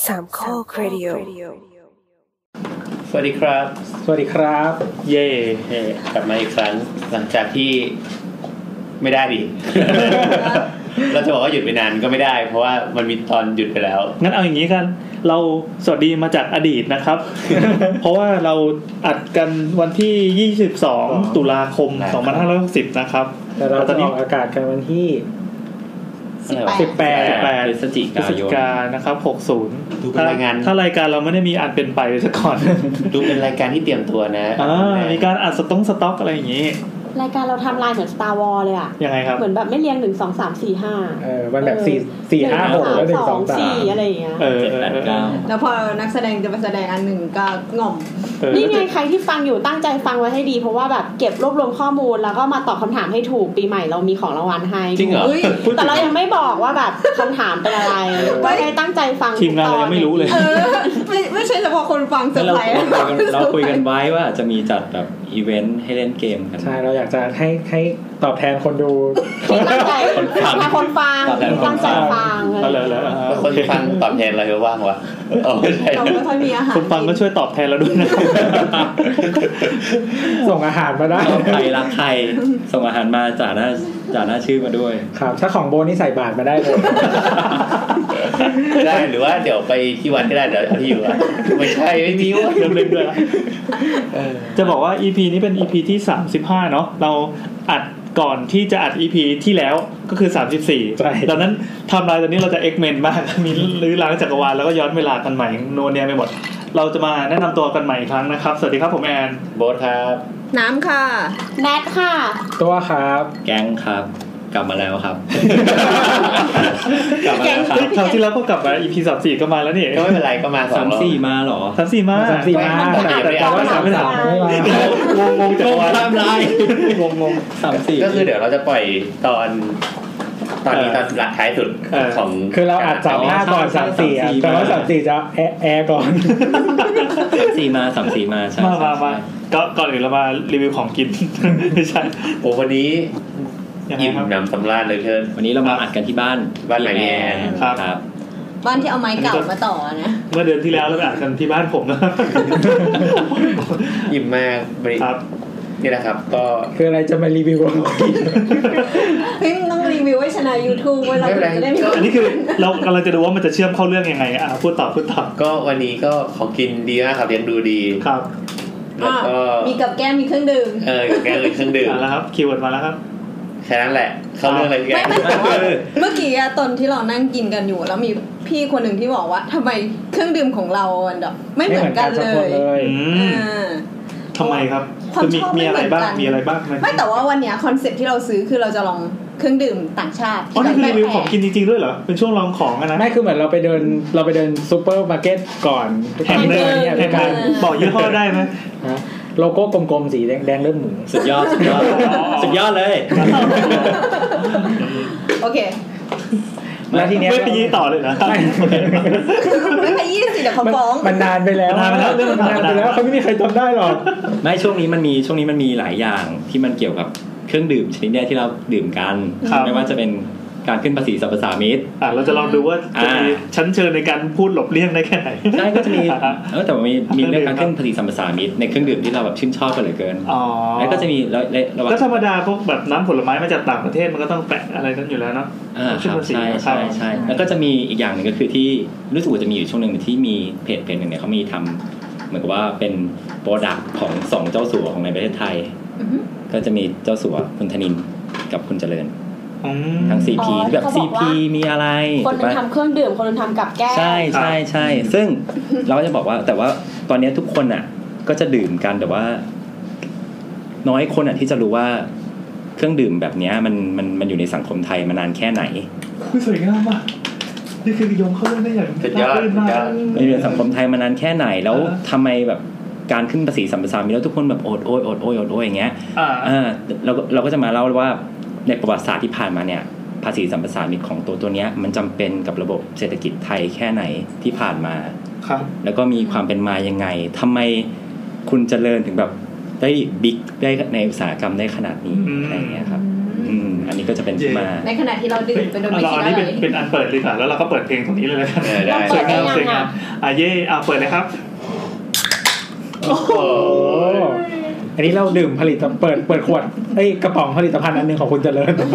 สามข้อครดิโอสวัสดีครับสวัสดีครับเย่กลับมาอีกครั้งหลังจากที่ไม่ได้ดิ เราจะบอกว่าหยุดไปนานก็ไม่ได้เพราะว่ามันมีตอนหยุดไปแล้วงั้นเอาอย่างนี้กันเราสวัสดีมาจากอดีตนะครับ เพราะว่าเราอัดกันวันที่22ตุลาคม2560นะครับแต่เราจะออกอากาศกันวันที่ 18พฤศจิกายนนะครับ60 ดูเป็นรายงานถ้ารายการเราไม่ได้มีอันเป็นไปซะก่อนดูเป็นรายการที่เตรียมตัวนะมีการอัดสต็อกอะไรอย่างงี้รายการเราทำลายเหมือน Star Wars เลยอ่ะยังไงครับเหมือนแบบไม่เรียง1 2 3 4 5 มันแบบ4 5 6แล้ว1 2 3 4อะไรอย่างเงี้ย 7 8 9 แล้วพอนักแสดงจะไปแสดงอันหนึ่งก็ง่อมนี่ไงใครที่ฟังอยู่ตั้งใจฟังไว้ให้ดีเพราะว่าแบบเก็บรวบรวมข้อมูลแล้วก็มาตอบคำถามให้ถูกปีใหม่เรามีของรางวัลให้จริงเหรอแต่เรายังไม่บอกว่าแบบคำถามเป็นอะไรว่าให้ตั้งใจฟังทีมงานเรายังไม่รู้เลยไม่ใช่เฉพาะคนฟังเซอร์ไพรส์เราคุยกันไว้ว่าจะมีจัดแบบอีเวนต์ให้เล่นเกมกันใช่เราอยากจะให้ตอบแทนคนดูตั้งใจคนฟังตั้งใจฟังคนฟังตอบแทนอะไรก็ว่างวะไม่ใช่เราไม่ค่อยมีอาหารคนฟังก็ช่วยตอบแทนเราด้วยนะส่งอาหารมาได้ใครรักใครส่งอาหารมาจ่าหน้าชื่อมาด้วยครับถ้าของโบนี่ใส่บาตรมาได้เลยได้หรือว่าเดี๋ยวไปที่วัดก็ได้เดี๋ยวที่อยู่ไม่ใช่ไม่มีว่าเล่นด้วยจะบอกว่า EP นี้เป็น EP ที่35เนาะเราอัดก่อนที่จะอัด EP ที่แล้วก็คือ34ดังนั้นไทม์ไลน์ตอนนี้เราจะ X-Men มากมีลื้อล้างจักรวาลแล้วก็ย้อนเวลากันใหม่โนเนียไปหมดเราจะมาแนะนำตัวกันใหม่อีกครั้งนะครับสวัสดีครับผมแอนโบ๊ทครับน้ำค่ะแนทค่ะตัวครับแก๊งครับกลับมาแล้วครับกลับมาแล้วครับคราวที่แล้วก็กลับมา EP 34ก็มาแล้วนี่ก็ไม่เป็นไรก็มา 34มาหรอ 34มาแต่ว่า 33ไม่มางงจักรวาลไทม์ไลน์งง 34ก็คือเดี๋ยวเราจะปล่อยตอนนี้ตอนหลักท้ายสุดของคือเราอัด35ก่อน34แต่ว่า34จะแอร์ก่อน 34มาใช่มาก่อนอื่นเรามารีวิวของกินไม่ใช่โอ้วันนี้อิ่มน้ำสำราญเลยเชิญวันนี้เรามาอัดกันที่บ้านไหนแอนครับบ้านที่เอาไม้เก่ามาต่อนะเมื่อเดือนที่แล้วเราไปอัดกันที่บ้านผมนะอิ่มมากครับนี่แหละครับก็คืออะไรจะมารีวิวของกินพี่ต้องรีวิวไว้ชนะ YouTube ไว้เราจะได้มีอันนี้คือเรากำลังจะดูว่ามันจะเชื่อมเข้าเรื่องยังไงพูดต่อก็วันนี้ก็ของกินดีมากครับเลี้ยงดูดีครับแล้วก็มีกับแก้มมีเครื่องดื่มกับแก้มมีเครื่องดื่มแล้วครับคีย์เวิร์ดมาแล้วครับแค่นั้นแหละเข้าเรื่องอะไรกันเมื่อกี้ตอนที่เรานั่งกินกันอยู่แล้วมีพี่คนหนึ่งที่บอกว่าทำไมเครื่องดื่มของเราไม่เหมือนกันเลยทำไมครับคือมีอะไรบ้างไม่แต่ว่าวันนี้คอนเซ็ปต์ที่เราซื้อคือเราจะลองเครื่องดื่มต่างชาติอ๋อนี่คือรีวิวของกินจริงๆด้วยเหรอเป็นช่วงลองของนะไม่คือเหมือนเราไปเดินซุปเปอร์มาร์เก็ตก่อนแข่งเลยบอกยี่ห้อได้ไหมโลโก้กลมๆสีแดงเลือดหมูสุดยอดเลยโอเคแล้วทีเนี้ยไม่ไปยี่ต่อเลยนะไม่ไปยี่สิเดี๋ยวเขาฟ้องมันนานไปแล้วเรื่องมันนานไปแล้วเขาไม่มีใครจำได้หรอกไม่ช่วงนี้มันมีหลายอย่างที่มันเกี่ยวกับเครื่องดื่มชนิดนี้ที่เราดื่มกันไม่ว่าจะเป็นการขึ้นภาษีสรรพสามิตเราจะลองดูว่าจะมีชั้นเชิญในการพูดหลบเลี่ยงได้แค่ไหนใช่ก็จะมีแต่ว่ามีเรื่องการขึ้นภาษีสรรพสามิตในเครื่องดื่มที่เราแบบชื่นชอบกันเหลือเกินแล้วก็จะมีก็ธรรมดาพวกแบบน้ำผลไม้มาจากต่างประเทศมันก็ต้องแปะอะไรนั้นอยู่แล้วเนาะใช่แล้วก็จะมีอีกอย่างหนึ่งก็คือที่รู้สึกว่าจะมีอยู่ช่วงนึงที่มีเพจนึงเนี่ยเขามีทำเหมือนกับว่าเป็นโปรดักต์ของ2เจ้าสัวของในประเทศไทยก็จะมีเจ้าสัวคุณธนินกับคุณเจริญทั้ง CP แบบ CP มีอะไรคนนึงทำเครื่องดื่มคนนึงทำกับแก้มใช่ซึ่งเราก็จะบอกว่าแต่ว่าตอนนี้ทุกคนอ่ะก็จะดื่มกันแต่ว่าน้อยคนอ่ะที่จะรู้ว่าเครื่องดื่มแบบนี้มันอยู่ในสังคมไทยมานานแค่ไหนสวยงามมากนี่คือโยงเข้าเรื่องได้อย่างสุดยอดอยู่ในสังคมไทยมานานแค่ไหนแล้วทำไมแบบการขึ้นภาษีสรรพสามิตแล้วทุกคนแบบโอดโอยอย่างเงี้ยเราก็จะมาเล่าว่าในประวัติศาสตร์ที่ผ่านมาเนี่ยภาษีสัมปทานมิตรของตัวนี้มันจำเป็นกับระบบเศรษฐกิจไทยแค่ไหนที่ผ่านมาครับแล้วก็มีความเป็นมายังไงทำไมคุณเจริญถึงแบบได้บิ๊กได้ในอุตสาหกรรมได้ขนาดนี้อะไรอย่างเงี้ยครับอันนี้ก็จะเป็นที่มาในขณะที่เราดื่มเป็นโดยไม่คิดอะไรอันนี้เป็นอันเปิดเลยค่ะแล้วเราก็เปิดเพลงตรงนี้เลยนะครับได้เปิดได้ยังอ่ะเย่เปิดเลยครับโอ้โหอันนี้เราดื่มผลิตเปิดขวดกระป๋องผลิตภัณฑ์อันนึงของคุณเจริญ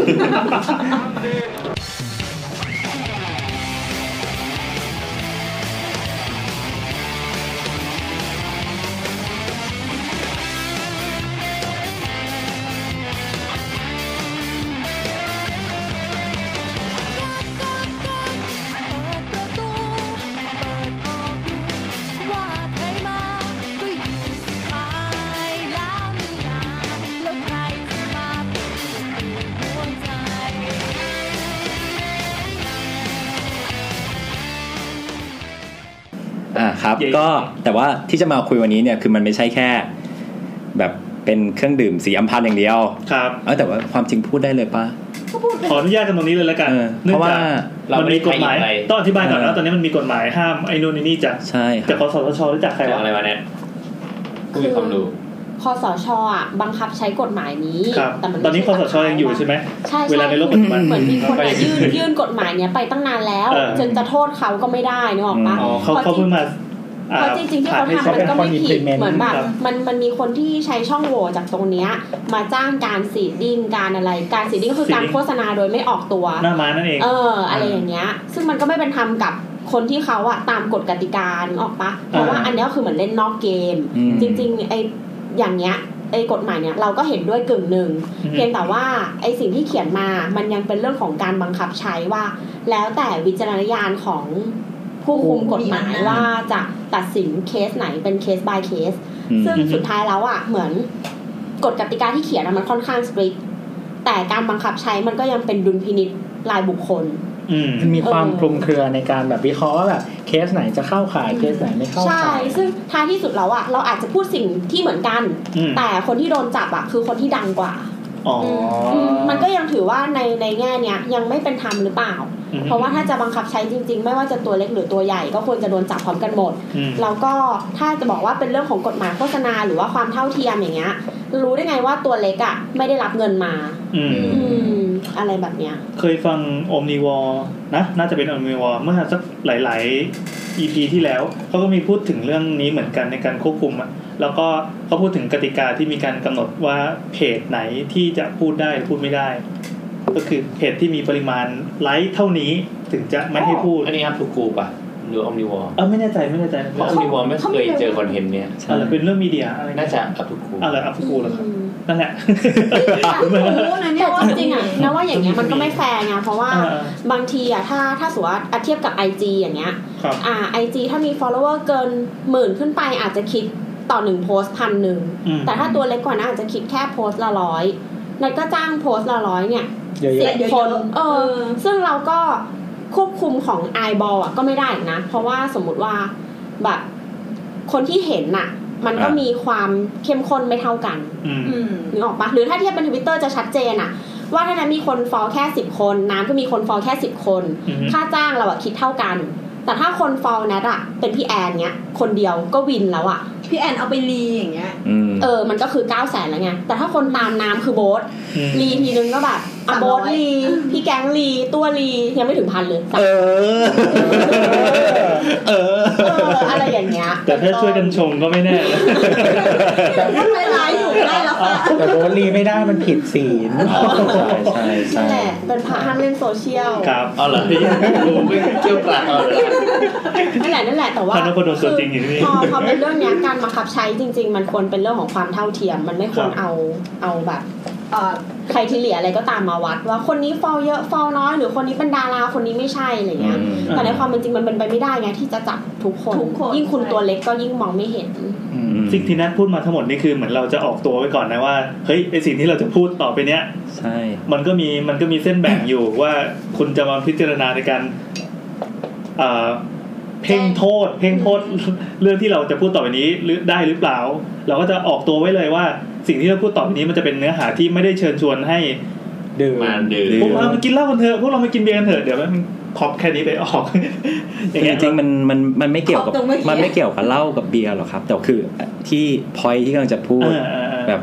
ครับก็แต่ว่าที่จะมาคุยวันนี้เนี่ยคือมันไม่ใช่แค่แบบเป็นเครื่องดื่มสีอัมพันธ์อย่างเดียวครับแต่ว่าความจริงพูดได้เลยป่ะขออนุญาตกันตรงนี้เลยแล้วกันเพราะว่ามันมีกฎหมายต้องอธิบายก่อนนะตอนนี้มันมีกฎหมายห้ามไอ้นู่นนี่จากใช่จากคสช.หรือจากใครวะอะไรวะเนี่ยผู้มีความรู้คสช.บังคับใช้กฎหมายนี้แต่ตอนนี้คสช.ยังอยู่ใช่ไหมใช่เวลาในโลกปัจจุบันเหมือนมีคนยื่นกฎหมายเนี้ยไปตั้งนานแล้วจนจะโทษเขาก็ไม่ได้นึกออกปะเขาเพิ่งมาเพราะจริงๆที่เขาทำมันก็ไม่ผิดเหมือนแบบมันมีคนที่ใช้ช่องโหว่จากตรงเนี้ยมาจ้างการซีดดิ้งการอะไรการซีดดิ้งก็คือการโฆษณาโดยไม่ออกตัวหน้าม้านั่นเองอะไรอย่างเงี้ยซึ่งมันก็ไม่เป็นธรรมกับคนที่เขาอะตามกฎกติกาออกปะเพราะว่าอันนี้ก็คือเหมือนเล่นนอกเกมจริงๆไออย่างเงี้ยไอ้กฎหมายเนี่ยเราก็เห็นด้วยกึ่งหนึ่งเพียงแต่ว่าไอ้สิ่งที่เขียนมามันยังเป็นเรื่องของการบังคับใช้ว่าแล้วแต่วิจารณญาณของผู้คุมกฎหมายว่าจะตัดสินเคสไหนเป็นเคส by เคสซึ่งสุดท้ายแล้วอ่ะเหมือนกฎกติกาที่เขียนมันค่อนข้างสตริกแต่การบังคับใช้มันก็ยังเป็นดุลพินิจรายบุคคลมันมีความคลุมเครือในการแบบวิเคราะห์ว่าแบบเคสไหนจะเข้าข่ายเคสไหนไม่เข้าข่ายใช่ซึ่งท้ายที่สุดแล้วอ่ะเราอาจจะพูดสิ่งที่เหมือนกันแต่คนที่โดนจับอ่ะคือคนที่ดังกว่ามันก็ยังถือว่าในแง่เนี้ยยังไม่เป็นธรรมหรือเปล่าเพราะว่าถ้าจะบังคับใช้จริงๆไม่ว่าจะตัวเล็กหรือตัวใหญ่ก็ควรจะโดนจับพร้อมกันหมดแล้วก็ถ้าจะบอกว่าเป็นเรื่องของกฎหมายโฆษณาหรือว่าความเท่าเทียมอย่างเงี้ยรู้ได้ไงว่าตัวเล็กอ่ะไม่ได้รับเงินมาอะไรแบบเนี้ยเคยฟังโอมนิวอร์นะน่าจะเป็นโอมนิวอร์เมื่อสักหลายๆ EP ที่แล้วเขาก็มีพูดถึงเรื่องนี้เหมือนกันในการควบคุมอ่ะแล้วก็เขาพูดถึงกติกาที่มีการกำหนดว่าเพจไหนที่จะพูดได้พูดไม่ได้ก็คือเพจที่มีปริมาณไลค์เท่านี้ถึงจะไม่ให้พูดอันนี้ครับทูกูป่ะหรือออมนิวอร์ไม่แน่ใจเพราะออมนิวอร์ไม่เคยเจอคอนเทนต์เนี้ยเป็นเรื่องมีเดียอะไรน่าจะอัพทูกูอัพทูกูเหรอครับนั่นแหละแต่จริงๆอ่ะนะว่าอย่างเงี้ยมันก็ไม่แฟร์ไงเพราะว่าบางทีอ่ะถ้าสมมุติว่าเทียบกับ IG อย่างเงี้ยIG ถ้ามี follower เกิน 10,000 ขึ้นไปอาจจะคิดต่อ1โพสต์ 1,000 แต่ถ้าตัวเล็กกว่านั้นอาจจะคิดแค่โพสต์ละ100นั่นก็จ้างโพสต์ละ100เนี่ย10 คนซึ่งเราก็ควบคุมของ eyeball อ่ะก็ไม่ได้นะเพราะว่าสมมุติว่าแบบคนที่เห็นน่ะมันก็มีความเข้มข้นไม่เท่ากันนึกออกปะหรือถ้าเทียบเป็น Twitter จะชัดเจนอ่ะว่าถ้านั้นมีคนฟอลแค่10คนน้ำก็มีคนฟอลแค่10คนค่าจ้างเราอ่ะคิดเท่ากันแต่ถ้าคนฟอลแนทอ่ะเป็นพี่แอนเงี้ยคนเดียวก็วินแล้วอ่ะพี่แอนเอาไปรีอย่างเงี้ยมันก็คือ 900,000 แล้วไงแต่ถ้าคนตามน้ำคือโบ๊ทรีทีนึงก็แบบโบ๊ทรีพี่แก๊งรีตัวรียังไม่ถึง1,000เลยอะไรอย่างเงี้ยแต่ถ้าช่วยกันชมก็ไม่แน่แต่พูดร้ายอยู่ได้แล้วค่ะแต่โบ๊ทรีไม่ได้มันผิดศีลใช่แหละเป็นพระห้ามเล่นโซเชียลครับเอาเหรอพี่รู้ไม่เกี่ยวกับนั่นแหละแต่ว่าพอเป็นเรื่องนี้การบังคับใช้จริงๆมันควรเป็นเรื่องของความเท่าเทียมมันไม่ควรเอาแบบใครที่เหลืออะไรก็ตามมาวัดว่าคนนี้ฟอลเยอะฟอลน้อยหรือคนนี้เป็นดาราคนนี้ไม่ใช่อะไรเงี้ยแต่ในความเป็นจริงมันเป็นไปไม่ได้ไงที่จะจับทุกคนยิ่งคุณตัวเล็กก็ยิ่งมองไม่เห็นสิ่งที่นัทพูดมาทั้งหมดนี่คือเหมือนเราจะออกตัวไว้ก่อนนะว่าเฮ้ยไอสิ่งที่เราจะพูดต่อไปเนี้ยใช่มันก็มีเส้นแบ่งอยู่ว่าคุณจะมาพิจารณาในการเพ่งโทษเรื่องที่เราจะพูดต่อไปนี้ได้หรือเปล่าเราก็จะออกตัวไว้เลยว่าสิ่งที่เราพูดต่อไปนี้มันจะเป็นเนื้อหาที่ไม่ได้เชิญชวนให้ดื่มพวกเรามากินเหล้ากันเถอะพวกเรามากินเบียร์กันเถอะเดี๋ยวมันพอปแค่นี้ไปออกอย่างเงี้ยจริงมันไม่เกี่ยวกับเหล้ากับเบียร์หรอกครับแต่คือที่พอยที่กำลังจะพูดแบบ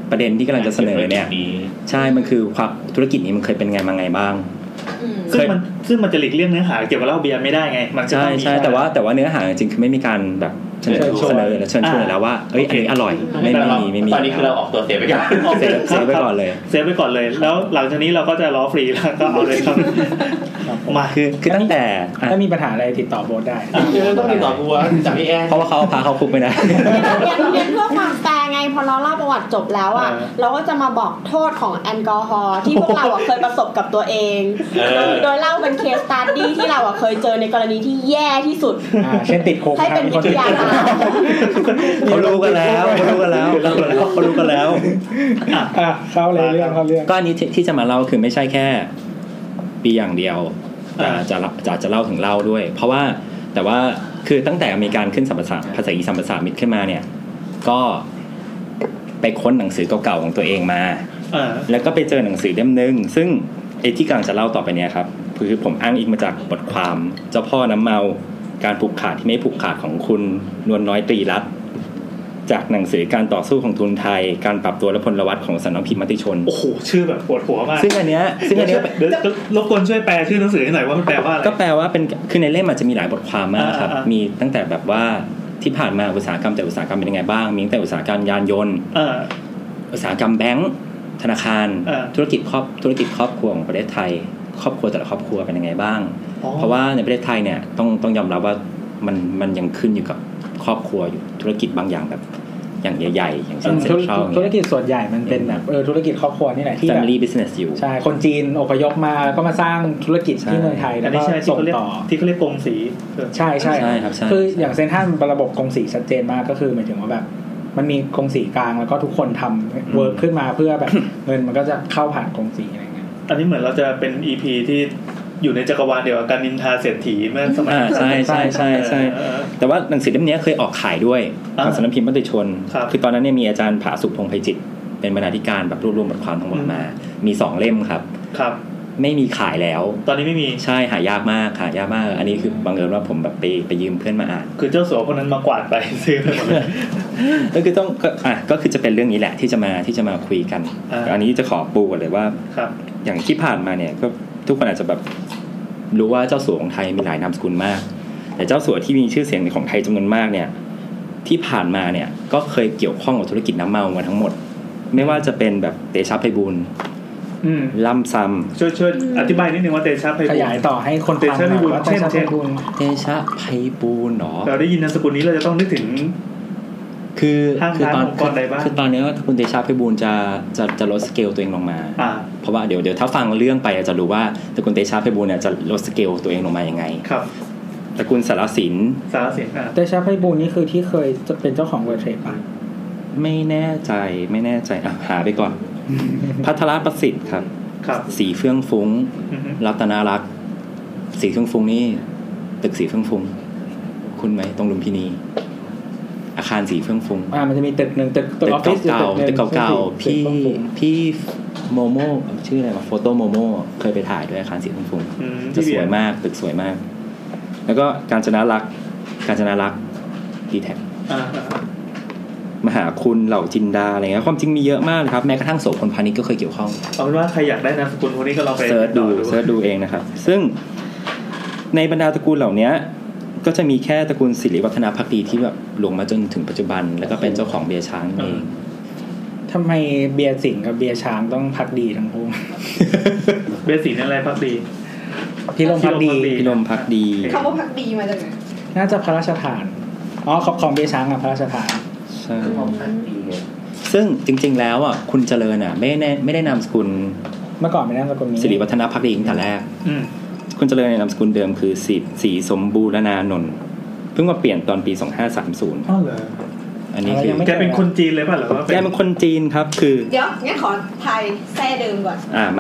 ประเด็นที่กำลังจะเสนอเนี่ยใช่มันคือความธุรกิจนี้มันเคยเป็นไงมาไงบ้างซึ่งมันจะหลีกเลี่ยงเนื้อหาเกี่ยวกับเหล้าเบียร์ไม่ได้ไงมันใช่ใช่แต่ว่าเนื้อหาจริงๆคือไม่มีการแบบเชิญชวนแล้วว่าเอ้ยอันนี้อร่อยไม่มีตอนนี้คือเราออกตัวเซฟไปก่อนเซฟไปก่อนเลยแล้วหลังจากนี้เราก็จะล้อฟรีแล้วก็เอาเลยครับมาคือตั้งแต่ถ้ามีปัญหาอะไรติดต่อโบสได้ต้องติดต่อกูว่าจากพี่แอนเพราะว่าเขาพาเขาคุกไปนะอย่างเพื่อความแฟร์ไงพอเราเล่าประวัติจบแล้วอ่ะเราก็จะมาบอกโทษของแอลกอฮอล์ที่พวกเราเคยประสบกับตัวเองโดยเล่าเป็นเคสสตั๊ดดี้ที่เราเคยเจอในกรณีที่แย่ที่สุดเช่นติดโคกให้เป็นวิทยาทานเขารู้กันแล้วเข้าเลยเรื่องก็อันนี้ที่จะมาเล่าคือไม่ใช่แค่ปีอย่างเดียวจะเล่าถึงเล่าด้วยเพราะว่าแต่ว่าคือตั้งแต่มีการขึ้นภาษาอีสัมภาษามิตรขึ้นมาเนี่ยก็ไปค้นหนังสือเก่าๆของตัวเองมาแล้วก็ไปเจอหนังสือเล่มนึงซึ่งไอ้ที่กำลังจะเล่าต่อไปเนี่ยครับคือผมอ้างอิงมาจากบทความเจ้าพ่อน้ำเมาการผูกขาดที่ไม่ผูกขาดของคุณนวลน้อยตรีรัตน์จากหนังสือการต่อสู้ของทุนไทยการปรับตัวและพลวัตของสำนักพิมพ์มติชนโอ้โหชื่อแบบปวดหัวมากซึ่งอันเนี้ยรบกวนช่วยแปลชื่อหนังสือให้หน่อยว่ามันแปลว่าอะไรก็แปลว่าเป็นคือในเล่มอาจจะมีหลายบทความมากครับมีตั้งแต่แบบว่าที่ผ่านมาอุตสาหกรรมแต่อุตสาหกรรมเป็นยังไงบ้างมีตั้งแต่อุตสาหกรรมยานยนต์อุตสาหกรรมแบงก์ธนาคารธุรกิจครอบครัวของประเทศไทยครอบครัวแต่ละครอบครัวเป็นยังไงบ้างเพราะว่าในประเทศไทยเนี่ยต้องยอมรับว่ามันยังขึ้นอยู่กับครอบครัวอยู่ธุรกิจบางอย่างแบบอย่างใหญ่ๆอย่างเช่นเซ็นทรัลธุรกิจส่วนใหญ่มันเป็นแบบธุรกิจครอบครัวนี่แหละที่แบบ family business อยู่ใช่คนจีนอพยพมาแล้วก็มาสร้างธุรกิจที่เมืองไทยแล้วก็ส่งต่อที่เขาเรียกกงสีใช่ครับคืออย่างเซ็นทรัลระบบกงสีชัดเจนมากก็คือหมายถึงว่าแบบมันมีกงสีกลางแล้วก็ทุกคนทำเวิร์กขึ้นมาเพื่อแบบเงินมันก็จะเข้าผ่านกงสีอะไรเงี้ยอันนี้เหมือนเราจะเป็น EP ที่อยู่ในจักรวาลเดียวกับการนินทาเศรษฐีเมื่อสมัยใช่แต่ว่าหนังสือเล่มนี้เคยออกขายด้วยของสำนักพิมพ์มติชนคือตอนนั้นเนี่ยมีอาจารย์ผาสุขพงษ์ไพจิตรเป็นบรรณาธิการแบบรวบรวมบทความทั้งหมดมามี2เล่มครับไม่มีขายแล้วตอนนี้ไม่มีใช่หายากมากอันนี้คือบังเอิญว่าผมแบบไปยืมเพื่อนมาอ่านคือเจ้าสัวคนนั้นมากวาดไปซื้อไปหมดเลยก็คือก็คือจะเป็นเรื่องนี้แหละที่จะมาคุยกันอันนี้จะขอปูก่อนเลยว่าอย่างที่ผ่านมาเนี่ยก็ทุกคนอาจจะแบบรู้ว่าเจ้าสัวของไทยมีหลายนามสกุลมากแต่เจ้าสัวที่มีชื่อเสียงของไทยจำนวนมากเนี่ยที่ผ่านมาเนี่ยก็เคยเกี่ยวข้องกับธุรกิจน้ำเมามาทั้งหมดไม่ว่าจะเป็นแบบเตชะไพบูลย์ล่ำซำช่วยอธิบายนิดนึงว่าเตชะไพบูลย์ขยายต่อให้คนเตชะไพบูลย์เช่นเตชะไพบูลย์เนาะเราได้ยินนามสกุลนี้เราจะต้องนึกถึงคือตอนนี้คุณเตชะไพบูลย์จะลดสเกลตัวเองลงมาเพราะว่าเดี๋ยวถ้าฟังเรื่องไปจะรู้ว่าตระกูลเตชะไพบูลย์เนี่ยจะลดสเกลตัวเองลงมายังไงครับตระกูลสารสินเตชะไพบูลย์นี่คือที่เคยจะเป็นเจ้าของเวอร์เทรดป่ะไม่แน่ใจหาไปก่อนภัทรประสิทธิ์ครับสีเฟื่องฟุ้งรัตนารักษ์สีเฟื่องฟุ้งนี่ตึกสีเฟื่องฟุ้งคุณไหมตรงลุมพินีอาคารสีเฟื่องฟุ้งมันจะมีตึกนึงตึกออฟฟิศตึกเก่าๆพี่โมโม่ชื่ออะไรวะโฟโต้โมโม่เคยไปถ่ายด้วยอาคารสีเฟื่องฟุ้งจะสวยมากตึกสวยมากแล้วก็กาญจนารักษ์ดีแท็กมหาคุณเหล่าจินดาอะไรเงี้ยความจริงมีเยอะมากเลยครับแม้กระทั่งโสพลพานิชก็เคยเกี่ยวข้องเอาเป็นว่าใครอยากได้นามสกุลพวกนี้ก็ลองไปเสิร์ชดูเองนะครับซึ่งในบรรดาตระกูลเหล่านี้ก็จะมีแค่ตระกูลศิริวัฒนาภักดีที่แบบหลงมาจนถึงปัจจุบันแล้วก็เป็นเจ้าของเบียร์ช้างเองทำไมเบียร์สิงห์กับเบียร์ช้างต้องภักดีทั้งคู่เบียร์สิงห์อะไรภักดีพิรมภักดีคำว่าภักดีมาจากไหนน่าจะพระราชทานของเบียร์ช้างพระราชทานซึ่งจริงๆแล้วอ่ะคุณเจริญอ่ะไม่ได้นามสกุลเมื่อก่อนไม่ได้นามสกุลนี้ศิริวัฒนาภักดีตั้งแต่แรกคุณเจริญในนามสกุลเดิมคือศรีสมบูรณานนท์เพิ่งมาเปลี่ยนตอนปี2530 อ๋อเหรออันนี้คือแกเป็นคนจีนเลยป่ะหรือว่าแกเป็นคนจีนครับคือเดี๋ยวงั้นขอไทยแท้เดิมก่อน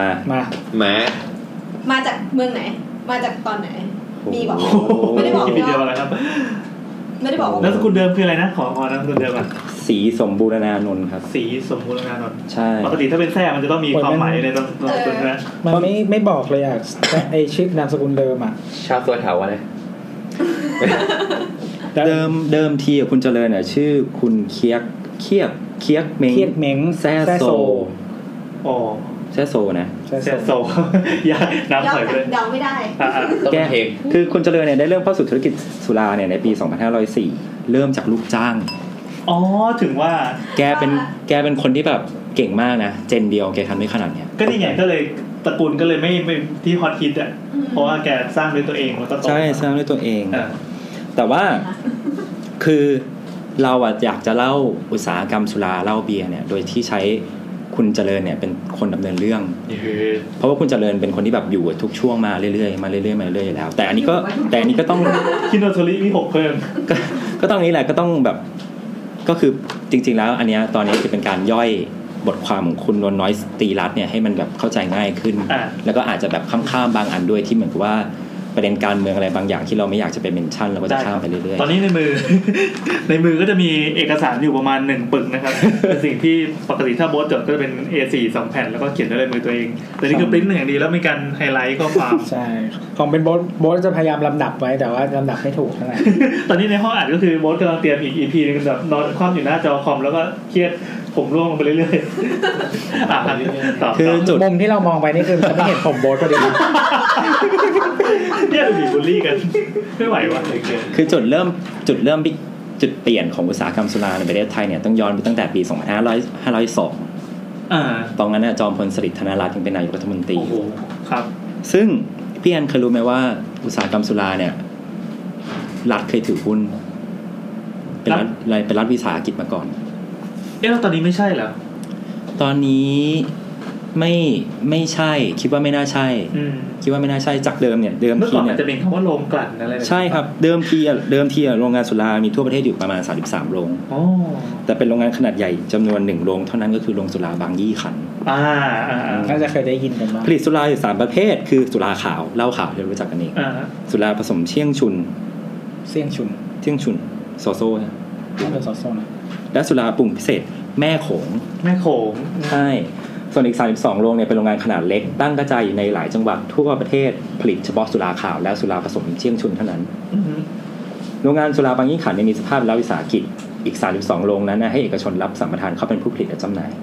มาจากเมืองไหนมาจากตอนไหนมีบอกไม่ได้บอกกี่ปีเดียวอะไรครับไม่ได้บอกนามสกุลเดิมคืออะไรนะขอนามสกุลเดิมอ่ะศรีสมบูรณานนท์ครับศรีสมบูรณานนท์ใช่ปกติถ้าเป็นแท้มันจะต้องมีความหมายในนามสกุลนะมันไม่บอกเลยอ่ะไอชื่อนามสกุลเดิมอ่ะชาวตัวแถวอะไรเดิมทีคุณเจริญอ่ะชื่อคุณเคียบเคียกเม้งแซ่โซอ๋อแซ่โซนะแซ่โซอย่าน้ำใส่เลยเดาไม่ได้แกคือคุณเจริญเนี่ยได้เริ่มเข้าสู่ธุรกิจสุราเนี่ยในปี2504เริ่มจากลูกจ้างอ๋อถึงว่าแกเป็นคนที่แบบเก่งมากนะเจนเดียวแกทำได้ขนาดเนี้ยก็นี่ไงก็เลยตระกูลก็เลยไม่ที่ฮอตฮิตอ่ะเพราะว่าแกสร้างด้วยตัวเองแล้วก็ใช่สร้างด้วยตัวเองแต่ว่าคือเราอ่ะอยากจะเล่าอุตสาหกรรมสุราเล่าเบียร์เนี่ยโดยที่ใช้คุณเจริญเนี่ยเป็นคนดำเนินเรื่องเพราะว่าคุณเจริญเป็นคนที่แบบอยู่ทุกช่วงมาเรื่อยๆมาเรื่อยๆมาเรื่อยๆแล้วแต่อันนี้ก็ต้องคิโนโทริมี6เพิ่มก็ต้องนี้แหละก็ต้องแบบก็คือจริงๆแล้วอันนี้ตอนนี้จะเป็นการย่อยบทความของคุณนวลน้อยตีรัตน์เนี่ยให้มันแบบเข้าใจง่ายขึ้นแล้วก็อาจจะแบบข้ามบางอันด้วยที่เหมือนกับว่าประเด็นการเมืองอะไรบางอย่างที่เราไม่อยากจะไปเมนชั่นเราก็จะข้ามไปเรื่อยๆตอนนี้ในมือก็จะมีเอกสารอยู่ประมาณ1ปึกนะครับเป็นสิ่งที่ปกติถ้าโบ๊ทจดก็จะเป็น A4 2 แผ่นแล้วก็เขียนด้วยลายมือตัวเองแต่นี่คือปริ้นอย่างดีแล้วมีการไฮไลท์ข้อความใช่ของเป็นโบ๊ทจะพยายามลำดับไว้แต่ว่าลำดับไม่ถูกเท่าไหร่ตอนนี้ในห้องอัดก็คือโบ๊ทกำลังเตรียมอีก EP นึงแบบนอนคว่ำอยู่หน้าจอคอมแล้วก็เครียดผมร่วงลงไปเรื่อยๆคือจุดมุมที่เรามองไปนี่คือจะไม่เห็นผมโบ๊ทพอดีเนี่ยมีบูลลี่กันไม่ไหวว่ะคือจุดเริ่มจุดเปลี่ยนของอุตสาหกรรมสุราในประเทศไทยเนี่ยต้องย้อนไปตั้งแต่ปี2502ตอนนั้นน่ะจอมพลสฤษดิ์ธนรัตน์ยังเป็นนายกรัฐมนตรีครับซึ่งพี่แอนเคยรู้ไหมว่าอุตสาหกรรมสุราเนี่ยรัฐเคยถือหุ้นเป็นรัฐวิสาหกิจมาก่อนแล้วตอนนี้ไม่ใช่เหรอตอนนี้ไม่ใช่คิดว่าไม่น่าใช่คิดว่าไม่น่าใช่จากเดิมทีเนี่ยจะเป็นคำว่าโรงกลั่นอะไรใช่ครับเดิมทีโรงงานสุรามีทั่วประเทศอยู่ประมาณ33โรงแต่เป็นโรงงานขนาดใหญ่จำนวน1โรงเท่านั้นก็คือโรงสุราบางยี่ขันน่าจะเคยได้ยินกันบ้างผลิตสุราอยู่3ประเภทคือสุราขาวเหล้าขาวที่รู้จักกันเองสุราผสมเชี่ยงชุนโซโซ่นะเป็นโซโซ่นะและสุราปรุงพิเศษแม่โขงใช่ส่วนอีก32โรงเนี่ยเป็นโรงงานขนาดเล็กตั้งกระจายอยู่ในหลายจังหวัดทั่วประเทศผลิตเฉพาะสุราขาวและสุราผสมเชี่ยงชุนเท่านั้นโรงงานสุราบางยี่ขันมีสภาพรัฐวิสาหกิจอีก32โรงนั้นให้เอกชนรับสัมปทานเข้าเป็นผู้ผลิตและจำหน่าย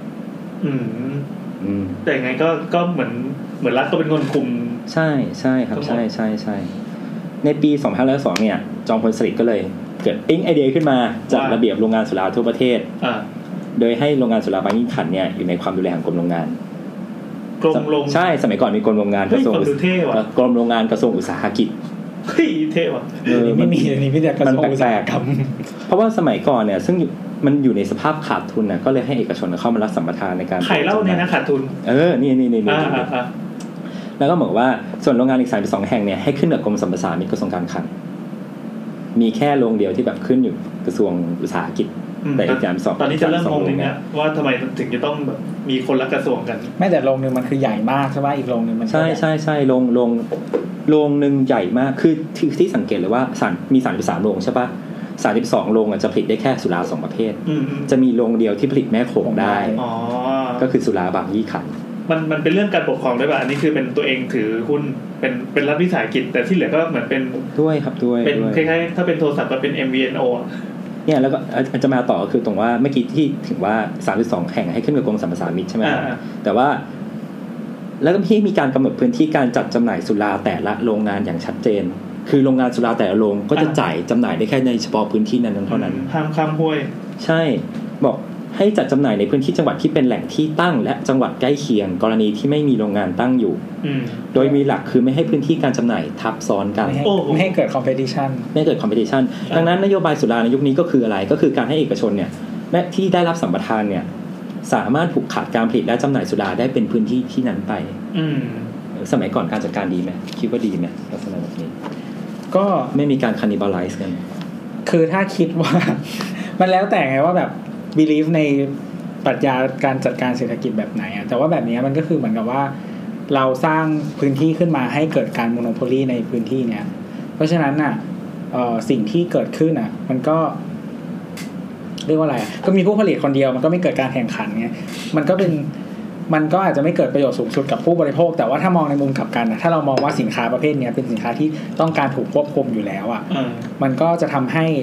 แต่ยังไงก็เหมือนรัฐก็เป็นคนคุมใช่ครับใช่ในปี2002เนี่ยจอมพลสฤษดิ์ก็เลยเกิดปิ๊งไอเดียขึ้นมาจัดระเบียบโรงงานสุราทั่วประเทศโดยให้โรงงานสุราบางยี่ขันเนี่ยอยู่ในความดูแลของกรมโรงงานใช่สมัยก่อนมีกรมโรงงานกระทรวงกรมโรงงานกระทรวงอุตสาหกิจเฮ้ยเท่ว่ะไม่มีนี่พี่แต่กระทรวงอุตสาหกรรมเพราะว่าสมัยก่อนเนี่ยซึ่งมันอยู่ในสภาพขาดทุนน่ะก็เลยให้เอกชนเข้ามารับสัมปทานในการขายเหล้าเนี่ยนะขาดทุนนี่แล้วก็บอกว่าส่วนโรงงานอีก32แห่งเนี่ยให้ขึ้นกับกรมสรรพสามิตกระทรวงการคลังมีแค่โรงเดียวที่แบบขึ้นอยู่กระทรวงอุตสาหกิจแต่อีกตอนนี้จะเริ่มงงอย่างเงี้ยว่าทำไมถึงจะต้องแบบมีคนละกระทรวงกันไม่แต่โรงนึงมันคือใหญ่มากใช่ป่ะอีกโรงนึงมันใช่โรงนึงใหญ่มากคือที่สังเกตเลยว่ามี33โรงใช่ป่ะ32โรงจะผลิตได้แค่สุรา2ประเภทจะมีโรงเดียวที่ผลิตแม่โขงได้ก็คือสุราบางยี่ขันมันเป็นเรื่องการปกครองด้วยป่ะอันนี้คือเป็นตัวเองถือหุ้นเป็นรัฐวิสาหกิจแต่ที่เหลือก็เหมือนเป็นด้วยครับด้วยเป็นคล้ายๆถ้าเป็นโทรศัพท์ก็เป็น MVNO เนี่ยแล้วก็จะมาต่อคือตรงว่าเมื่อกี้ที่ถึงว่า32แห่งให้ขึ้นกับกรมสรรพสามิตใช่ไหมแต่ว่าแล้วก็ที่มีการกำหนดพื้นที่การจัดจำหน่ายสุราแต่ละโรงงานอย่างชัดเจนคือโรงงานสุราแต่ละโรงก็จะจ่ายจำหน่ายได้แค่ในเฉพาะพื้นที่นั้นเท่านั้นห้ามข้ามห้วยใช่บอกให้จัดจำหน่ายในพื้นที่จังหวัดที่เป็นแหล่งที่ตั้งและจังหวัดใกล้เคียงกรณีที่ไม่มีโรงงานตั้งอยู่โดยมีหลักคือไม่ให้พื้นที่การจำหน่ายทับซ้อนกันไม่ให้เกิด competition ไม่เกิด competition ดังนั้นนโยบายสุราในยุคนี้ก็คืออะไรก็คือการให้เอกชนเนี่ยที่ได้รับสัมปทานเนี่ยสามารถผูกขาดการผลิตและจำหน่ายสุราได้เป็นพื้นที่ที่นั้นไปสมัยก่อนการจัดการดีไหมคิดว่าดีไหมลักษณะแบบนี้ก็ไม่มีการ cannibalize กันคือถ้าคิดว่า มันแล้วแต่ไงว่าแบบbelieve ในปรัชญาการจัดการเศรษฐกิจแบบไหนแต่ว่าแบบนี้มันก็คือเหมือนกับว่าเราสร้างพื้นที่ขึ้นมาให้เกิดการโมโนโพลีในพื้นที่เนี่ยเพราะฉะนั้นน่ะสิ่งที่เกิดขึ้นมันก็เรียกว่าอะไรก็มีผู้ผลิตคนเดียวมันก็ไม่เกิดการแข่งขันไงมันก็อาจจะไม่เกิดประโยชน์สูงสุดกับผู้บริโภคแต่ว่าถ้ามองในมุมกลับกันถ้าเรามองว่าสินค้าประเภทนี้เป็นสินค้าที่ต้องการถูกควบคุมอยู่แล้วมันก็จะทำให้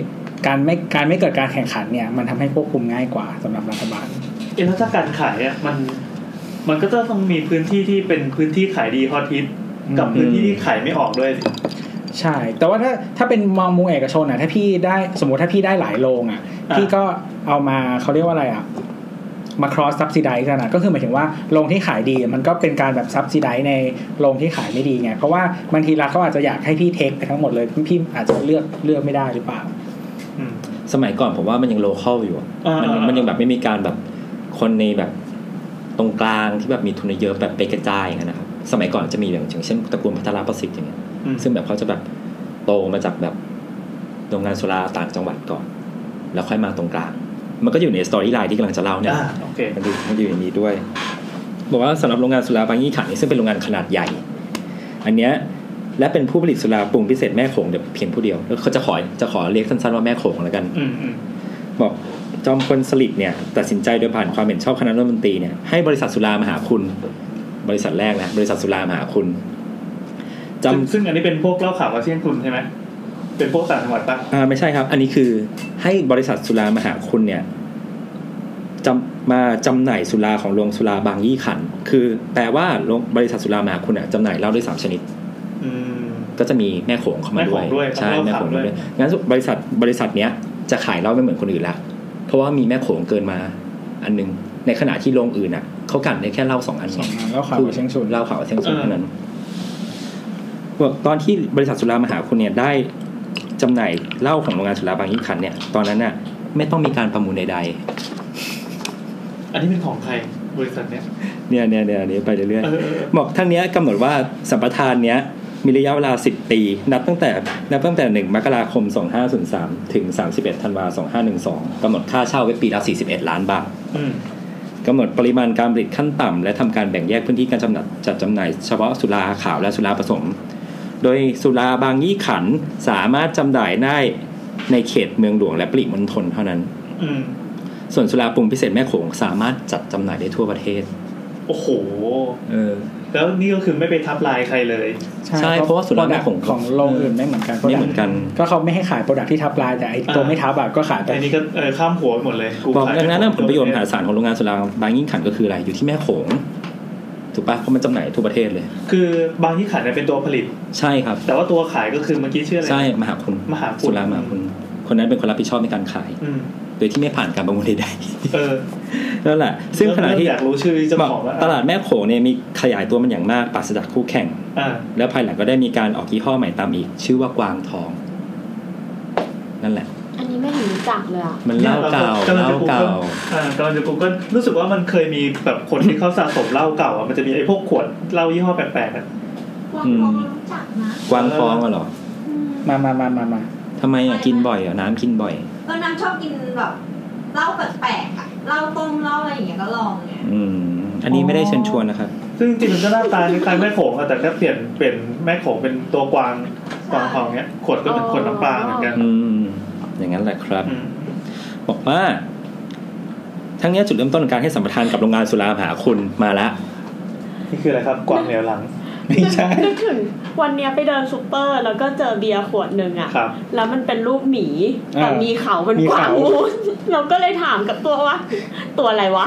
การไม่เกิดการแข่งขันเนี่ยมันทำให้ควบคุมง่ายกว่าสำหรับรัฐบาลแล้วถ้าการขายอ่ะมันก็ต้องมีพื้นที่ที่เป็นพื้นที่ขายดีฮอตฮิตกับพื้นที่ที่ขายไม่ออกด้วยใช่แต่ว่าถ้าเป็นมองมุมเอกชนอ่ะถ้าพี่ได้สมมติถ้าพี่ได้หลายโรงอ่ะพี่ก็เอามาเขาเรียกว่าอะไรอ่ะมา cross subsidize กันนะก็คือหมายถึงว่าโรงที่ขายดีมันก็เป็นการแบบ subsidize ในโรงที่ขายไม่ดีไงเพราะว่าบางทีรัฐเขาอาจจะอยากให้พี่เทคไปทั้งหมดเลยพี่อาจจะเลือกไม่ได้หรือเปล่าสมัยก่อนผมว่ามันยังโลคอลอยู่มันยังแบบไม่มีการแบบคนในแบบตรงกลางที่แบบมีทุนเยอะแบบไปกระจายกันนะครับสมัยก่อนจะมีอย่างเช่นตระกูลพัทรประสิทธิ์อย่างเงี้ยซึ่งแบบเขาจะแบบโตมาจากแบบโรงงานสุราต่างจังหวัดก่อนแล้วค่อยมาตรงกลางมันก็อยู่ในสตอรี่ไลน์ที่กำลังจะเล่าเนี่ยมันอยู่อย่างนี้ด้วยบอกว่าสำหรับโรงงานสุราบางยี่ขันนี่ซึ่งเป็นโรงงานขนาดใหญ่อันเนี้ยและเป็นผู้ผลิตสุราปรุงพิเศษแม่โขงเพียงผู้เดียวแล้วเขาจะขอเรียกสั้นๆว่าแม่โขงแล้วกันบอกจอมพลสฤษดิ์เนี่ยตัดสินใจโดยผ่านความเห็นชอบคณะรัฐมนตรีเนี่ยให้บริษัทสุรามหาคุณบริษัทแรกนะบริษัทสุรามหาคุณซึ่งอันนี้เป็นพวกเหล้าขาวอาเซียนคุณใช่ไหมเป็นพวกต่างจังหวัดปะไม่ใช่ครับอันนี้คือให้บริษัทสุรามหาคุณเนี่ยมาจำหน่ายสุราของโรงสุราบางยี่ขันคือแปลว่าบริษัทสุรามหาคุณจำหน่ายเหล้าได้3ชนิดก็จะมีแม่โขงเข้ามาด้วยใช่แม่โขงด้วยงั้นบริษัทเนี้ยจะขายเหล้าไม่เหมือนคนอื่นละเพราะว่ามีแม่โขงเกินมาอันนึงในขณะที่โรงอื่นเขากันได้แค่เหล้า2อันเหล้าขาวเชียงซุนเหล้าขาวเชียงซุนเท่านั้นตอนที่บริษัทสุรามหาคุณเนี่ยได้จำหน่ายเหล้าของโรงงานสุราบางยี่ขันเนี่ยตอนนั้นน่ะไม่ต้องมีการประมูลใดๆอันนี้เป็นของใครบริษัทเนี่ยไปเรื่อยๆบอกทั้งนี้กำหนดว่าสัมปทานเนี้ยมีระยะเวลา10ปีนับตั้งแต่1มกราคม2503ถึง31ธันวาคม2512กำหนดค่าเช่าไว้ปีละ41ล้านบาทกำหนดปริมาณการผลิตขั้นต่ำและทำการแบ่งแยกพื้นที่การจัดจำหน่ายเฉพาะสุราขาวและสุราผสมโดยสุราบางยี่ขันสามารถจำหน่ายได้ในเขตเมืองหลวงและปริมณฑลเท่านั้นส่วนสุราปรุงพิเศษแม่โขงสามารถจัดจำหน่ายได้ทั่วประเทศโอ้โหแล้วนี่ก็คือไม่ไปทับลายใครเลยใช่เพราะว่าสุราแม่โขงของโรงอื่นไม่เหมือนกันก็เขาไม่ให้ขายโปรดักที่ทับลายแต่ไอ้ตัวไม่ทับก็ขายไปอันนี้ก็ข้ามหัวหมดเลยบอกดังนั้นผลประโยชน์มหาศาลของโรงงานสุราบางยี่ขันก็คืออะไรอยู่ที่แม่โขงถูกป่ะเพราะมันจำหน่ายทั่วประเทศเลยคือบางยี่ขันเป็นตัวผลิตใช่ครับแต่ว่าตัวขายก็คือเมื่อกี้ชื่ออะไรใช่มหาคุณสุรามหาคุณคนนั้นเป็นคนรับผิดชอบในการขายโดยที่ไม่ผ่านการประมูลใดๆนั่นแหละซึ่งขณะที่อยากรู้ชื่อเจ้าของตลาดแม่โขงเนี่ยมีขยายตัวมันอย่างมากปราศจากคู่แข่งแล้วภายหลังก็ได้มีการออกยี่ห้อใหม่ตามอีกชื่อว่ากวางทองนั่นแหละอันนี้ไม่รู้จักเลยอ่ะมันเหล้าเก่ากำลังจะกูก็รู้สึกว่ามันเคยมีแบบคนที่เขาสะสมเหล้าเก่ามันจะมีไอ้พวกขวดเหล้ายี่ห้อแปลกๆกวางทองรู้จักนะกวางทองเหรอมาทำไมกินบ่อยน้ำกินบ่อยน้ำชอบกินแบบเหล้าแปลกๆเหล้าต้มเหล้าอะไรอย่างเงี้ยก็ลองเนี่ยอันนี้ไม่ได้เชิญชวนนะครับซึ่งจริงๆมันก็หน้าตาคล้ายแม่โขงแต่แค่เปลี่ยนเป็นแม่โขงเป็นตัวกวางทองเนี้ยขวดก็เป็นขวดน้ำปลาเหมือนกันอย่างนั้นแหละครับบอกว่าทั้งนี้จุดเริ่มต้นของการให้สัมปทานกับโรงงานสุรามหาคุณมาละนี่คืออะไรครับกวางเหลียวหลังไม่ใช่นึกถึงวันนี้ไปเดินซุปเปอร์แล้วก็เจอเบียร์ขวดนึงอ่ะแล้วมันเป็นรูปหมีแต่มีเขาเป็นกวางงูเราก็เลยถามกับตัวว่าตัวอะไรวะ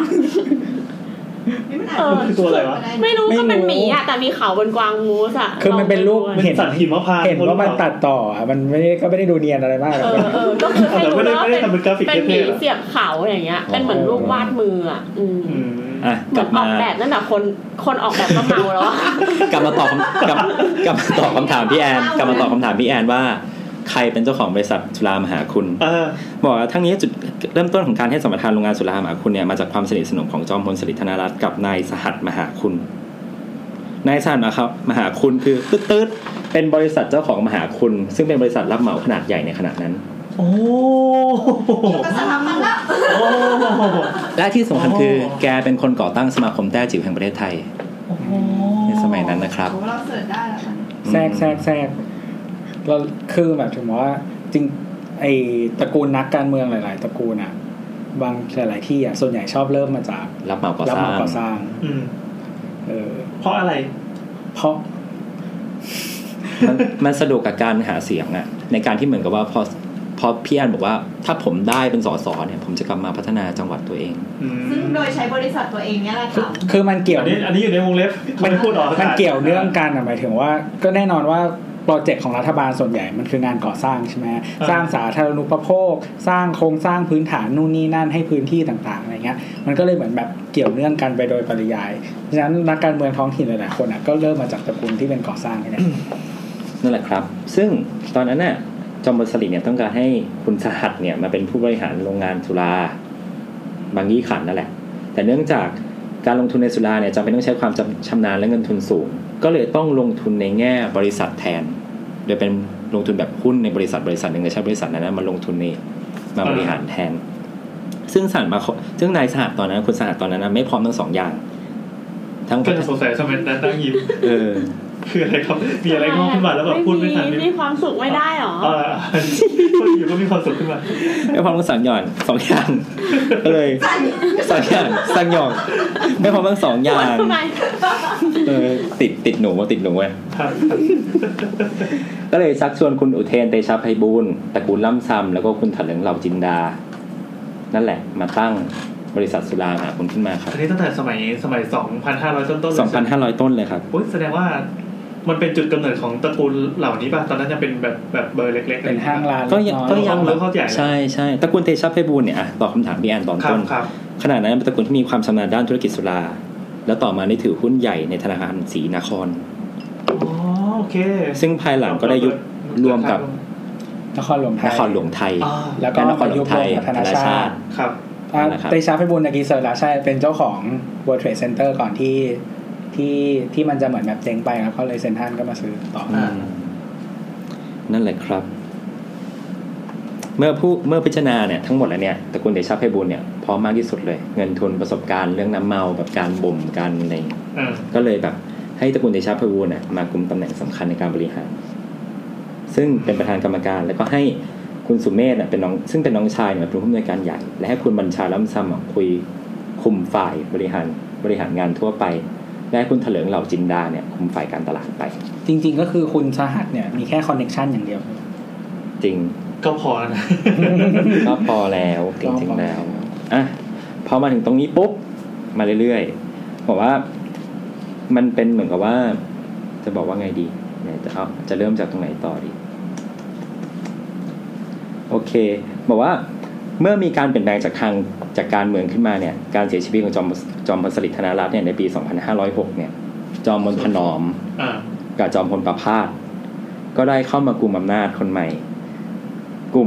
ตัวอะไรวะไม่รู้ก็เป็นหมีอ่ะแต่มีเขาบนกวางงูสอ่ะคือมันเป็นรูปเห็นสัตว์หิมพานต์เห็นว่ามันตัดต่อมันไม่ได้ดูเนียนอะไรมากก็คือให้รู้ว่าเป็นหมีเสียบเขาอย่างเงี้ยเป็นเหมือนรูปวาดมืออ่ะเหมือนออกแบบนั่นแหละคนออกแบบก็เมาแล้วกลับมาตอบคำถามพี่แอนว่าใครเป็นเจ้าของบริษัทสุรามหาคุณบอกว่าทั้งนี้จุดเริ่มต้นของการให้สัมปทานโรงงานสุรามหาคุณเนี่ยมาจากความสนิทสนมของจอมพลสฤษดิ์ธนรัตน์กับนายสหัสมหาคุณนายสหัสมหาคุณคือตืดเป็นบริษัทเจ้าของมหาคุณซึ่งเป็นบริษัทรับเหมาขนาดใหญ่ในขณะนั้นโอ้และที่สำคัญคือแกเป็นคนก่อตั้งสมาคมแต้จิ๋วแห่งประเทศไทยในสมัยนั้นนะครับเราเสิร์ชได้แล้วแทรกเราคือแบบถึงว่าจริงไอ้ตระกูลนักการเมืองหลายๆตระกูลอ่ะบางหลายๆที่อ่ะส่วนใหญ่ชอบเริ่มมาจากรับเหมาก่อสร้างเพราะอะไรเพราะมันสะดวกกับการหาเสียงอ่ะในการที่เหมือนกับว่าพอพอพี่แอนบอกว่าถ้าผมได้เป็นสสเนี่ยผมจะกลับมาพัฒนาจังหวัดตัวเองซึ่งโดยใช้บริษัทตัวเองเนี่ยแหละค่ะคือมันเกี่ยวอันนี้อยู่ในวงเล็บมันพูดออกมันเกี่ยวเรื่องกันหมายถึงว่าก็แน่นอนว่าโปรเจกต์ของรัฐบาลส่วนใหญ่มันคืองานก่อสร้างใช่ไหมสร้างสาธารณูปโภคสร้างโครงสร้างพื้นฐานนู่นนี่นั่นให้พื้นที่ต่างๆอะไรเงี้ยมันก็เลยเหมือนแบบเกี่ยวเนื่องกันไปโดยปริยายเพราะฉะนั้นนักการเมืองท้องถิ่นหลายๆคนก็เริ่มมาจากตระกูลที่เป็นก่อสร้างนี่แหละนั่นแหละครับซึ่งตอนนั้นน่ะจอมพลสฤษดิ์เนี่ยต้องการให้คุณสหัสเนี่ยมาเป็นผู้บริหารโรงงานสุราบางยี่ขันนั่นแหละแต่เนื่องจากการลงทุนในสุราเนี่ยจำเป็นต้องใช้ความชำนาญและเงินทุนสูงก็เลยต้องลงทุนในแง่บริษัทแทนโดยเป็นลงทุนแบบหุ้นในบริษัทหนึ่งในใช้บริษัทนั้นมาลงทุนในมาบริหารแทนซึ่งนายสหัสตอนนั้นคุณสหัสตอนนั้นไม่พร้อมทั้งสองอย่างทั้งก็สงสัยทำไมนั่งยิ้มคืออะไรครับมีอะไรงอกขึ้นมาแล้วแบบพูดไม่ทันมีความสุขไม่ได้หรอคนอยู่ก็มีความสุขขึ้นมาไม่พร้อมทั้งสองอย่างเลยสองอย่างสังหยองไม่พร้อมทั้งสองอย่างติดหนูไว้ก็เลยชักชวนคุณอุเทนเตชะไพบูลย์ตระกูลล่ำซำแล้วก็คุณถลิงเหล่าจินดานั่นแหละมาตั้งบริษัทสุราหาคุณขึ้นมาครับอันนี้ตั้งแต่สมัย 2,500 ต้นๆเลย 2,500 ต้นเลยครับโอ้ยแสดงว่ามันเป็นจุดกำเนิดของตระกูลเหล่านี้ป่ะตอนนั้นจะเป็นแบบเบอร์เล็กๆเป็นห้างร้านก็ยังเริ่มเข้าใจใช่ตระกูลเตชะไพบูลย์เนี่ยตอบคำถามพี่แอนตอนต้นขณะนั้นเป็นตระกูลที่มีความชำนาญด้านธุรกิจสุราแล้วต่อมาได้ถือหุ้นใหญ่ในธนาคารศรีนครโอเคซึ่งภายหลังก็ได้ยุบรวมกับนครหลวงไทยแล้วก็นครหลวงไทยธนาชาติครับเตชะไพบูลย์กีเซอร์ลาใช่เป็นเจ้าของ World Trade Center ก่อนที่มันจะเหมือนแบบเจ๊งไปแล้วเขาเลยเซ็นทรัลก็มาซื้อต่อนั่นแหละครับเมื่อพิจารณาเนี่ยทั้งหมดแล้วเนี่ยตระกูลเตชะไพบูลย์เนี่ยพร้อมมากที่สุดเลยเงินทุนประสบการณ์เรื่องน้ำเมาแบบการบ่มกันอะไรก็เลยแบบให้ตระกูลเตชะไพบูลย์มากุมตำแหน่งสำคัญในการบริหารซึ่งเป็นประธานกรรมการแล้วก็ให้คุณสุเมธเป็นน้องซึ่งเป็นน้องชายเป็นผู้อำนวยการใหญ่และให้คุณบัญชาล้ำซ้ำคุมฝ่ายบริหารงานทั่วไปและให้คุณเถลิงเหล่าจินดาเนี่ยคุมฝ่ายการตลาดไปจริงๆก็คือคุณสหัสเนี่ยมีแค่คอนเนคชั่นอย่างเดียวจริงก็พอนะก็พอแล้วจริงๆแล้วพอมาถึงตรงนี้ปุ๊บมาเรื่อยๆบอกว่ามันเป็นเหมือนกับว่าจะบอกว่าไงดีเนี่ยจะเริ่มจากตรงไหนต่อดีโอเคบอกว่าเมื่อมีการเปลี่ยนแปลงจากการเมืองขึ้นมาเนี่ยการเสียชีวิตของจอมพลสฤษดิ์ธนรัตน์เนี่ยในปี 2506 เนี่ยจอมพลถนอมกับจอมพลประภาสก็ได้เข้ามากุมอำนาจคนใหม่ก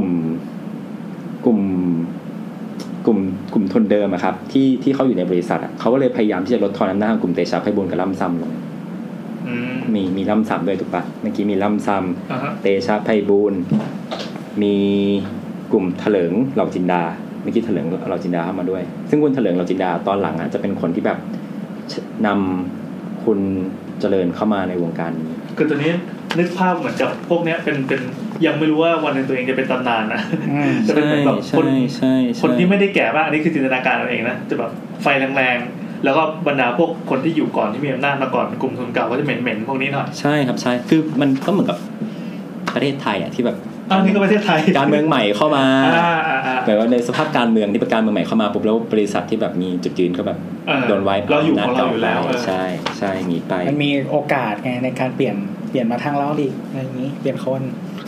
ลุ่มทุนเดิมอะครับที่เขาอยู่ในบริษัทเขาก็เลยพยายามที่จะลดทอนอำนาจของกลุ่มเตชะไพบูลย์กับล่ำซ้ำลงมีล่ำซ้ำด้วยถูกปะเมื่อกี้มีล่ำซ้ำเตชะไพบูลย์มีกลุ่มเถลิงเหล่าจินดาเมื่อกี้เถลิงเหล่าจินดาเข้ามาด้วยซึ่งคุณเถลิงเหล่าจินดาตอนหลังจะเป็นคนที่แบบนำคุณเจริญเข้ามาในวงการนี้คือตอนนี้นึกภาพเหมือนกับพวกเนี้ยเป็นยังไม่รู้ว่าวันนึงตัวเองจะเป็นตำนานนะจะเป็นแบบคนที่ไม่ได้แก่มากอันนี้คือจินตนาการเราเองนะจะแบบไฟแรงๆแล้วก็บรรดาพวกคนที่อยู่ก่อนที่มีอำนาจมาก่อนกลุ่มทุนเก่าก็จะเหม็นๆพวกนี้หน่อยใช่ครับใช่คือมันก็เหมือนกับประเทศไทยที่แบบนี่ก็ประเทศไทยการเมืองใหม่เข้ามาแบบว่าในสภาพการเมืองที่เป็นการเมืองใหม่เข้ามาปุ๊บแล้วบริษัทที่แบบมีจุดยืนก็แบบโดนไว้เราอยู่ของเราอยู่แล้วใช่มีไปมันมีโอกาสไงในการเปลี่ยนมาทางเราดิอะไรอย่างนี้เปลี่ยนคน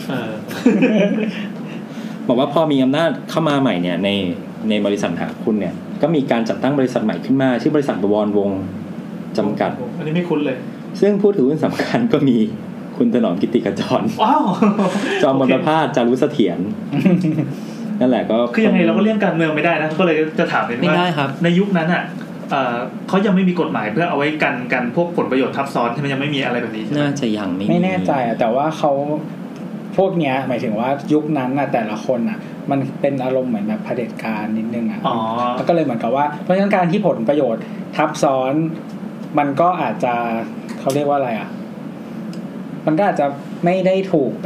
บอกว่าพอมีอำนาจเข้ามาใหม่เนี่ยในบริษัทหาคุณเนี่ยก็มีการจัดตั้งบริษัทใหม่ขึ้นมาชื่อบริษัทบวรวงศ์จำกัดอันนี้ไม่คุ้นเลยซึ่งผู้ถือหุ้นสำคัญก็มีคุณถนอมกิติขจรจอมพลประภาสจารุเสถียรนั่นแหละก็คือยังไงเราก็เลี่ยงการเมืองไม่ได้นะก็เลยจะถามเลยว่าในยุคนั้นอ่ะเขายังไม่มีกฎหมายเพื่อเอาไว้กันพวกผลประโยชน์ทับซ้อนที่มันยังไม่มีอะไรแบบนี้น่าจะยังไม่แน่ใจแต่ว่าเขาพวกเนี้ยหมายถึงว่ายุคนั้นน่ะแต่ละคนน่ะมันเป็นอารมณ์เหมือนแบบเผด็จการนิดนึงแล้วก็เลยเหมือนกับว่าเพราะฉะนั้นการที่ผลประโยชน์ทับซ้อนมันก็อาจจะเขาเรียกว่าอะไรมันก็อาจจะไม่ได้ถูก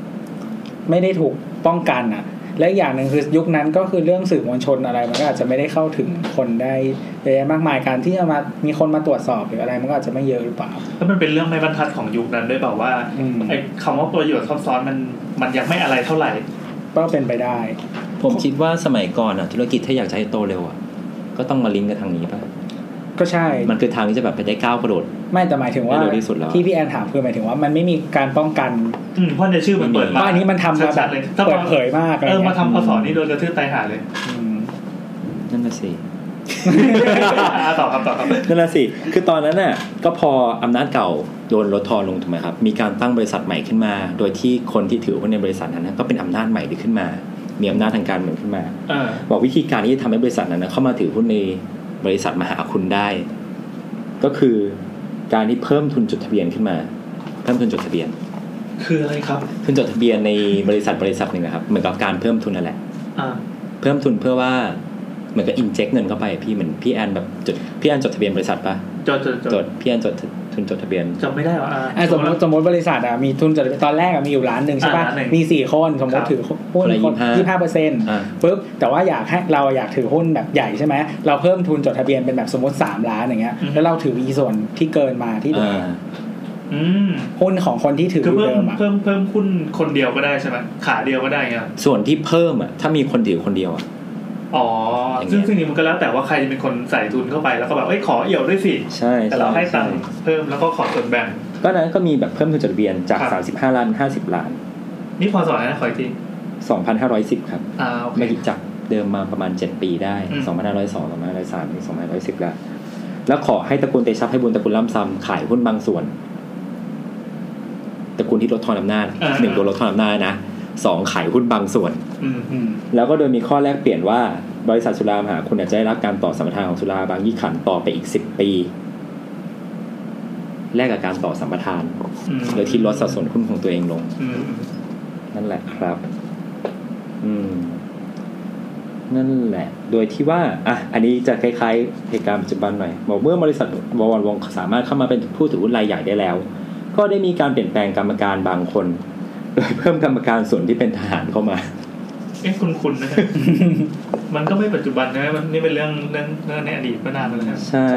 ป้องกันและอย่างนึงคือยุคนั้นก็คือเรื่องสื่อมวลชนอะไรมันก็อาจจะไม่ได้เข้าถึงคนได้เยอะแยะมากมายการที่จะมามีคนมาตรวจสอบหรืออะไรมันก็อาจจะไม่เยอะหรือเปล่าแล้วมันเป็นเรื่องไม่บรรทัดของยุคนั้นด้วยเปล่าว่าไอ้คำว่าประโยชน์ซับซ้อนมันยังไม่อะไรเท่าไหร่ก็เป็นไปได้ผมคิดว่าสมัยก่อนธุรกิจถ้าอยากจะให้โตเร็วก็ต้องมาลิงก์กับทางนี้ป่ะก็ใช่มันคือทางที่จะแบบไปได้ก้าวกระโดดไม่แต่หมายถึงว่าที่พี่แอนถามคือหมายถึงว่ามันไม่มีการป้องกันเพราะในชื่อมันเปิดมาอันนี้มันทำมาแบบเปิดเผยมากมาทำพศนี้โดนกระทืบตายหาเลยนั่นน่ะสิต่อครับนั่นน่ะสิคือตอนนั้นน่ะก็พออำนาจเก่าโดนลดทอนลงถูกไหมครับมีการตั้งบริษัทใหม่ขึ้นมาโดยที่คนที่ถือหุ้นในบริษัทนั้นก็เป็นอำนาจใหม่ขึ้นมามีอำนาจทางการเมืองขึ้นมาบอกวิธีการที่จะทำให้บริษัทนั้นเข้ามาถือหุ้นในบริษัทมหาคุณได้ก็คือการที่เพิ่มทุนจดทะเบียนขึ้นมาเพิ่มทุนจดทะเบียนคืออะไรครับทุนจดทะเบียนในบริษัทหนึ่งครับเหมือนกับการเพิ่มทุนนั่นแหละเพิ่มทุนเพื่อว่าเหมือนกับอินเจคเงินเข้าไปพี่เหมือนพี่แอนแบบพี่แอนจดทะเบียนบริษัทป่ะจดพี่แอนจดทุนจดทะเบียนจำไม่ได้หรอสมมติบริษัทมีทุนจดตอนแรกมีอยู่ล้านนึงใช่ป่ะมี4คนสมมติถือหุ้น 25% ปึ๊บแต่ว่าเราอยากถือหุ้นแบบใหญ่ใช่ไหมเราเพิ่มทุนจดทะเบียนเป็นแบบสมมติ3ล้านอย่างเงี้ยแล้วเราถือส่วนที่เกินมาที่เหลือหุ้นของคนที่ถือเดิมเพิ่มหุ้นคนเดียวก็ได้ใช่ไหมขาเดียวก็ได้เงี้ยส่วนที่เพิ่มถ้ามีคนถือคนเดียวซึ่งนี้มันก็แล้วแต่ว่าใครจะเป็นคนใส่ทุนเข้าไปแล้วก็แบบขอเอี่ยวด้วยสิใช่แต่เราให้ตังค์เพิ่มแล้วก็ขอส่วนแบ่งก็นั้นก็มีแบบเพิ่มทุนจดทะเบียนจาก35ล้าน50ล้านนี่พศนะขออีกที 2510ครับไม่กี่จากเดิมมาประมาณ7ปีได้2502 2503 2510แล้วขอให้ตระกูลเตชะไพบูลย์ตระกูลล่ำซำขายหุ้นบางส่วนตระกูลที่ลดทอนอำนาจ1โดนลดทอนอำนาจนะ2ขายหุ้นบางส่วนแล้วก็โดยมีข้อแลกเปลี่ยนว่าบริษัทสุรามหาคุณจะได้รับการต่อสัมปทานของสุราบางยี่ขันต่อไปอีก10ปีแลกกับการต่อสัมปทานโดยที่ลดสัดส่วนหุ้นของตัวเองลงนั่นแหละครับนั่นแหละโดยที่ว่าอันนี้จะคล้ายๆเหตุการณ์ปัจจุบันหน่อยบอกเมื่อบริษัทบวรวงสามารถเข้ามาเป็นผู้ถือหุ้นรายใหญ่ได้แล้วก็ได้มีการเปลี่ยนแปลงกรรมการบางคนโดยเพิ่มกรรมการส่วนที่เป็นทหารเข้ามาคุณนะ มันก็ไม่ปัจจุบันนะมันนี่เป็นเรื่องในอดีตมานานแล้วใช่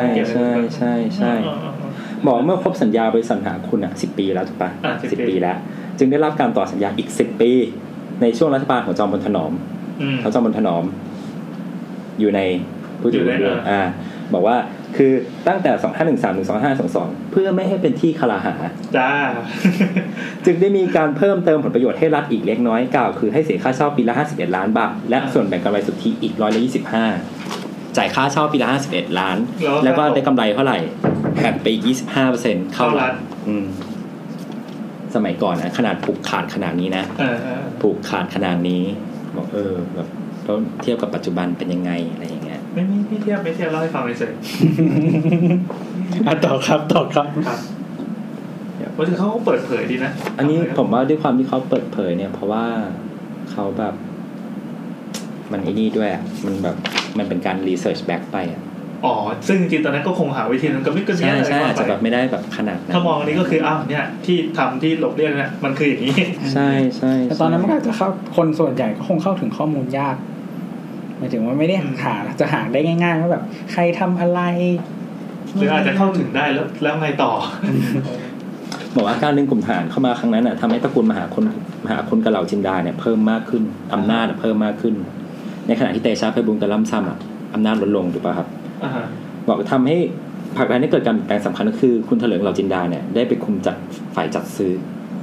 บอกเมื่อครบสัญญาบริษัทหาคุณ10 ปีแล้วถูกปะ10 ปีแล้วจึงได้รับการต่อสัญญาอีก10 ปีในช่วงรัฐบาลของจอมพลถนอมเขาจอมพลถนอมอยู่ในผู้ถือหุ้นด้วยบอกว่าคือตั้งแต่2513ถึง2522เพื่อไม่ให้เป็นที่คลาหาจ้าจึงได้มีการเพิ่มเติมผลประโยชน์ให้รัฐอีกเล็กน้อยกล่าวคือให้เสียค่าเช่าปีละ51ล้านบาทและส่วนแบ่งกำไรสุทธิอีก125จ่ายค่าเช่าปีละ51ล้านแล้วก็ได้กำไรเท่าไหร่แบ่งไปอีก 25% เข้ารัฐสมัยก่อนขนาดผูกขาดขนาดนี้นะผูกขาดขนาดนี้บอกแบบแล้วเทียบกับปัจจุบันเป็นยังไงอะไรอย่างเงี้ยไม่เทียบเล่าให้ฟังเฉยต่อครับว่าถึงเขาเปิดเผยดีนะอันนี้ผมว่าด้วยความที่เขาเปิดเผยเนี่ยเพราะว่าเขาแบบมันไอ้นี่ด้วยมันแบบมันเป็นการรีเสิร์ชแบ็กไปซึ่งจริงๆตอนนั้นก็คงหาวิธีนั้นก็ไม่ใช่อาจจะแบบไม่ได้แบบขนาดนั้นถ้ามองอันนี้ก็คือเนี่ยที่ทำที่หลบเลี่ยงเนี่ยมันคืออย่างนี้ใช่แต่ตอนนั้นมันก็จะเข้าคนส่วนใหญ่ก็คงเข้าถึงข้อมูลยากหมายถึงว่าไม่ได้จะหาได้ง่ายๆว่าแบบใครทำอะไรหรืออาจจะเข้าถึงได้แล้วไงต่อบอกว่าการดึงกลุ่มทหารเข้ามาครั้งนั้นทำให้ตระกูลมหาคนกับเหล่าจินดาเนี่ยเพิ่มมากขึ้นอำนาจเพิ่มมากขึ้นในขณะที่เตชะไพบูลย์กับล่ำซำอำนาจลดลงถูกป่ะครับบอกทำให้ผลักดันให้เกิดการแปลงสำคัญก็คือคุณเถลิงเหล่าจินดาเนี่ยได้ไปคุมจัดฝ่ายจัดซื้อ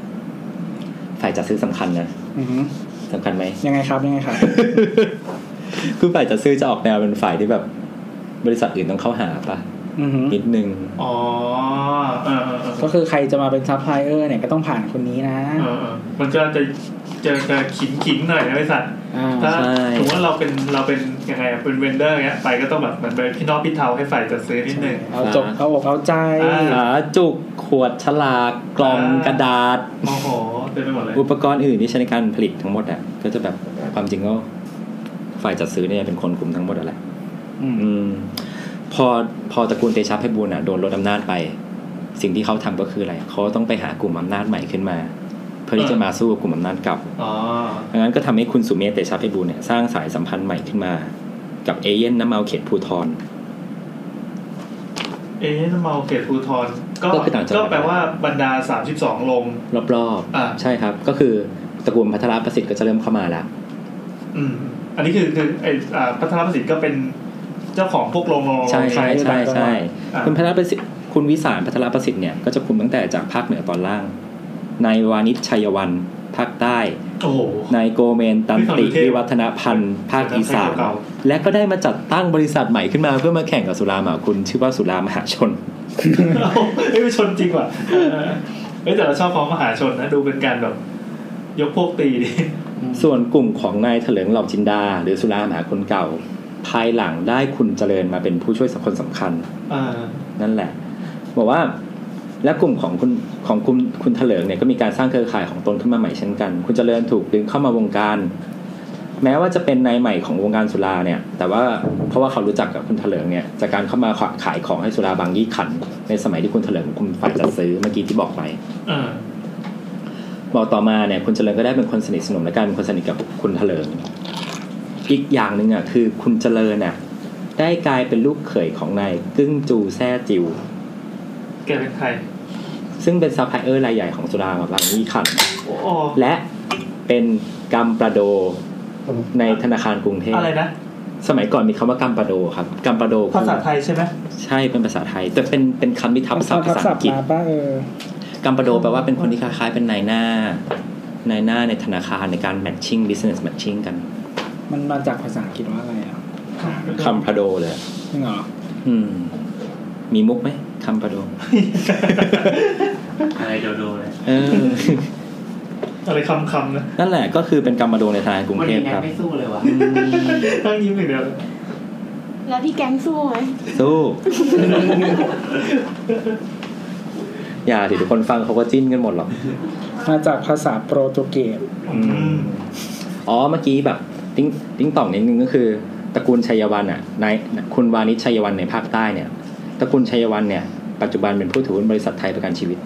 สำคัญนะสำคัญไหมยังไงครับคือฝ่ายจัดซื้อจะออกแนวเป็นฝ่ายที่แบบบริษัทอื่นต้องเข้าหาป่ะนิดนึงก็คือใครจะมาเป็นซัพพลายเออร์เนี่ยก็ต้องผ่านคนนี้นะมันจะขิงหน่อยนะบริษัทถ้าสมมติว่าเราเป็นยังไงเป็นเวนเดอร์เงี้ยไปก็ต้องแบบเหมือนไปพี่น้องพี่เทาให้ฝ่ายจัดซื้อนิดนึงเอาจบเอาอกเอาใจจุกขวดฉลากกล่องกระดาษเต็มไปหมดเลยอุปกรณ์อื่นที่ใช้ในการผลิตทั้งหมดก็จะแบบความจริงก็ฝ่ายจัดซื้อเนี่ยเป็นคนคุมทั้งหมดแหละพอตระกูลเตชะไพบูลย์โดนลดอำนาจไปสิ่งที่เขาทำก็คืออะไรเขาต้องไปหากลุ่มอำนาจใหม่ขึ้นมาเพื่อที่จะมาสู้กับกลุ่มอำนาจเก่าดังนั้นก็ทำให้คุณสุเมธเตชะไพบูลย์เนี่ยสร้างสายสัมพันธ์ใหม่ขึ้นมากับเอเย่นน้ำเมาเขตภูธรน้ำเมาเขตภูธรก็แปลว่าบรรดา32ลงรอบๆใช่ครับก็คือตระกูลพัทรประสิทธิ์ก็จะเริ่มเข้ามาแล้วอันนี้คือไอ้พัทรประสิทธิ์ก็เป็นเจ้าของพวกโรงใช่ใช่ใช่ใช่คุณพัทรประสิทธิ์คุณวิสารพัทรประสิทธิ์เนี่ยก็จะคุมตั้งแต่จากภาคเหนือตอนล่างนายวานิชชัยวันภาคใต้นายโกเมนตันติวิวัฒนพันธ์ภาคอีสานและก็ได้มาจัดตั้งบริษัทใหม่ขึ้นมาเพื่อมาแข่งกับสุรามหาคุณชื่อว่าสุรามหาชนไม่ชนจริงว่ะแต่เราชอบของมหาชนนะดูเป็นการแบบยกพวกตีดิส่วนกลุ่มของนายเถลิงเหล่าจินดาหรือสุรามหาคุณเก่าภายหลังได้คุณเจริญมาเป็นผู้ช่วยคนสำคัญนั่นแหละบอกว่าและกลุ่มของคุณเถลิงเนี่ยก็มีการสร้างเครือข่ายของตนขึ้นมาใหม่เช่นกันคุณเจริญถูกดึงเข้ามาวงการแม้ว่าจะเป็นนายใหม่ของวงการสุราเนี่ยแต่ว่าเพราะว่าเขารู้จักกับคุณเถลิงเนี่ยจากการเข้ามาขายของให้สุราบางยี่ขันในสมัยที่คุณเถลิงคุมฝ่ายจัดซื้อเมื่อกี้ที่บอกไปบอกต่อมาเนี่ยคุณเจริญก็ได้เป็นคนสนิทสนมและกลายเป็นคนสนิทกับคุณเถลิงอีกอย่างนึงอ่ะคือคุณเจริญน่ะได้กลายเป็นลูกเขยของนายกึ้งจูแซ่จิวแกเป็นใครซึ่งเป็นซัพพลายเออร์รายใหญ่ของสุราบางยี่ขันและเป็นกัมปราโดในธนาคารกรุงเทพอะไรนะสมัยก่อนมีคำว่ากัมปราโดครับกัมปราโดภาษาไทยใช่ไหมใช่เป็นภาษาไทยแต่เป็นคำที่ทับศัพท์ภาษาอังกฤษกัมปราโดแปลว่าเป็นคนที่คล้ายๆเป็นนายหน้าในธนาคารในการ matching business matching กันมันมาจากภาษาอังกฤษว่าอะไรอ่ะกัมปราโดเลยจริงเหรอมีมุกไหมกัมปราโดอะไรโดเลยอะไรคำนะนั่นแหละก็คือเป็นกัมปราโดในธนาคารกรุงเทพครับไม่สู้เลยว่ะตั้งยิ้มอีกแล้วแล้วพี่แก๊งสู้ไหมสู้อย่าสิทุกคนฟังเขาก็จิ้นกันหมดหรอกมาจากภาษาโปรตุเกสเมื่อกี้แบบติ้งต่องนิดนึงก็คือตระกูลชัยวันอ่ะนายคุณวานิชชัยวันในภาคใต้เนี่ยตระกูลชัยวันเนี่ยปัจจุบันเป็นผู้ถือหุ้นบริษัทไทยประกันชีวิต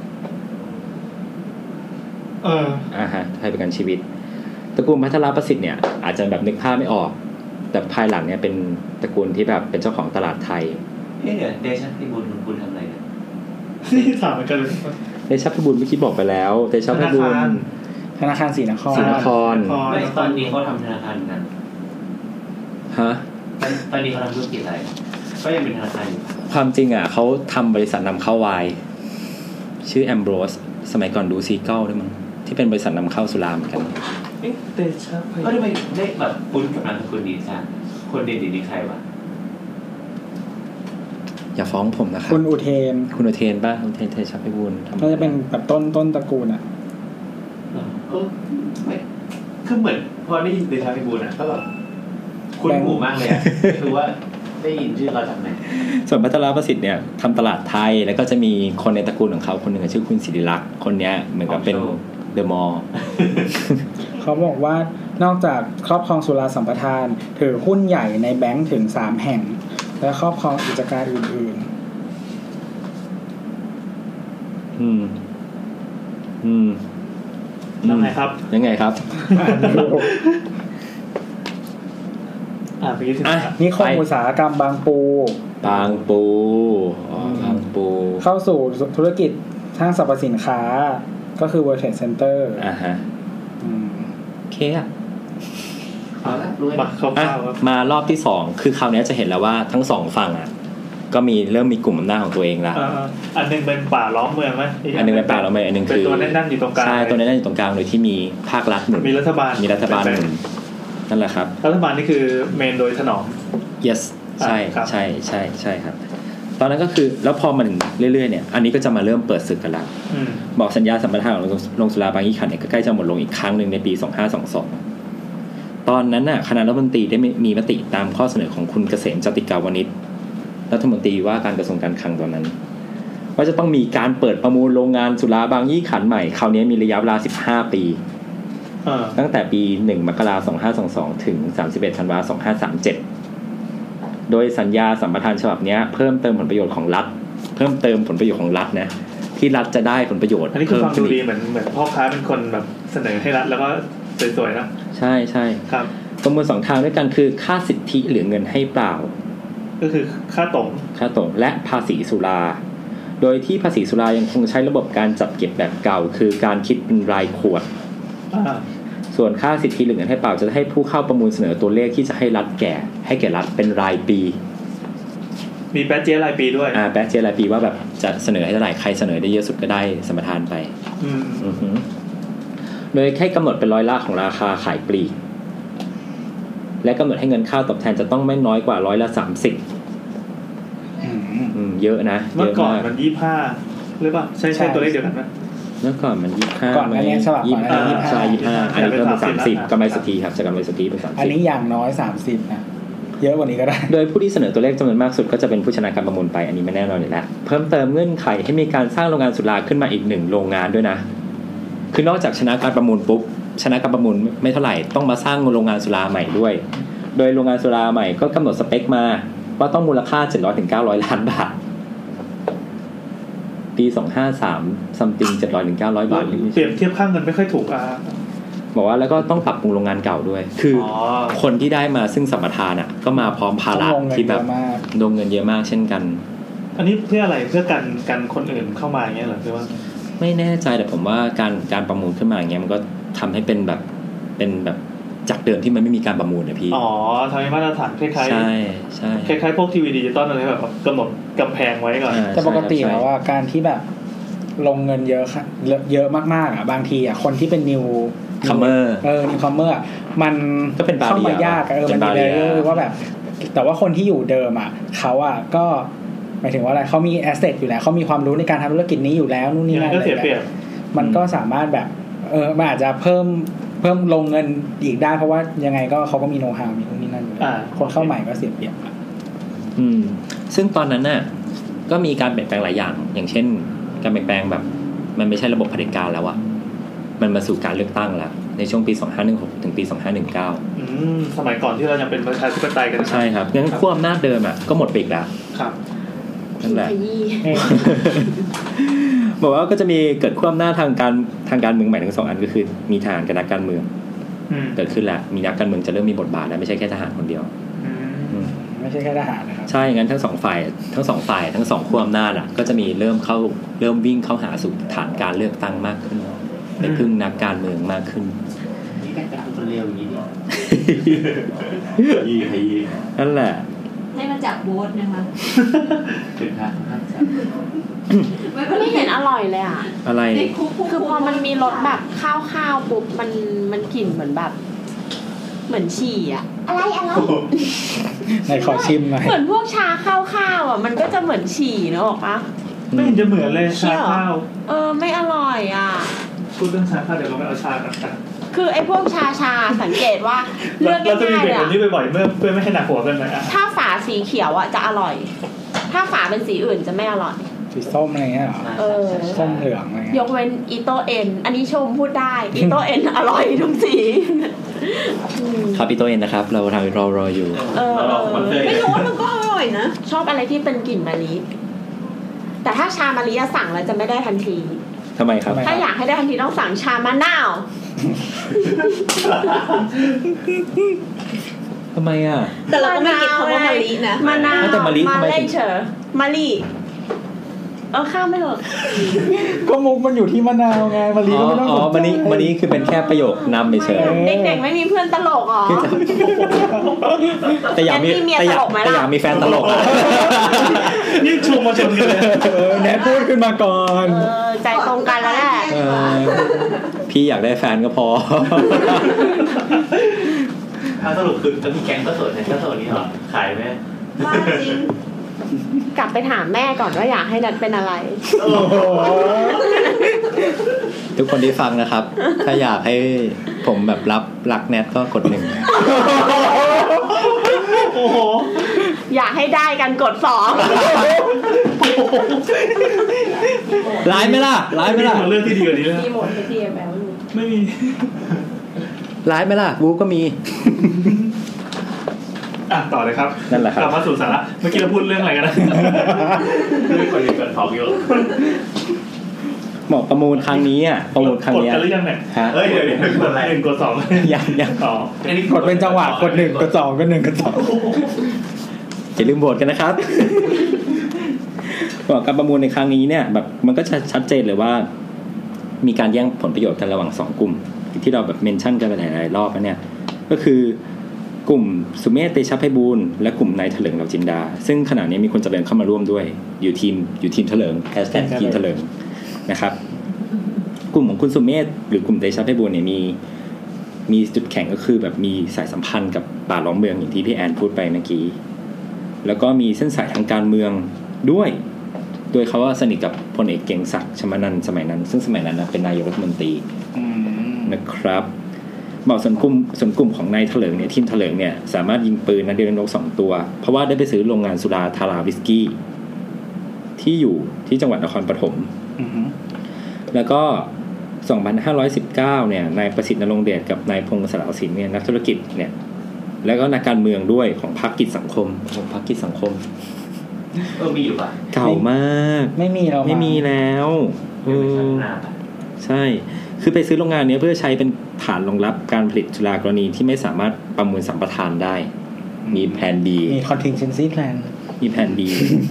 ไทยประกันชีวิตตระกูลพัทรประสิทธิ์เนี่ยอาจจะแบบนึกภาพไม่ออกแต่ภายหลังเนี่ยเป็นตระกูลที่แบบเป็นเจ้าของตลาดไทยเนี่ยเดชะพิบูลคุณทำอะไรเนี่ยนี่ถามเหมือนกันเลยเดชะพิบูลเมื่อกี้บอกไปแล้วเดชะพิบูลธนาคารศรีนครไม่ตอนนี้เขาทำธนาคารกันฮะตอนนี้เขาทำธุรกิจอะไรก็ยังเป็นธนาคารอยู่ความจริงอ่ะเขาทำบริษัทนำเข้าไวน์ชื่อแอมโบรสสมัยก่อนดูซีเก้าด้วยมั้งที่เป็นบริษัทนำเข้าสุราเหมือนกันเดชะก็ทำไมได้แบบคุ้นกับนามสกุลนี้จ้ะคนเด่นๆใครวะอย่าฟ้องผมนะครับคุณอุเทนป่ะอุเทนเทชะพิบูลน่าจะเป็นแบบต้นตระกูลอ่ะไม่คือเหมือนพอได้ยินเดชะพิบูลอ่ะก็แบบคุ้นหูมากเลยอ่ะคือว่าได้ยินชื่อเราจากไหนส่วนพัทรประสิทธิ์เนี่ยทำตลาดไทยแล้วก็จะมีคนในตระกูลของเขาคนหนึ่งชื่อคุณศิริลักษณ์คนนี้เหมือนกับเป็นเดอะมอลล์เขาบอกว่านอกจากครอบครองสุราสัมปทานถือหุ้นใหญ่ในแบงก์ถึง3แห่งและครอบครองกิจการอื่นยังไงครับนี่คมอุตสาหกรรมบางปูเข้าสู่ธุรกิจห้างสรรพสินค้าก็คือ World Trade Center โอเคอ่ะมารอบที่2คือคราวนี้จะเห็นแล้วว่าทั้ง2ฝั่งอ่ะก็เริ่มมีกลุ่มอำนาจของตัวเองแล้วอันนึงเป็นป่าล้อมเมืองไหมอันนึงเป็นป่าล้อมเมืองอันนึงคือตัวนั่นอยู่ตรงกลางใช่ตัวนั่นอยู่ตรงกลางโดยที่มีภาครัฐหนุนมีรัฐบาลหนุนนั่นแหละครับรัฐบาลนี่คือเมนโดยถนอม yes ใช่ครับตอนนั้นก็คือแล้วพอมันเรื่อยๆเนี่ยอันนี้ก็จะมาเริ่มเปิดศึกกันแล้วบอกสัญญาสัมปทานของโรงสุราบางยี่ขันเนี่ยก็ใกล้จะหมดลงอีกครั้งนึงในปี2522ตอนนั้นน่ะคณะรัฐมนตรีได้มีมติตามข้อเสนอของคุณเกษมจติกาวนิชรัฐมนตรีว่าการกระทรวงการคลังตอนนั้นว่าจะต้องมีการเปิดประมูลโรงงานสุราบางยี่ขันใหม่คราวนี้มีระยะเวลา15ปีตั้งแต่ปี1มกราคม2522ถึง31ธันวาคม2537โดยสัญญาสัมปทานฉบับนี้เพิ่มเติมผลประโยชน์ของรัฐนะที่รัฐจะได้ผลประโยชน์อันนี้คือฟังดูดีเหมือนพ่อค้าเป็นคนแบบเสนอให้รัฐแล้วก็สวยๆนะใช่ๆครับประมูล2ทางด้วยกันคือค่าสิทธิหรือเงินให้เปล่าก็คือค่าตรงและภาษีสุราโดยที่ภาษีสุรายังคงใช้ระบบการจัดเก็บแบบเก่าคือการคิดเป็นรายขวดส่วนค่าสิทธิหรือเงินให้เปล่าจะให้ผู้เข้าประมูลเสนอตัวเลขที่จะให้รัฐแก่รัฐเป็นรายปีมีแป๊ะเจ๊รายปีด้วยแป๊ะเจ๊รายปีว่าแบบจะเสนอให้เท่าไหร่ใครเสนอได้เยอะสุดก็ได้สมทานไปโดยให้กำหนดเป็นร้อยละของราคาขายปลีกและกำหนดให้เงินค่าตอบแทนจะต้องไม่น้อยกว่า30เยอะนะเมื่อก่อนมัน25หรือเปล่าใช่ตัวเลขเดียวกันมั้ยเมื่อก่อนมัน25 ก่อนอันนี้สลับก่อน 25อันนี้เพิ่มเป็น30กำไรสุทธิครับจากกำไรสุทธิเป็น30 อันนี้อย่างน้อย30นะเยอะกว่านี้ก็ได้โดยผู้ที่เสนอตัวเลขจำนวนมากสุดก็จะเป็นผู้ชนะการประมูลไปอันนี้ไม่แน่นอนอยู่แล้วเพิ่มเติมเงื่อนไขให้มีการสร้างโรงงานสุราขึ้นมาอีก1โรงงานด้วยนะคือนอกจากชนะการประมูลปุ๊บชนะการประมูลไม่เท่าไหร่ต้องมาสร้างโรงงานสุราใหม่ด้วยโดยโรงงานสุราใหม่ก็กำหนดสเปคมาว่าต้องมูลค่า700ถึง900ล้านบาทปี253 something 700ถึง900บาทเปรียบเทียบค่าเงินไม่ค่อยถูกบอกว่าแล้วก็ต้องปรับปรุงโรงงานเก่าด้วยคือคนที่ได้มาซึ่งสัมปทานก็มาพร้อมภาระที่แบบลงเงินเยอะมากเช่นกันอันนี้เพื่ออะไรเพื่อกันคนอื่นเข้ามาอย่างเงี้ยเหรอหรือว่าไม่แน่ใจแต่ผมว่าการประมูลขึ้นมาอย่างเงี้ยมันก็ทำให้เป็นแบบจากเดิมที่มันไม่มีการประมูลนะพี่ทำให้มาตรฐานคล้ายๆใช่คล้ายๆพวกทีวีดิจิตอลอะไรแบบกำหนดกำแพงไว้ก่อนแต่ปกติแล้วว่าการที่แบบลงเงินเยอะค่ะเยอะมากๆบางทีคนที่เป็นนิวคัมเมอร์นิวคัมเมอร์มันก็เป็นเข้ามายากมันมีเลยว่าแบบแต่ว่าคนที่อยู่เดิมเขาก็หมายถึงว่าอะไรเขามีแอสเซทอยู่แล้วเขามีความรู้ในการทำธุรกิจนี้อยู่แล้วนู่นนี่นั่นอะไรมันก็สามารถแบบมันอาจจะเพิ่มลงเงินอีกได้เพราะว่ายังไงก็เขาก็มีโน้ตฮาวมีนู่นนี่นั่นอยู่คนเข้าใหม่ก็เสียเปรียบซึ่งตอนนั้นน่ะก็มีการเปลี่ยนแปลงหลายอย่างเช่นการเปลี่ยนแปลงแบบมันไม่ใช่ระบบเผด็จการแล้วมันมาสู่การเลือกตั้งแล้วในช่วงปี2516ถึงปี2519 สมัยก่อนที่เรายังเป็นประชาธิปไตยกันใช่ครับงั้นขั้วอำนาจเดิมก็หมดไปอีกแล้วครับนั่นแหละบอกว่าก็จะมีเกิดขั้วอำนาจทางการเมืองใหม่ทั้ง2อันก็คือมีทหารกับนักการเมืองเกิดขึ้นแล้วมีนักการเมืองจะเริ่มมีบทบาทแล้วไม่ใช่แค่ทหารคนเดียวไม่ใช่แค่ทหารนะครับใช่งั้นทั้ง2ฝ่ายทั้ง2ขั้วอำนาจก็จะมีเริ่มวิ่งเข้าหาสู่ฐานการเลือกตั้งมากขึ้นไปพึ่งนักการเมืองมากขึ้นนี่ก็จะเป็นเร็วอย่างนี้ดินั่นแหละให้มาจากโบ๊ทนะคะถึงครับไม่เห็นอร่อยเลยอะไรคือพอมันมีรสแบบข้าวปุ๊บมันกลิ่นเหมือนแบบเหมือนฉี่อะไรในขอชิมหน่อยเหมือนพวกชาข้าวมันก็จะเหมือนฉี่เนอะบอกปะไม่เห็นจะเหมือนเลยชาข้าวไม่อร่อยพูดเรื่องชาข้าวเดี๋ยวเราไปเอาชากันคือไอ้พวกชาสังเกตว่าเลือกง่ายๆเลยเราจะมีแบบนี้บ่อยๆเพื่อไม่ให้หนักหัวกันไหมถ้าฝาสีเขียวจะอร่อยถ้าฝาเป็นสีอื่นจะไม่อร่อยสีส้มอะไรเงี้ยหรอส้มเหลืองอะไรยกเว้นอีโตเอ็นอันนี้ชมพูดได้อีโตเอ็นอร่อยทุกสีครับอีโตเอ็นนะครับเรารออยู่ไม่รู้ว่ามันก็อร่อยนะชอบอะไรที่เป็นกลิ่นมะลิแต่ถ้าชามะลิสั่งแล้วจะไม่ได้ทันทีทำไมครับถ้าอยากให้ได้ทันทีต้องสั่งชามะนาวทำไมแต่เราก็ไม่กินคำว่ามะลินะมะนาวแต่มะลิทำไมถึงมะลิข้ามไม่หรอกก็มุกมันอยู่ที่มะนาวไงมะลิก็ไม่ต้องมะลิคือเป็นแค่ประโยคนำเฉยเด็กๆไม่มีเพื่อนตลกแต่อยากมีแฟนตลกนี่ชมมาชมกันเลยแนทพูดขึ้นมาก่อนใจตรงกันแล้วแหละพี่อยากได้แฟนก็พอถ้าสรุปคือจะมีแก๊งก็สดในก็สดนี้หรอขายไหมว่าจริงกลับไปถามแม่ก่อนว่าอยากให้นัดเป็นอะไรทุกคนที่ฟังนะครับถ้าอยากให้ผมแบบรับรักแนทก็กด1 โอ้โหอยากให้ได้กันกด2 ร้ายไหมล่ะเรื่องที่ดีกว่านี้แล้วมีหมดที่แอบไม่มีร้ายไหมล่ะบูก็มีต่อเลยครับนั่นแหละครับกลับมาสู่สาระเมื่อกี้เราพูดเรื่องอะไรกันนะเรื่องคนที่เกิดท้องอยู่หมอประมูลครั้งนี้ประมูลครั้งนี้กดกันหรือยังเนี่ยเฮ้ยเดี๋ยวกดอะไร1กด2 ยังกดเป็นจังหวะกด1กด2กด1กด2 อย่าลืมโหวตกันนะครับบอกการประมูลในครั้งนี้เนี่ยแบบมันก็ชัดเจนเลยว่ามีการแย่งผลประโยชน์กันระหว่าง2กลุ่มที่เราแบบเมนชั่นกันไปหลายๆรอบแล้วเนี่ยก็คือกลุ่มสุเมธเตชะไพบูลย์และกลุ่มนายเถลิงเหล่าจินดาซึ่งขณะนี้มีคนเจริญเข้ามาร่วมด้วยอยู่ทีมเถลิง#ทีมเถลิงนะครับกลุ่มของคุณสุเมธหรือกลุ่มเตชะไพบูลย์เนี่ยมีจุดแข็งก็คือแบบมีสายสัมพันธ์กับป่าล้อมเมืองอย่างที่พี่แอนพูดไปเมื่อกี้แล้วก็มีเส้นสายทางการเมืองด้วยโดยเขาว่าสนิทกับพลเอกเกรียงศักดิ์ชมานันท์สมัยนั้นซึ่งสมัยนั้นเป็นนายกรัฐมนตรีนะครับบอกส่วนกลุ่มของนายเถลิงเนี่ยทีมเถลิงเนี่ยสามารถยิงปืนนัดเดียวนก2ตัวเพราะว่าได้ไปซื้อโรงงานสุราธาราวิสกี้ที่อยู่ที่จังหวัดนครปฐมแล้วก็2519เนี่ยนายประสิทธิ์นรงค์เดชกับนายพงศ์สลาวสินเนี่ยนักธุรกิจเนี่ยแล้วก็นักการเมืองด้วยของพรรคกิจสังคมมีอยู่ป่ะเก่ามากไม่มีแล้วใช่คือไปซื้อโรงงานนี้เพื่อใช้เป็นฐานรองรับการผลิตสุรากรณีที่ไม่สามารถประมูลสัมปทานได้มีแผน B มี contingency plan มีแผน B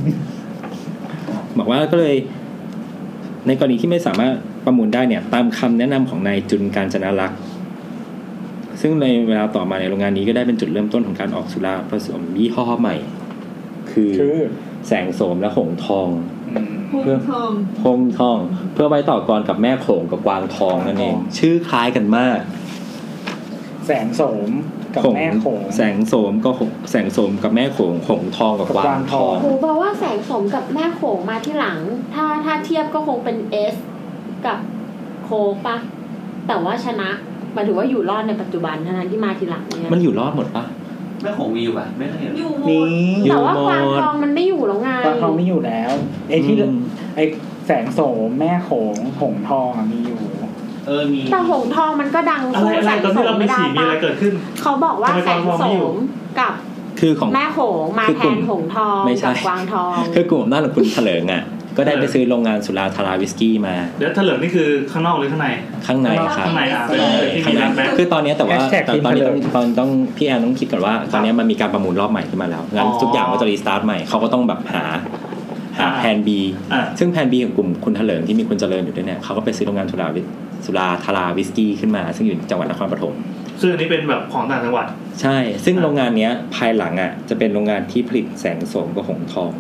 บอกว่าก็เลยในกรณีที่ไม่สามารถประมูลได้เนี่ยตามคำแนะนำของนายจุลกาญจนลักษณ์ซึ่งในเวลาต่อมาในโรงงานนี้ก็ได้เป็นจุดเริ่มต้นของการออกสุราผสมยี่ห้อใหม่คือแสงโสมและหงทองเพื่อหงทองเพื่อไว้ต่อกรกับแม่โขงกับกวางทองนั่นเองชื่อคล้ายกันมากแสงโสมกับแม่โขงแสงโสมกับแม่โขงหงทองกับกวางทองโหแปลว่าแสงโสมกับแม่โขงมาที่หลังถ้าเทียบก็คงเป็น S กับโคปะแต่ว่าชนะหมายถึงว่าอยู่รอดในปัจจุบันเท่านั้นที่มาทีหลังเนี่ยมันอยู่รอดหมดปะแม่โขงมีอยู่ป่ะไม่เคยเห็นอยู่แต่ว่ากวางทองมันไม่อยู่แล้วไงกวางทองไม่อยู่แล้วไอ้ที่ไอ้แสงโสมแม่โขงหงทองมีอยู่มีแต่หงทองมันก็ดังสู้แสงโสมไม่ได้ปะเขาบอกว่าแสงโสมกับคือของแม่โขงมาแทนหงทองกับกวางทองคือกลุ่มอำนาจของคุณเถลิงอ่ะก็ได้ไปซื้อโรงงานสุราธาราวิสกี้มาเดี๋ยวเถลิงนี่คือข้างนอกหรือข้างในครับข้างในคือตอนนี้แต่ว่าตอนนี้ต้องพี่แอนต้องคิดก่อนว่าตอนนี้มันมีการประมูลรอบใหม่ขึ้นมาแล้วงั้นทุกอย่างก็จะรีสตาร์ทใหม่เขาก็ต้องแบบหาแผน B ซึ่งแผน B ของกลุ่มคุณเถลิงที่มีคุณเจริญอยู่ด้วยเนี่ยเขาก็ไปซื้อโรงงานสุราธาราวิสกี้ขึ้นมาซึ่งอยู่จังหวัดนครปฐมซึ่งอันนี้เป็นแบบของต่างจังหวัดใช่ซึ่งโรงงานนี้ภายหลังอ่ะจะเป็นโรงงานที่ผลิตแสงโสมกับหงทอง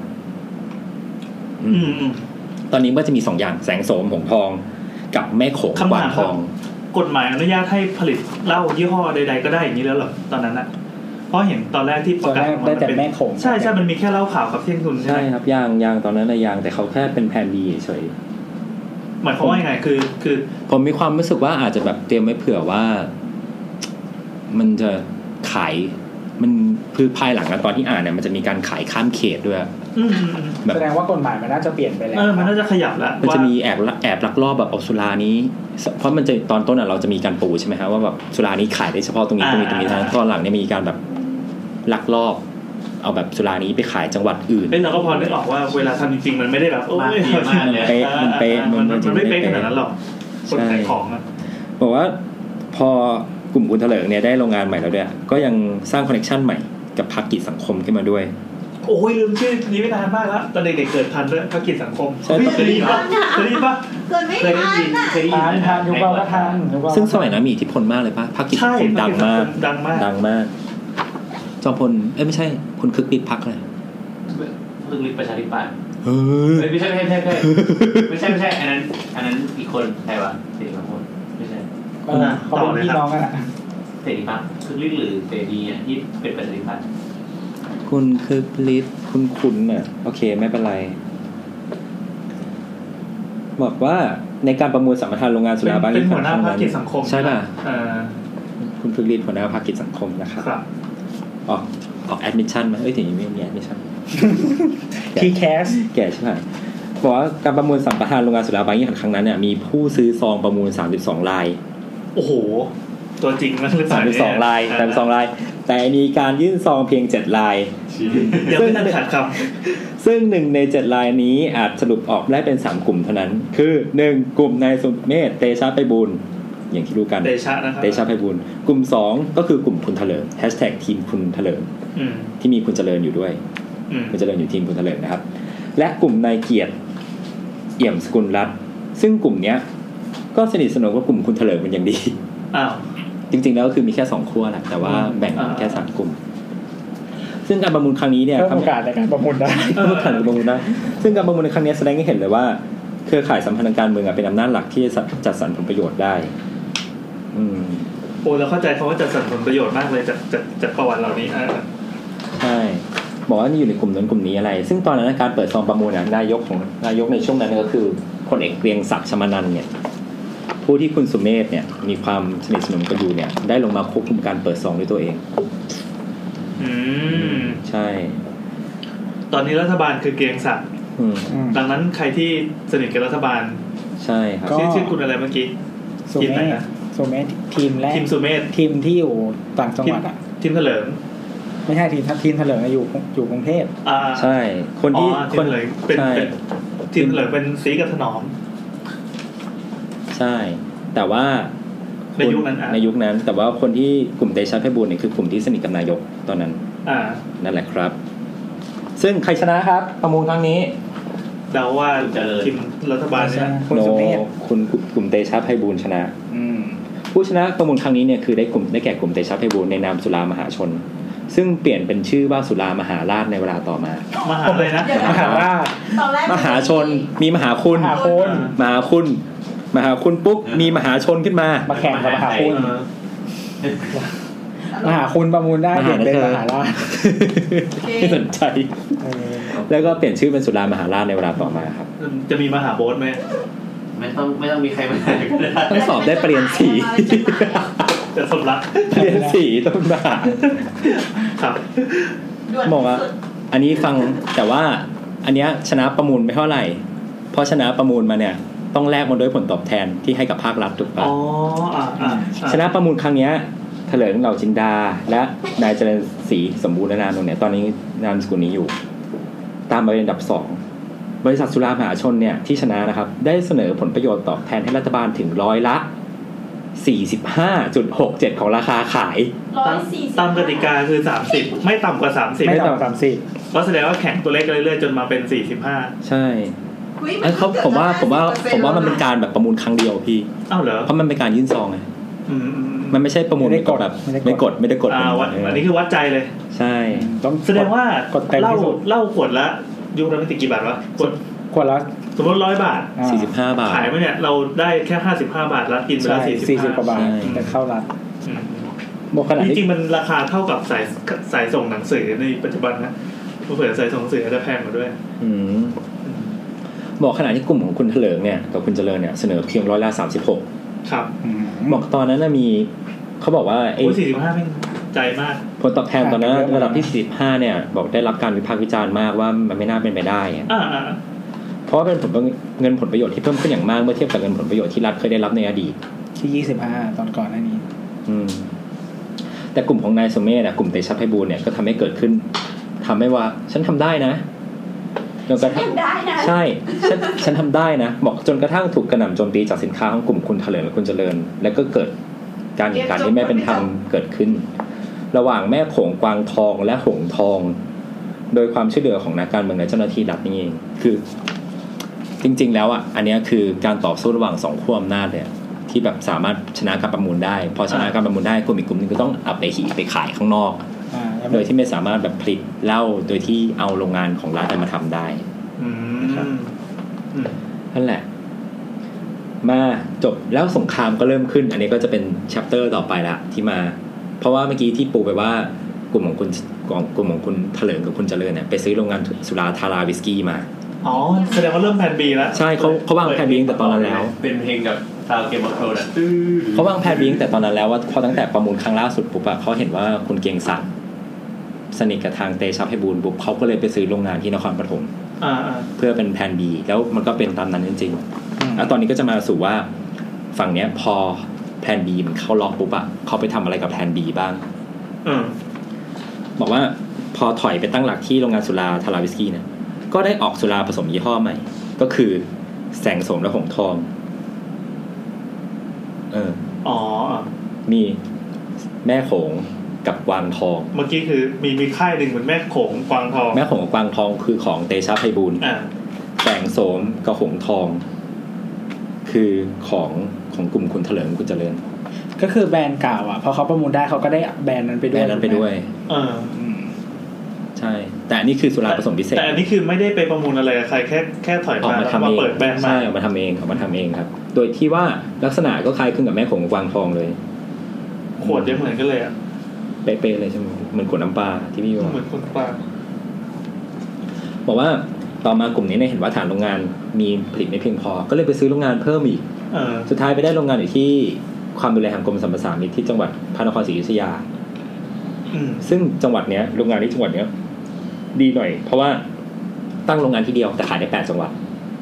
ตอนนี้ก็จะมี2อย่างแสงโสมหงทองกับแม่โขงกวางทองกฎหมายอนุญาตให้ผลิตเหล้ายี่ห้อใดๆก็ได้อย่างนี้แล้วเหรอตอนนั้นน่ะเพราะเห็นตอนแรกที่ประกาศได้แต่แม่โขงใช่มันมีแค่เหล้าขาวกับเที่ยงคืนใช่ครับยางตอนนั้นยางแต่เขาแค่เป็นแผน B เฉยหมายความว่ายังไงคือผมมีความรู้สึกว่าอาจจะแบบเตรียมไว้เผื่อว่ามันจะขายมันคือภายหลังตอนที่อ่านเนี่ยมันจะมีการขายข้ามเขตด้วยแสดงว่ากฎหมายมันน่าจะเปลี่ยนไปแล้วมันน่าจะขยับแล้วมันจะมีแอบลักลอบแบบเอาสุรานี้เพราะมันจะตอนต้นเราจะมีการปูใช่ไหมครับว่าแบบสุรานี้ขายได้เฉพาะตรงนี้ทางตอนหลังเนี่ยมีการแบบลักลอบเอาแบบสุรานี้ไปขายจังหวัดอื่นเราก็พอได้ออกว่าเวลาทำจริงๆมันไม่ได้แบบมากเลยมันเป๊ะมันไม่เป๊ะขนาดนั้นหรอกคนขายของบอกว่าพอกลุ่มคุณเถลิงเนี่ยได้โรงงานใหม่แล้วด้วยก็ยังสร้างคอนเนคชั่นใหม่กับพรรคกิจสังคมขึ้นมาด้วยโอ้ยลืมชื่อนี้ไม่นานมากแล้วตอนเด็กๆเกิดทันด้วยพรรคกิจสังคมเคยได้ยินป่ะเกิดไม่ทันยุคเราก็ทันซึ่งสมัยนั้นมีอิทธิพลมากเลยป่ะพรรคกิจสังคมดังมากจอมพลไม่ใช่คุณคึกฤทธิ์พรรคอะไรคึกฤทธิ์ประชาธิปัตย์ไม่ใช่อันนั้นอีกคนใครวะเสรีพลไม่ใช่เขาเป็นพี่น้องกันเสรีพัฒน์คึกฤทธิ์หรือเสรีที่เป็นประชาธิปัตย์คุณคึกฤทธิ์คุณน่ะโอเคไม่เป็นไรบอกว่าในการประมูลสัมปทานโรงงานสุราบางยี่ห้อเป็นหัวหน้าพรรคกิจสังคมใช่ป่ะคุณคึกฤทธิ์หัวหน้าพรรคกิจสังคมนะครับออกแอดมิชชั่นมั้ยถึงยังไม่มีแอดมิชชั่นที่แคสแก่ใช่ป่ะบอกว่าการประมูลสัมปทานโรงงานสุราบางยี่ห้อครั้งนั้นเนี่ยมีผู้ซื้อซองประมูล32รายโอ้โหตัวจริงมั้ยหรือเปล่า 32รายแต่มีการยื่นซองเพียง7รายยังไม่ทันขาดคำซึ่ง1ใน7รายนี้อาจสรุปออกได้เป็น3กลุ่มเท่านั้นคือ1กลุ่มนายสุเมธเตชะไพบูลย์อย่างที่รู้กันเตชะนะครับเตชะไพบูลย์กลุ่ม2ก็คือกลุ่มคุณเถลิง#ทีมคุณเถลิงที่มีคุณเจริญอยู่ด้วยคุณเจริญอยู่ทีมคุณเถลิงนะครับและกลุ่มนายเกียรติเอี่ยมสกุลรัตน์ซึ่งกลุ่มเนี้ยก็สนิทสนมกับกลุ่มคุณเถลิงเป็นอย่างดีจริงๆแล้วคือมีแค่2ขั้วแหละแต่ว่าแบ่งแค่3กลุ่มซึ่งการประมูลครั้งนี้เนี่ยเพิ่มโอกาสในการประมูลได้ซึ่งการประมูลในครั้งนี้แสดงให้เห็นเลยว่าเครือข่ายสัมพันธ์ทางการเมืองเป็นอำนาจหลักที่จะจัดสรรผลประโยชน์ได้โอ้เราเข้าใจคำว่าจัดสรรผลประโยชน์มากเลยจากประวัติเหล่านี้ใช่บอกว่านี่อยู่ในกลุ่มนั้นกลุ่มนี้อะไรซึ่งตอนนั้นการเปิดซองประมูลนายกในช่วงนั้นก็คือพลเอกเกรียงศักดิ์ชมานันท์เนี่ยผู้ที่คุณสุเมธเนี่ยมีความสนิทสนมกันอยู่เนี่ยได้ลงมาควบคุมการเปิดซองด้วยตัวเองใช่ตอนนี้รัฐบาลคือเกรียงศักดิ์ดังนั้นใครที่สนิทกับรัฐบาลใช่ครับชื่อคุณอะไรเมื่อกี้สุเมธทีมแรกทีมสุเมธทีมที่อยู่ต่างจังหวัดอ่ะทีมเถลิงไม่ใช่ทีมเถลิงอยู่กรุงเทพใช่คนที่คนเลยเป็นทีมเถลิงเป็นสีกับถนอมใช่แต่ว่าในยุคนั้นแต่ว่าคนที่กลุ่มเดชะไพบูลย์เนี่ยคือกลุ่มที่สนิทกับนายกตอนนั้นนั่นแหละครับซึ่งใครชนะครับประมูลครั้งนี้เดาว่าทีมรัฐบาลเนี่ยคุณสุเมธคุณกลุ่มเดชะไพบูลย์ชนะผู้ชนะประมูลครั้งนี้เนี่ยคือได้แก่กลุ่มเดชะไพบูลย์ในนามสุรามหาชนซึ่งเปลี่ยนเป็นชื่อว่าสุรามหาราชในเวลาต่อมามหาอะไรนะมหาราชมหาชนมีมหาคุณมหาคุณปุ๊บมีมหาชนขึ้นมาแข่งกับมหาคุณมหาคุณประมูลได้เปลี่ยนเป็นมหาราชไม่สนใจแล้วก็เปลี่ยนชื่อเป็นสุรามหาราชในเวลาต่อมาครับจะมีมหาโบ๊ทไหมไม่ต้องมีใครมาต้องสอบได้ปริญญาสีจะสมรักปริญญาสีต้องมาครับบอกว่าอันนี้ฟังแต่ว่าอันเนี้ยชนะประมูลไม่เท่าไหร่เพราะชนะประมูลมาเนี่ยต้องแลกมาด้วยผลตอบแทนที่ให้กับภาครัฐถูกป่ะชนะประมูลครั้งนี้เถลิงเหล่าจินดาและนายเจริญศรีสมบูรณนามเนี่ยตอนนี้นามสกุลนี้อยู่ตามมาเป็นอันดับ2บริษัทสุรามหาชนเนี่ยที่ชนะนะครับได้เสนอผลประโยชน์ตอบแทนให้รัฐบาลถึง45.67% ของราคาขายตามกติกาคือ30ไม่ต่ำกว่า30 ไม่ต่ำกว่า30 ก็แสดงว่าแข่งตัวเลขเรื่อยๆจนมาเป็น45 ใช่เขาผมว่ามันเป็นการแบบประมูลครั้งเดียวพี่อ้าวเหรอเพราะมันเป็นการยื่นซองไงมันไม่ใช่ประมูลแบบไม่กดไม่ได้กดอันนี้คือวัดใจเลยใช่ต้องแสดงว่าเล่าขวดละยุคนั้นติดกี่บาทวะขวดละสมมติ100 บาท 45 บาทขายมาเนี่ยเราได้แค่55 บาทรัฐกินไปแล้ว 40กว่าบาทแต่เข้ารัฐบอกขนาดจริงๆมันราคาเท่ากับสายส่งหนังสือในปัจจุบันนะเผื่อสายส่งหนังสืออาจจะแพงกว่าด้วยบอกขณะที่กลุ่มของคุณเถลิงเนี่ยกับคุณเจริญเนี่ยเสนอเพียง36 ครับบอกตอนนั้นมีเขาบอกว่า 45เป็นใจมากผลตอบแทนตอนนั้นระดับที่45เนี่ยบอกได้รับการวิพากษ์วิจารณ์มากว่ามันไม่น่าเป็นไปได้เพราะว่าเป็นเงินผลประโยชน์ที่เพิ่มขึ้นอย่างมากเมื่อเทียบกับเงินผลประโยชน์ที่รัฐเคยได้รับในอดีตที่25ตอนก่อนหน้านี้แต่กลุ่มของนายสุเมธกลุ่มเตชะไพบูลย์เนี่ยก็ทำให้เกิดขึ้นทำให้ว่าฉันทำได้นะจนกระทั่งใช่ฉันทำได้นะบอกจนกระทั่งถูกกระหน่ำโจมตีจากสินค้าของกลุ่มคุณเถลิงและคุณเจริญแล้วก็เกิดการแข่งขันที่ไม่เป็นธรรมเกิดขึ้นระหว่างแม่โขงกวางทองและหงทองโดยความช่วยเหลือของนักการเมืองและเจ้าหน้าที่รัฐนี่เองคือจริงๆแล้วอันนี้คือการต่อสู้ระหว่าง2ขั้วอำนาจเนี่ยที่แบบสามารถชนะการประมูลได้พอชนะการประมูลได้กลุ่มอีกกลุ่มนึงก็ต้องเอาไปขายข้างนอกโดยที่ไม่สามารถแบบผลิตเหล้าโดยที่เอาโรงงานของรัฐมาทำได้นะครับนั่นแหละมาจบแล้วสงครามก็เริ่มขึ้นอันนี้ก็จะเป็นแชปเตอร์ต่อไปละที่มาเพราะว่าเมื่อกี้ที่ปูไปว่ากลุ่มของคุณเถลิงกับคุณเจริญเนี่ยไปซื้อโรงงานสุราธาราวิสกี้มาอ๋อแสดงว่าเริ่มแผน B แล้วใช่เขาวางแผน B ตั้งแต่ตอนนั้นแล้วเป็นเพลงกับซาวเกมof Thrones เขาวางแผน B ตั้งแต่ตอนนั้นแล้วว่าพอตั้งแต่ประมูลครั้งล่าสุดปุ๊บเขาเห็นว่าคุณเกียงศักดิ์สนิทกับทางเตชะไพบูลย์ปุ๊บเขาก็เลยไปซื้อโรงงานที่นครปฐมเพื่อเป็นแผน B แล้วมันก็เป็นตามนั้นจริงๆแล้วตอนนี้ก็จะมาสู่ว่าฝั่งเนี้ยพอแผน B มันเข้าล็อกปุ๊บเขาไปทำอะไรกับแผน B บ้างบอกว่าพอถอยไปตั้งหลักที่โรงงานสุราธาราวิสกี้เนี่ยก็ได้ออกสุราผสมยี่ห้อใหม่ก็คือแสงโสมและหงทองมีแม่โขงกับกวางทองเมื่อกี้คือมีค่ายหนึ่งเหมือนแม่โขงกวางทองแม่โขงกับกวางทองคือของเตชะไพบูลย์แสงโสมกับหงทองคือของของกลุ่มคุณเถลิงคุณเจริญก็คือแบรนด์เก่าอ่ะพอเขาประมูลได้เขาก็ได้แบรนด์นั้นไปด้วยใช่แต่อันนี้คือสุราผสมพิเศษแต่อันนี้คือไม่ได้ไปประมูลอะไรใครแค่ถอยมาแล้วมาเปิดแบรนด์มาใช่เอามาทำเองครับโดยที่ว่าลักษณะก็คล้ายคลึงกับแม่ของกวางทองเลยขวดยังเหมือนกันเลยอ่ะเป๊ะๆเลยใช่ไหมเหมือนขวดน้ำปลาที่พี่บอกเหมือนขวดน้ำปลาบอกว่าต่อมากลุ่มนี้เนี่ยเห็นว่าฐานโรงงานมีผลิตไม่เพียงพอก็เลยไปซื้อโรงงานเพิ่มอีกสุดท้ายไปได้โรงงานอยู่ที่ความดูแลแห่งกรมสรรพสามิตที่จังหวัดพระนครศรีอยุธยาซึ่งจังหวัดเนี้ยโรงงานที่จังหวัดเนี้ยดีหน่อยเพราะว่าตั้งโรงงานที่เดียวแต่ขายได้8จังหวัด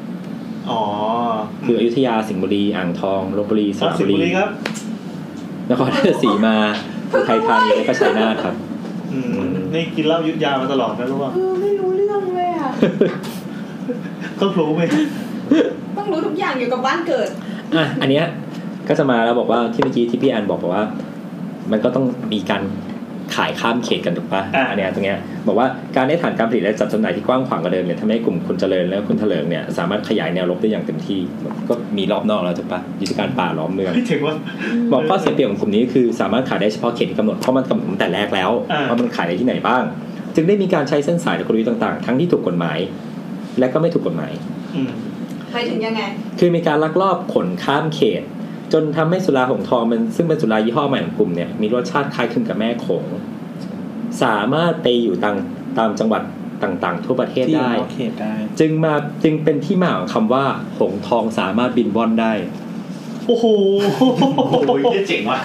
คืออยุธยาสิงห์บุรีอ่างทองลพบุรีสระบุรีครับนครราชสีมาอุทัยธานีและก็ชัยนาทครับนี่กินเหล้าอยุธยามาตลอดนะรู้ป่ะไม่รู้เรื่องเลยอ่ะต้องรู้ไหมต้องรู้ทุกอย่างเกี่ยวกับบ้านเกิดอันเนี้ยก็จะมาแล้วบอกว่าที่เมื่อกี้ที่พี่แอนบอกว่ามันก็ต้องมีการขายข้ามเขตกันถูกป่ะอันเนี้ยตรงเนี้ยบอกว่าการได้ฐานการผลิตและจัดจำหน่ายที่กว้างขวางกว่าเดิมเนี่ยทำให้กลุ่มคุณเจริญและคุณเถลิงเนี่ยสามารถขยายแนวรบได้อย่างเต็มที่ก็มีรอบนอกแล้วถูกป่ะยุทธการป่าล้อมเมืองถึงว่าบอกข้อเสียเปรียบของกลุ่มนี้คือสามารถขายได้เฉพาะเขตที่กำหนดเพราะมันกำหนดตั้งแต่แรกแล้วว่ามันขายในที่ไหนบ้างจึงได้มีการใช้เส้นสายและกลยุทธ์ต่างๆทั้งที่ถูกกฎหมายและก็ไม่ถูกกฎหมายหมายถึงยังไงคือมีการลักลอบขนข้ามเขตจนทำให้สุราหงส์ทองมันซึ่งเป็นสุรายี่ห้อใหม่ของกลุ่มเนี่ยมีรสชาติคล้ายคลึงกับแม่โขงสามารถไปอยู่ตามจังหวัดต่างๆทั่วประเทศได้จึงเป็นที่มาของคำว่าหงส์ทองสามารถบินว่อนได้โอ้โหเจ๋งว่ะ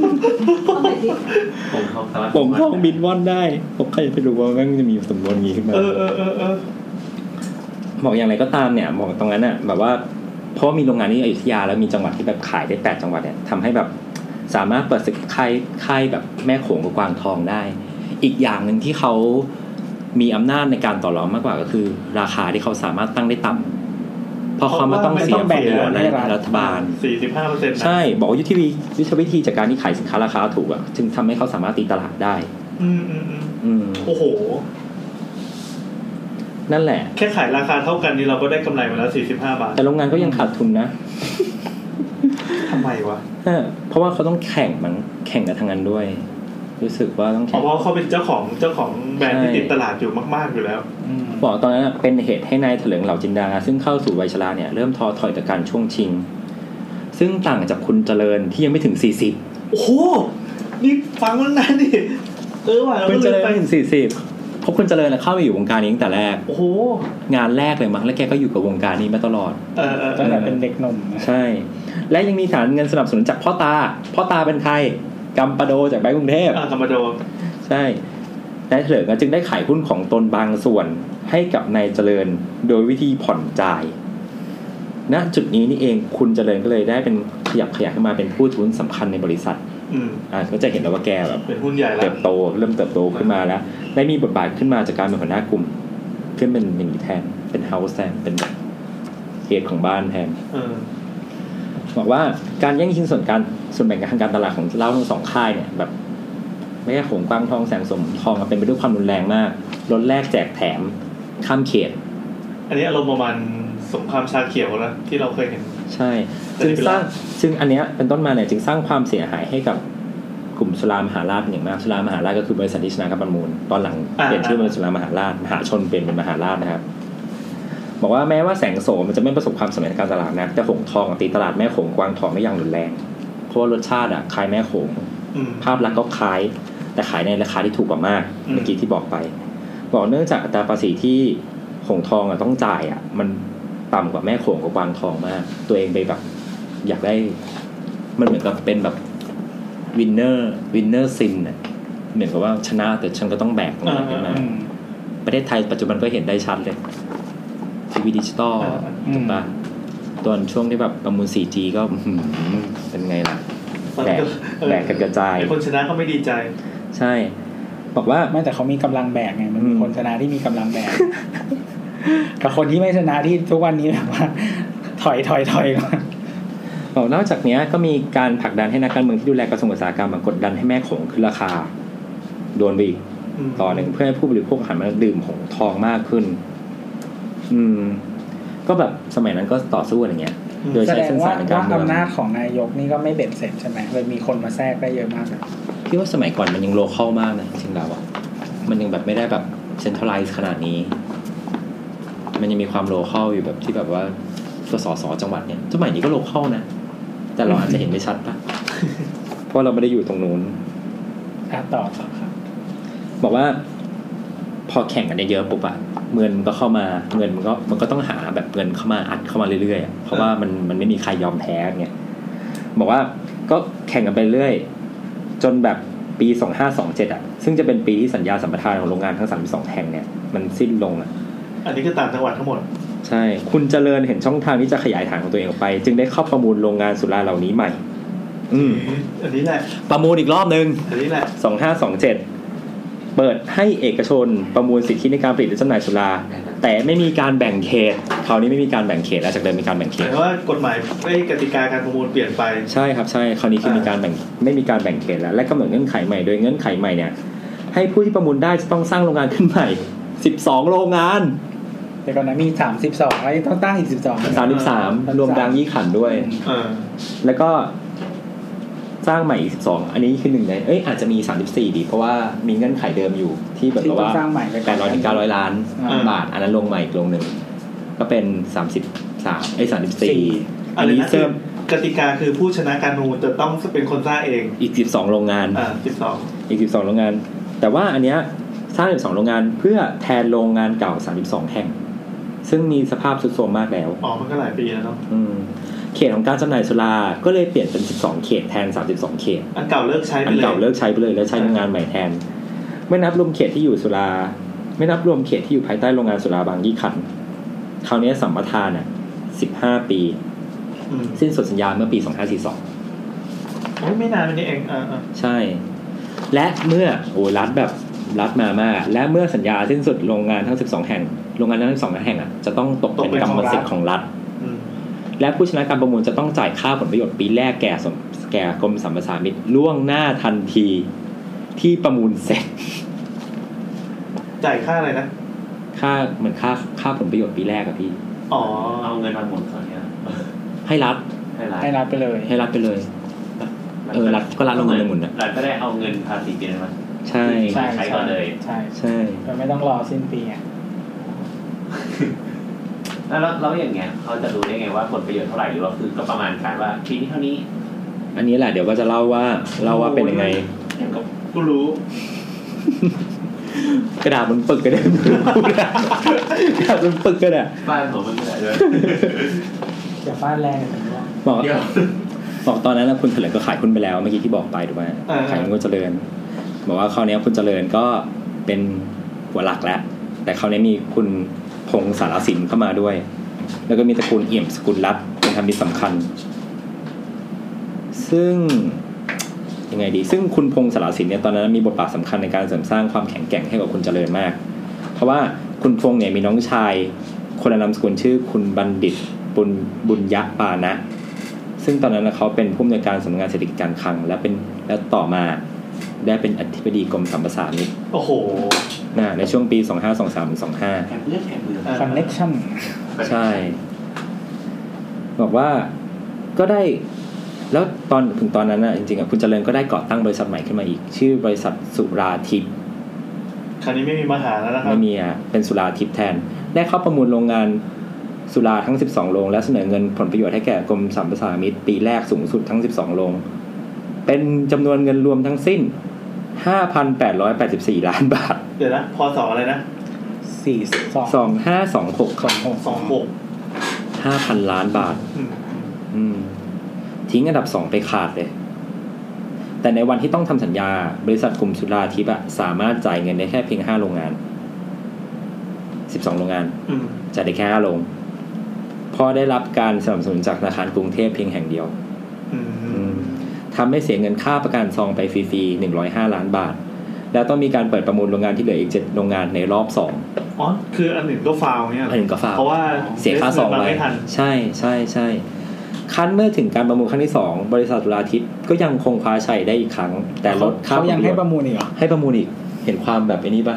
หงส์ทองบินว่อนได้ผมใครไปรู้ว่ามันจะมีสมมตินี้ขึ้นมาบอกอย่างไรก็ตามเนี่ยบอกตรงนั้นน่ะแบบว่าเพราะมีโรงงานที่อยุธยาแล้วมีจังหวัดที่แบบขายได้8จังหวัดเนี่ยทำให้แบบสามารถเปิดศึกค่ายแบบแม่โขงกับกวางทองได้อีกอย่างนึงที่เขามีอำนาจในการต่อรองมากกว่าก็คือราคาที่เขาสามารถตั้งได้ต่ำเพราะเขาไม่ต้องเสียผลประโยชน์ในรัฐบาล 45% ใช่บอกยุทธวิธีจากการที่ขายสินค้าราคาถูกอ่ะจึงทำให้เขาสามารถตีตลาดได้โอ้โหนั่นแหละแค่ขายราคาเท่ากันนี่เราก็ได้กำไรมาแล้ว45 บาทแต่โรงงานก็ยังขาดทุนนะทำไมวะเพราะว่าเขาต้องแข่งกับทางนั้นด้วยรู้สึกว่าต้องเพราะเขาเป็นเจ้าของแบรนด์ที่ติดตลาดอยู่มากๆอยู่แล้วบอกตอนนั้นเป็นเหตุให้นายเถลิงเหล่าจินดาซึ่งเข้าสู่วัยชราเนี่ยเริ่มท้อถอยจากการช่วงชิงซึ่งต่างจากคุณเจริญที่ยังไม่ถึง40 โอ้โหนี่ฟังมันนานดิว่ะคุณเจริญไม่ถึง40เพราะคุณเจริญเข้ามาอยู่วงการนี้ตั้งแต่แรกโอ้โหงานแรกเลยมั้งแล้วแกก็อยู่กับวงการนี้มาตลอดตั้งแต่เป็นเด็กหนุ่มใช่และยังมีฐานเงินสนับสนุนจากพ่อตาเป็นใครกัมปโดจากแบงก์กรุงเทพกัมปโดใช่นายเถลิงจึงได้ขายหุ้นของตนบางส่วนให้กับนายเจริญโดยวิธีผ่อนจ่ายณจุดนี้นี่เองคุณเจริญก็เลยได้เป็นขยับขยายขึ้นมาเป็นผู้ถือหุ้นสำคัญในบริษัทก็จะเห็นแล้วว่าแกแบบเป็นหุ้นใหญ่แล้วเติบโตขึ้นมาแล้วได้มีบทบาทขึ้นมาจากการเป็นหัวหน้ากลุ่มขึ้นเป็นอย่างนี้แทนเป็นเฮาส์แทนเป็นเฮดของบ้านแทนบอกว่าการแย่งชิงส่วนแบ่งทางการตลาดของเหล้าทั้งสองค่ายเนี่ยแบบไม่ใช่ของกวางทองแสงสมทองเป็นไปด้วยความรุนแรงมากลดแลกแจกแถมข้ามเขตอันนี้อารมณ์ประมาณสงครามชาเขียวนะที่เราเคยเห็นใช่ซึ่งอันเนี้ยเป็นต้นมาเนี่ยจึงสร้างความเสียหายให้กับกลุ่มสุรามหาราชเป็นอย่างมากสุรามหาราชก็คือบริษัทที่ชนะการประมูลตอนหลังเปลี่ยนชื่อเป็นสุรามหาราชมหาชนเปลี่ยนเป็นมหาราชนะครับบอกว่าแม้ว่าแสงโสมมันจะไม่ประสบความสำเร็จในการตลาดนะแต่หงส์ทองตีตลาดแม่โขงกวางทองได้อย่างรุนแรงเพราะรสชาติอ่ะคล้ายแม่โขงภาพลักษณ์ก็คล้ายแต่ขายในราคาที่ถูกกว่ามากเมื่อกี้ที่บอกไปบอกเนื่องจากอัตราภาษีที่หงส์ทองอ่ะต้องจ่ายอ่ะมันต่ำกว่าแม่โขงกับกวางทองมากตัวเองไปแบบอยากได้มันเหมือนกับเป็นแบบวินเนอร์ซินอ่ะเหมือนกับว่าชนะแต่ฉันก็ต้องแบกอะไรขึ้นมาประเทศไทยปัจจุบันก็เห็นได้ชัดเลยทีวีดิจิตอลถูกป่ะตอนช่วงที่แบบประมูล 4G ก็เป็นไงล่ะแบกกันกระจายคนชนะก็ไม่ดีใจใช่บอกว่าไม่แต่เขามีกำลังแบกไงมันมีคนชนะที่มีกำลังแบกกับคนที่ไม่ชนะที่ทุกวันนี้แบบว่าถอยบอกนอกจากนี้ก็มีการผลักดันให้นักการเมืองที่ดูแลกระทรวงอุตสาหกรรมกดดันให้แม่โขงขึ้นราคาโดนไปอีกต่อหนึ่งเพื่อให้ผู้บริโภคหันมาดื่มหงส์ทองมากขึ้นก็แบบสมัยนั้นก็ต่อสู้อะไรเงี้ยโดยใช้เส้นสายในการเมืองอำนาจของนายกนี่ก็ไม่เบ็ดเสร็จใช่ไหมเลยมีคนมาแทรกได้เยอะมากเลยพี่ว่าสมัยก่อนมันยังโลคอลมากนะจริงแล้วอ่ะมันยังแบบไม่ได้แบบเซ็นทรัลไลซ์ขนาดนี้มันยังมีความโลคอลอยู่แบบที่แบบว่าตัวส.ส.จังหวัดเนี่ยสมัยนี้ก็โลคอลนะแต่เราอาจจะเห็นไม่ชัดปะเพราะเราไม่ได้อยู่ตรงนู้นต่อครับบอกว่าพอแข่งกันเยอะปุ๊บอะเงินก็เข้ามาเงินมันก็ต้องหาแบบเงินเข้ามาอัดเข้ามาเรื่อยๆเพราะว่ามันไม่มีใครยอมแพ้ไงบอกว่าก็แข่งกันไปเรื่อยจนแบบปี2527อะซึ่งจะเป็นปีที่สัญญาสัมปทานของโรงงานทั้ง32แห่งเนี่ยมันสิ้นลงอะอันนี้คือต่างจังหวัดทั้งหมดใช่คุณเจริญเห็นช่องทางที่จะขยายฐานของตัวเองออกไปจึงได้เข้าประมูลโรงงานสุราเหล่านี้ใหม่อันนี้แหละประมูลอีกรอบนึงอันนี้แหละ 2527เปิดให้เอกชนประมูลสิทธิในการผลิตและจำหน่ายสุราแต่ไม่มีการแบ่งเขตคราวนี้ไม่มีการแบ่งเขตแล้วจากเดิมมีการแบ่งเขตเพราะว่ากฎหมายกติกาการประมูลเปลี่ยนไปใช่ครับใช่คราวนี้คือมีการไม่มีการแบ่งเขตแล้วและกำหนดเงื่อนไขใหม่โดยเงื่อนไขใหม่เนี่ยให้ผู้ที่ประมูลได้จะต้องสร้างโรงงานขึ้นใหม่12โรงงานแต่ก่อนนั้นมี32ไว้ต้องตั้งอีก 33รวมดังยี่ขันด้วยแล้วก็สร้างใหม่อีก12อันนี้คือ1ในอาจจะมี34ดีเพราะว่ามีเงื่อนไขเดิมอยู่ที่แบบว่า800ถึง900ล้านบาทอันนั้นลงใหม่อีกลงนึงก็เป็น34อันนี้เสริมกติกาคือผู้ชนะการประมูลจะต้องเป็นคนสร้างเองอีก12โรงงาน 12 อีก12โรงงานแต่ว่าอันเนี้ยสร้าง12โรงงานเพื่อแทนโรงงานเก่า32แห่งซึ่งมีสภาพทรุดโทรมมากแล้วมันก็หลายปีแล้วเนาะเขตของการจำหน่ายสุราก็เลยเปลี่ยนเป็น12เขตแทน32เขตอันเก่าเลิกใช้ไปเลยอันเก่าเลิกใช้ไปเลยแล้วใช้โรงงานใหม่แทนไม่นับรวมเขตที่อยู่สุราไม่นับรวมเขตที่อยู่ภายใต้โรงงานสุราบางยี่ขันคราวนี้สัมปทานน่ะ15ปีสิ้นสุดสัญญาเมื่อปี2542 ไม่นานนี้เองใช่และเมื่อรัฐมามากและเมื่อสัญญาสิ้นสุดโรงงานทั้ง12แห่งโรงงานทั้ง12แห่งจะต้องตกเป็นกรรมสิทธิ์ของรัฐและผู้ชนะการประมูลจะต้องจ่ายค่าผลประโยชน์ปีแรกแก่กรมสรรพสามิตล่วงหน้าทันทีที่ประมูลเสร็จจ่ายค่าอะไรนะค่าเหมือนค่าผลประโยชน์ปีแรกอะพี่เอาเงินมาหมดก่อนเนี่ยให้รัฐไปเลยรัฐก็รัฐลงเงินหมุนนะรัฐก็ได้เอาเงินภาษีปีนั้นมาใช่ใช้ก่อนเลยใช่ไม่ต้องรอสิ้นปีอ่ะแล้วอย่างเงี้ยเขาจะรู้ได้ไงว่าผลประโยชน์เท่าไหร่หรือว่าคือก็ประมาณการว่าปีนี้เท่านี้อันนี้แหละเดี๋ยวก็จะเล่าว่าเป็นยังไงกูรู้กระดาษมันปึกกระดาษมันปึกกระดาษบ้านผมมันไม่ได้ด้วยอย่าฟาดแรงบอกตอนนั้นคุณเฉลิมก็ขายหุ้นไปแล้วเมื่อกี้ที่บอกไปถูกไหมขายหุ้นเจริญบอกว่าคราวนี้คุณเจริญก็เป็นหัวหลักแล้วแต่คราวนี้มีคุณพงษ์สารสินเข้ามาด้วยแล้วก็มีตระกูลเอี่ยมสกุลรัตน์เป็นธรรมิตรสำคัญซึ่งยังไงดีซึ่งคุณพงษ์สารสินเนี่ยตอนนั้นมีบทบาทสำคัญในการเสริมสร้างความแข็งแกร่งให้กับคุณเจริญมากเพราะว่าคุณพงษ์เนี่ยมีน้องชายคนละนามสกุลชื่อคุณบัณฑิตบุญยะปานะซึ่งตอนนั้นเขาเป็นผู้อำนวยการสำนักงานเศรษฐกิจการคลังและต่อมาได้เป็นอธิบดีกรมสรรพสามิตโอ้โหในช่วงปี2523-25 แข่งเลือดแข่งเมืองคอนเนคชั่นใช่บอกว่าก็ได้แล้วถึงตอนนั้นจริงๆคุณเจริญก็ได้ก่อตั้งบริษัทใหม่ขึ้นมาอีกชื่อบริษัทสุราทิพย์คราวนี้ไม่มีมหาแล้วนะครับไม่มีเป็นสุราทิพย์แทนได้เข้าประมูลโรงงานสุราทั้ง12โรงและเสนอเงินผลประโยชน์ให้แก่กรมสรรพสามิตปีแรกสูงสุดทั้ง12โรงเป็นจำนวนเงินรวมทั้งสิ้น 5,884 ล้านบาทเดี๋ยวนะพศอะไรนะ 2526 5,000 ล้านบาททิ้งอันดับ2ไปขาดเลยแต่ในวันที่ต้องทำสัญญาบริษัทกลุ่มสุราทิพย์สามารถจ่ายเงินได้แค่เพียง5โรงงาน12โรงงานจ่ายได้แค่5โรงพอได้รับการสนับสนุนจากธนาคารกรุงเทพเพียงแห่งเดียวทำให้เสียเงินค่าประกันซองไปฟรีๆ105ล้านบาทแล้วต้องมีการเปิดประมูลโรงงานที่เหลืออีก7โรงงานในรอบ2 คืออันหนึ่งก็ฟาวเนี่ยอันหนึ่งก็ฟาวเพราะว่าเสียค่าซองไปใช่ขั้นเมื่อถึงการประมูลครั้งที่2บริษัทสุราทิพย์ก็ยังคงคว้าชัยได้อีกครั้งแต่ลดค่าเขายังให้ประมูลอีกเหรอให้ประมูลอีกเห็นความแบบไอ้นี้ป่ะ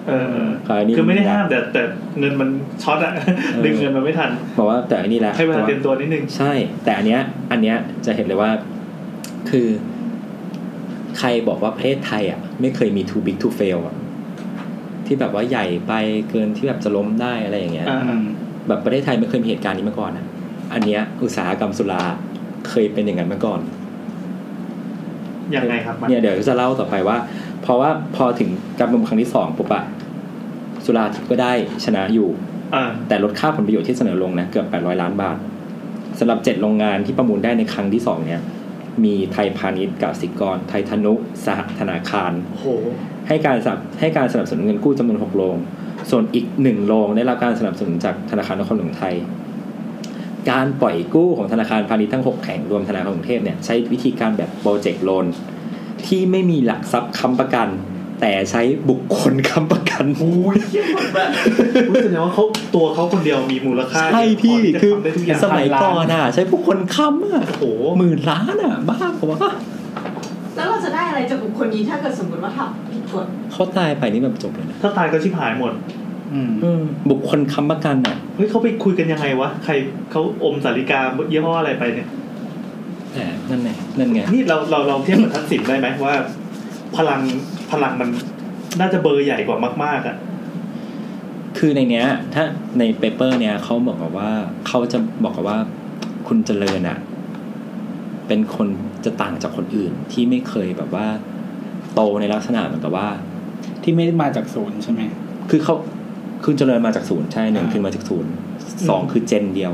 คือไม่ได้ห้ามแต่เงินมันช็อตอะดึงเงินมันไม่ทันบอกว่าแต่อันนี้แหละให้เวลาเตรียมตัวนิดนึงใช่แต่อันเนี้ยจะเห็นเลยว่าคือใครบอกว่าประเทศไทยอ่ะไม่เคยมี too big to fail อ่ะที่แบบว่าใหญ่ไปเกินที่แบบจะล้มได้อะไรอย่างเงี้ยแบบประเทศไทยไม่เคยมีเหตุการณ์นี้มาก่อนอ่ะอันเนี้ยอุตสาหกรรมสุราเคยเป็นอย่างนั้นมาก่อนยังไงครับเนี่ยเดี๋ยวจะเล่าต่อไปว่าเพราะว่าพอถึงการประมูลครั้งที่2ปุ๊บอะสุราทิพย์ก็ได้ชนะอยู่แต่ลดค่าผลประโยชน์ที่เสนอลงนะเกือบ800 ล้านบาทสำหรับ7โรงงานที่ประมูลได้ในครั้งที่2เนี่ยมีไทยพาณิชย์กสิกรไทยธนุสหธนาคารให้การสนับสนุนเงินกู้จำนวน6โรงส่วนอีก1โรงได้รับการสนับสนุนจากธนาคารนครหลวงไทยการปล่อยกู้ของธนาคารพาณิชย์ทั้ง6แห่งรวมธนาคารกรุงเทพเนี่ยใช้วิธีการแบบโปรเจกต์โลนที่ไม่มีหลักทรัพย์ค้ำประกันแต่ใช้บุคคลค้ำประกันรู้สึกว่าตัวเขาคนเดียวมีมูลค่าใช่พี่คือสมัยก่อนน่ะใช้บุคคลค้ำอ่ะโอ้โหหมื่นล้านอ่ะบ้าผมว่าแล้วเราจะได้อะไรจากบุคคลนี้ถ้าเกิดสมมติว่าทำผิดกฎเขาตายไปนี่แบบจบเลยนะถ้าตายก็ชิบหายหมดบุคคลค้ำประกันอ่ะเฮ้ยเขาไปคุยกันยังไงวะใครเขาอมสาริกายี่ห้ออะไรไปเนี่ยนั่นไงนี่เราเทียบกับทักษิณได้ไหมว่าพลังมันน่าจะเบอร์ใหญ่กว่ามากๆอ่ะคือในเนี้ยถ้าในเปเปอร์เนี้ยเขาบอกว่าเขาจะบอกว่าคุณเจริญอ่ะเป็นคนจะต่างจากคนอื่นที่ไม่เคยแบบว่าโตในลักษณะเหมือนกับว่าที่ไม่ได้มาจากศูนย์ใช่ไหมคือคุณเจริญมาจากศูนย์ใช่1คือมาจากศูนย์2คือเจนเดียว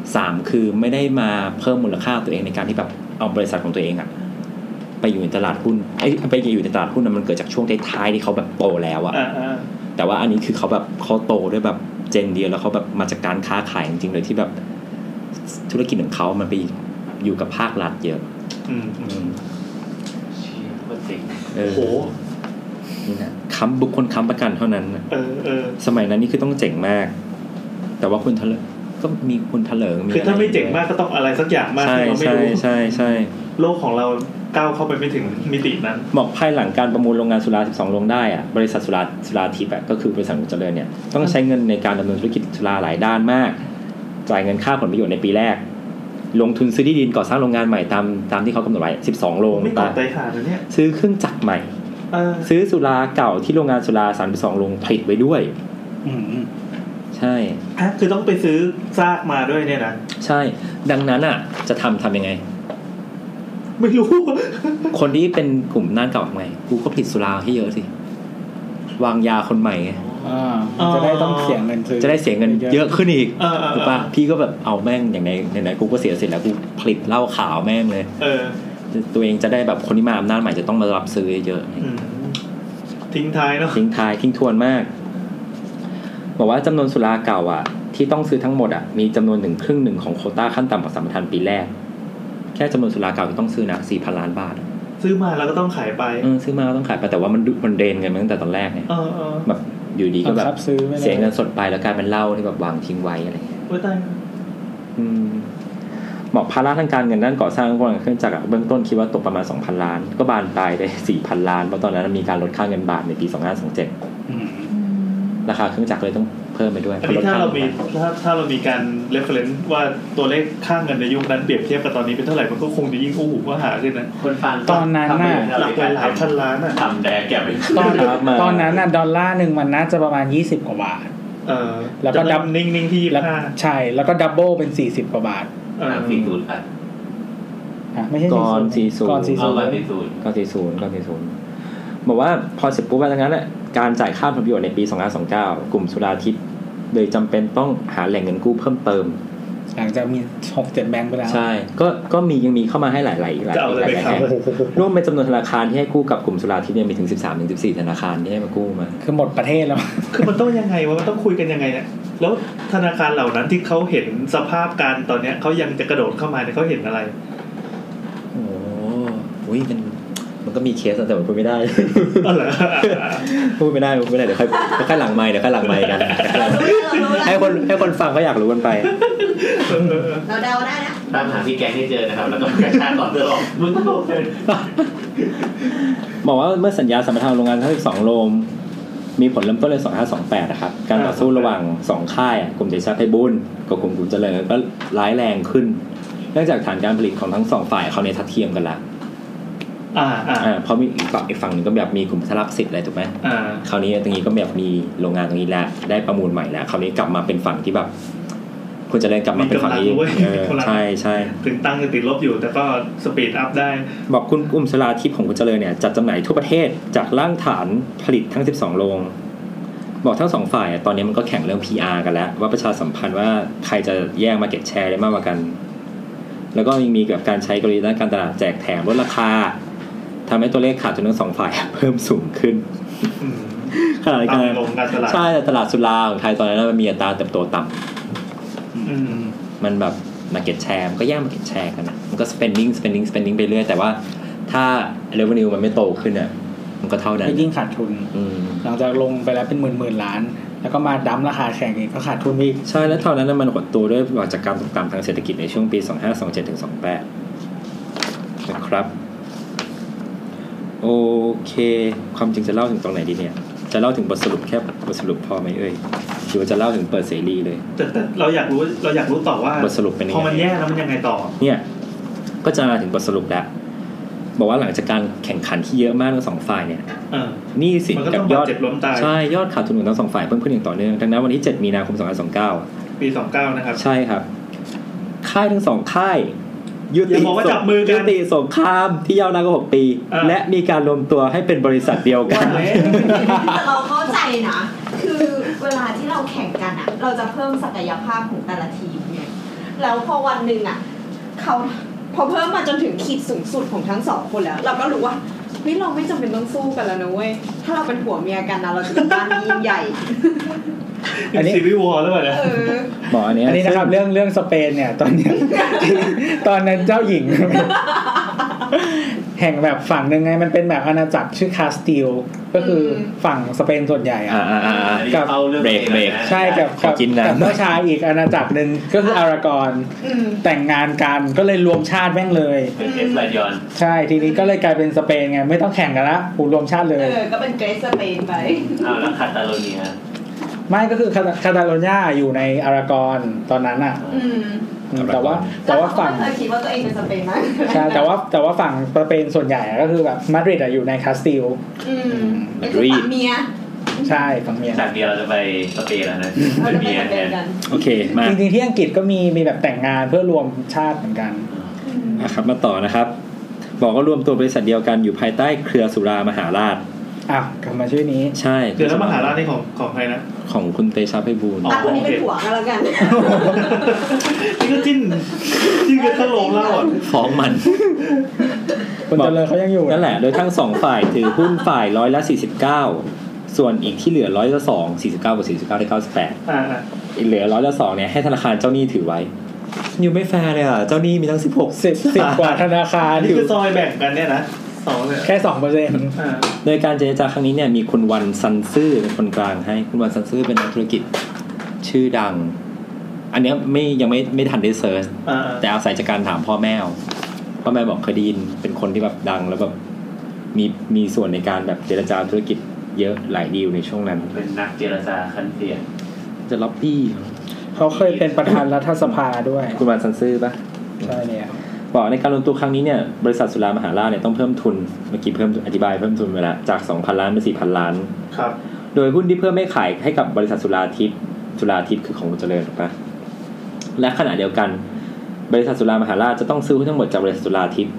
3คือไม่ได้มาเพิ่มมูลค่าตัวเองในการที่แบบเอาบริษัทของตัวเองอะไปอยู่ในตลาดหุ้นไปอยู่ในตลาดหุ้นมันเกิดจากช่วงท้ายๆที่เขาแบบโตแล้วอะแต่ว่าอันนี้คือเขาแบบเขาโตด้วยแบบเจนเดียวแล้วเขาแบบมาจากการค้าขายจริงๆเลยที่แบบธุรกิจของเขามันไปอยู่กับภาครัฐเยอะโอ้โหนี่นะค้ำบุคคลค้ำประกันเท่านั้นสมัยนั้นนี่คือต้องเจ๋งมากแต่ว่าคุณก็มีคุณเถลิงคือถ้าไม่เจ๋งมากก็ต้องอะไรสักอย่างมากที่เราไม่รู้ใช่โลกของเราก้าวเข้าไปไม่ถึงมิตินั้นบอกภายหลังการประมูลโรงงานสุรา12โรงได้อ่ะบริษัทสุราทิพย์ก็คือบริษัทเจริญเนี่ยต้องใช้เงินในการดำเนินธุรกิจสุราหลายด้านมากจ่ายเงินค่าผลประโยชน์ในปีแรกลงทุนซื้อที่ดินก่อสร้างโรงงานใหม่ตามที่เขากำหนดไว้12โรงไม่ต่อใจขาดเลยเนี่ยซื้อเครื่องจักรใหม่ซื้อสุราเก่าที่โรงงานสุรา32โรงผลิตไว้ด้วยใช่คือต้องไปซื้อซากมาด้วยเนี่ยนะใช่ดังนั้นอ่ะจะทำยังไงไม่รู้คนที่เป็นกลุ่มน่านเก่าไงกูก็ผลิตสุราให้เยอะสิวางยาคนใหม่ไงจะได้ต้องเสียเงินซื้อจะได้เสียเงินเยอะขึ้นอีกถูกป่ะพี่ก็แบบเอาแม่งอย่างไหนกูก็เสียเสร็จแล้วกูผลิตเหล้าขาวแม่งเลยตัวเองจะได้แบบคนที่มาอำนาจใหม่จะต้องมารับซื้อเยอะทิ้งท้ายเนาะทิ้งทวนมากบอกว่าจำนวนสุราเก่าอ่ะที่ต้องซื้อทั้งหมดอ่ะมีจำนวน1/2ของโควต้าขั้นต่ำของสัมปทานปีแรกแค่จำนวนสุราเก่าที่ต้องซื้อนะ 4,000 ล้านบาทซื้อมาแล้วก็ต้องขายไปซื้อมาแล้วต้องขายไปแต่ว่ามันเดนกันมาตั้งแต่ตอนแรกไงแบบอยู่ดีก็แบบเสียเงินสดไปแล้วกลายเป็นเหล้าที่แบบวางทิ้งไว้อะไรอย่างเงี้ยโอ้ยตายบอกภาระทางการเงินด้านก่อสร้างโรงงานเครื่องจักรเบื้องต้นคิดว่าตกประมาณ 2,000 ล้านก็บานปลายได้ 4,000 ล้านเพราะตอนนั้นมีการลดค่าเงินบาทในปี 2527ราคาเครื่องจักรเลยต้องเพิ่มไปด้วยอันนี้ถ้าเรามีการ reference ว่าตัวเลขค่าเงินในยุคนั้นเปรียบเทียบกับตอนนี้เป็นเท่าไหร่มันก็คงจะยิ่งโอ้โหว่าหาขึ้นนะคนฟังตอนนั้นน่ะหลักหลายพันล้านน่ะทำแดกแกไปตอนนั้นน่ะดอลลาร์นึงมันน่าจะประมาณ20กว่าบาทแล้วก็ดับนิ่งๆที่25 ใช่แล้วก็ดับเบิลเป็น40กว่าบาท 40ครับไม่ใช่ก่อน40 ก่อน 40บอกว่าพอเสร็จปุ๊บแล้วงั้นน่ะการจ่ายค่าผลประโยชน์ในปี2529กลุ่มสุราทิพย์เลยจำเป็นต้องหาแหล่งเงินกู้เพิ่มเติมหลังจากมี 6-7 แบงก์ไปแล้วใช่ก็ยังมีเข้ามาให้หลายแห่งรวมเป็นจำนวนธนาคารที่ให้กู้กับกลุ่มสุราทิพย์เนี่ยมีถึง 13-14 ธนาคารที่ให้มากู้มาคือหมดประเทศแล้วคือมันต้องยังไงวะมันต้องคุยกันยังไงเนี่ยแล้วธนาคารเหล่านั้นที่เขาเห็นสภาพการตอนเนี้ยเขายังจะกระโดดเข้ามาเนี่ยเขาเห็นอะไรโอ้ยมันก็มีเคสแต่มันพูดไม่ได้พูดไม่ได้เดี๋ยวค่อยหลังไมค์กันให้คนฟังเขาอยากรู้กันไปเราเดาได้นะตามหาพี่แกงให้เจอนะครับแล้วก็กระชากต่อเติมมึงต้องบอกว่าเมื่อสัญญาสัมปทานโรงงานทั้ง12โรงมีผลเริ่มต้นเลย2528นะครับการต่อสู้ระหว่าง2ค่ายกลุ่มเดชะไพบูลย์กับกลุ่มขุนเจริญก็ร้ายแรงขึ้นเนื่องจากฐานการผลิตของทั้ง2ฝ่ายเขาในทัดเทียมกันละเพราะมีอีกฝั่งนึงก็แบบมีกลุ่มพัฒนาสิทธิ์อะไรถูกไหมคราวนี้ตรงนี้ก็แบบมีโรงงานตรงนี้แล้วได้ประมูลใหม่แล้วคราวนี้กลับมาเป็นฝั่งที่แบบคุณจะเล่นกลับมาเป็นฝั่งนี้ใช่ใช่ถึงตั้งจะติดลบอยู่แต่ก็สปีดอัพได้บอกคุณกลุ่มสลาทิพย์ของคุณเจริญเนี่ยจัดจำหน่ายทั่วประเทศจากร่างฐานผลิตทั้ง12โรงบอกทั้ง2ฝ่ายตอนนี้มันก็แข่งเรื่อง PR กันแล้วว่าประชาสัมพันธ์ว่าใครจะแย่ง market share ได้มากกว่ากันแล้วก็มีแบบการใช้กลยุทธ์ด้านการตลาดแจกแถมลดราคาทำให้ตัวเลขขาดทุนทั้ง2ฝ่ายเพิ่มสูงขึ้นขณะที่ใช่ตลาดสุราของไทยตอนนั้นมันมีอัตราเติบโตต่ำมันแบบ market share ก็แย่ง market share กันนะมันก็ spending ไปเรื่อยแต่ว่าถ้า revenue มันไม่โตขึ้นอ่ะมันก็เท่านั้นยิ่งขาดทุนหลังจากลงไปแล้วเป็นหมื่นล้านแล้วก็มาดั้มราคาแข่งอีกก็ขาดทุนอีกใช่แล้วเท่านั้นมันหดตัวด้วยจากการตกต่ำทางเศรษฐกิจในช่วงปี2527ถึง28นะครับโอเคความจริงจะเล่าถึงตรงไหนดีเนี่ยจะเล่าถึงบทสรุปแค่บทสรุปพอไหมหรือว่าจะเล่าถึงเปิดเสรีเลยแต่เราอยากรู้ต่อว่าบทสรุปเป็นยังไงพอมันแย่แล้วมันยังไงต่อเนี่ยก็จะมาถึงบทสรุปแล้วบอกว่าหลังจากการแข่งขันที่เยอะมากทั้งสองฝ่ายเนี่ยนี่สิกับยอดใช่ยอดขาดทุนของทั้งสองฝ่ายเพิ่มขึ้นอย่างต่อเนื่องดังนั้นวันที่7มีนาคม2029 ปี29นะครับใช่ครับค่ายทั้งสองค่ายยุติสงครามที่ยาวนานกว่า6ปีและมีการรวมตัวให้เป็นบริษัทเดียวกันแต่เราเข้าใจนะคือเวลาที่เราแข่งกันอ่ะเราจะเพิ่มศักยภาพของแต่ละทีมเนี่ยแล้วพอวันนึงอ่ะเขาพอเพิ่มมาจนถึงขีดสูงสุดของทั้ง2คนแล้วเราก็รู้ว่าเฮ้ยเราไม่จำเป็นต้องสู้กันแล้วนะเว้ยถ้าเราเป็นผัวเมียกันนะเราจะเป็นบ้านยิ่งใหญ่อันนี้ซีรีส์วอร์แล้วเนี่ยบอกอันนี้นะครับเรื่องสเปนเนี่ยตอนนี้ตอนนั้นเจ้าหญิงแห่งแบบฝั่งนึงไงมันเป็นแบบอาณาจักรชื่อคาสติลก็คือฝั่งสเปนส่วนใหญ่กับเบรกใช่กับเจ้าชายอีกอาณาจักรนึงก็คืออารากอนแต่งงานกันก็เลยรวมชาติแม่งเลยเป็นเอสไลยอนใช่ทีนี้ก็เลยกลายเป็นสเปนไงไม่ต้องแข่งกันละกูรวมชาติเลยก็เป็นเกรซสเปนไปแล้วคาตาโลเนียไม่ก็คือคาตาโลญาอยู่ในอารากอนตอนนั้นอ่ะแต่ว่าฝั่งเคยคิดว่าตัวเองเป็นสเปนมั้ยใช่แต่ว่าฝั่งสเปนส่วนใหญ่ก็คือแบบมาดริดอยู่ในคาสติลมาดริดเมียใช่ฝั่งเมียจากเดียวเราจะไปสเปนแล้วนะเป็นเมียกันโอเคมาจริงๆที่อังกฤษก็มีแบบแต่งงานเพื่อรวมชาติเหมือนกันนะครับมาต่อนะครับบอกว่ารวมตัวบริษัทเดียวกันอยู่ภายใต้เครือสุรามหาราชกลับมาชื่อนี้ใช่เครือมหาราชนี่ของใครนะของคุณเตชะไพบูลย์คนนี้เป็นผัวกันแล้วกันนี่ก็จิ้นกันตลกแล้วฟ้องมันคนเจริญเขายังอยู่นั่นแหละโดยทั้ง2ฝ่ายถือหุ้นฝ่าย49%ส่วนอีกที่เหลือ2 49กับ49ได้98อีกเหลือ2เนี่ยให้ธนาคารเจ้าหนี้ถือไว้อยู่ไม่แฟร์เลยเจ้าหนี้มีทั้ง 10กว่าธนาคารนี่คือซอยแบ่งกันเนี่ยนะแค่ 2% โดยการเจรจาครั้งนี้เนี่ยมีคุณวันซันซื่อเป็นคนกลางให้คุณวันซันซื่อเป็นนักธุรกิจชื่อดังอันนี้ยังไม่ทันได้เซิร์ชแต่อาศัยจากการถามพ่อแม่บอกเคยได้ยินเป็นคนที่แบบดังแล้วแบบมีส่วนในการแบบเจรจาธุรกิจเยอะหลายดีลในช่วงนั้นเป็นนักเจรจาขั้นเตียนจะล็อบบี้เขาเคยเป็นประธานรัฐสภาด้วยคุณวันซันซื่อป่ะใช่เนี่ยบอกในการลงทุนครั้งนี้เนี่ยบริษัทสุรามหาราชเนี่ยต้องเพิ่มทุนเมื่อกี้อธิบายเพิ่มทุนไปแล้วจาก 2,000 ล้านเป็น 4,000 ล้านครับโดยหุ้นที่เพิ่มไม่ขายให้กับบริษัทสุราทิพย์คือของคุณเจริญถูกปะและขณะเดียวกันบริษัทสุรามหาราชจะต้องซื้อหุ้นทั้งหมดจากบริษัทสุราทิพย์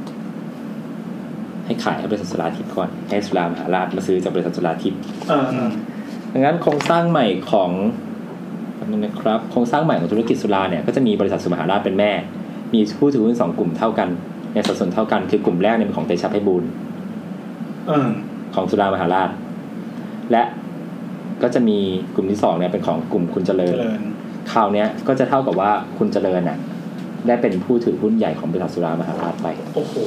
ให้ขายให้บริษัทสุราทิพย์ก่อนให้สุรามหาราชมาซื้อจากบริษัทสุราทิพย์ดังนั้นโครงสร้างใหม่ของนะครับโครงสร้างใหม่ของธุรกิจสุราเนี่ยก็จะมีบริษัทสุรามหาราชเป็นแม่มีผู้ถือหุ้น2กลุ่มเท่ากันในสัดส่วนเท่ากันคือกลุ่มแรกเนี่ยเป็นของเตชะไพบูลย์ของสุรามหาราชและก็จะมีกลุ่มที่2เนี่ยเป็นของกลุ่มคุณเจริญคราวนี้ก็จะเท่ากับว่าคุณเจริญน่ะได้เป็นผู้ถือหุ้นใหญ่ของบริษัทสุรามหาราชไปโอ้โห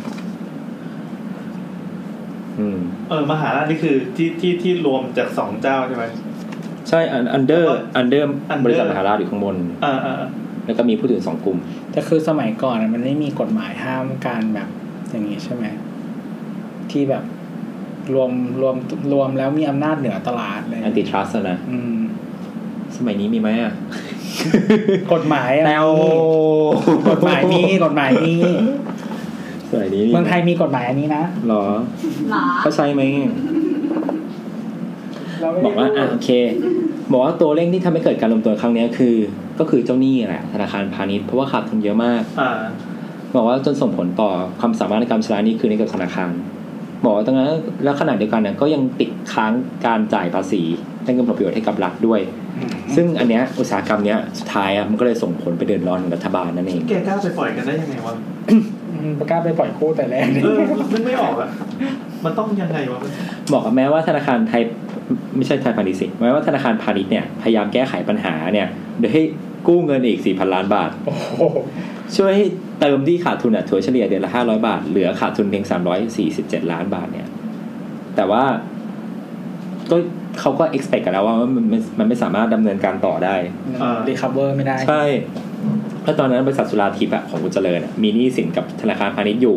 มหาราชนี่คือที่รวมจาก2เจ้าใช่ไหมใช่อันเดอร์บริษัทมหาราชอยู่ข้างบนแล้วก็มีผู้ถือ2กลุ่มแต่คือสมัยก่อนมันไม่มีกฎหมายห้ามการแบบอย่างนี้ใช่ไหมที่แบบรวมแล้วมีอำนาจเหนือตลาดเลยแอนติทรัสต์นะสมัยนี้มีไหมอ่ะกฎหมายอ่ะกฎหมายมีสมัยนี้เมืองไทยมีกฎหมายอันนี้นะหรอเขาใช้ไหมบอกว่าโอเคบอกว่าตัวเร่งที่ทำให้เกิดการรวมตัวครั้งนี้ก็คือเจ้าหนี้แหละธนาคารพาณิชย์เพราะว่าขาดทุนเยอะมากบอกว่าจนส่งผลต่อความสามารถในการชำระหนี้คืนให้กับธนาคารบอกว่าตรงนั้นแล้วขณะเดียวกันเนี่ยก็ยังติดค้างการจ่ายภาษีและเงินผลประโยชน์ให้กับรัฐด้วยซึ่งอันเนี้ยอุตสาหกรรมเนี้ยสุดท้ายมันก็เลยส่งผลไปเดือดร้อนของรัฐบาลนั่นเองแกกล้าไปปล่อยกันได้ยังไงวะกล้าไปปล่อยกู้แต่แรกมันไม่ออกอะมันต้องยังไงวะบอกว่าแม้ว่าธนาคารไทยไม่ใช่ไทยพาณิชย์สิแม้ว่าธนาคารพาณิชย์เนี่ยพยายามแก้ไขปัญหาเนี่ยโดยให้กู้เงินอีก 4,000 ล้านบาทช่วยให้เติมที่ขาดทุนถัวเฉลี่ยเดือนละ500 บาทเหลือขาดทุนเพียง347 ล้านบาทเนี่ยแต่ว่าก็เขาก็ expect กันแล้วว่ามันไม่สามารถดำเนินการต่อได้ recover ไม่ได้ใช่เพราะตอนนั้นบริษัทสุราทิพย์ของคุณเจริญมีหนี้สินกับธนาคารพาณิชย์อยู่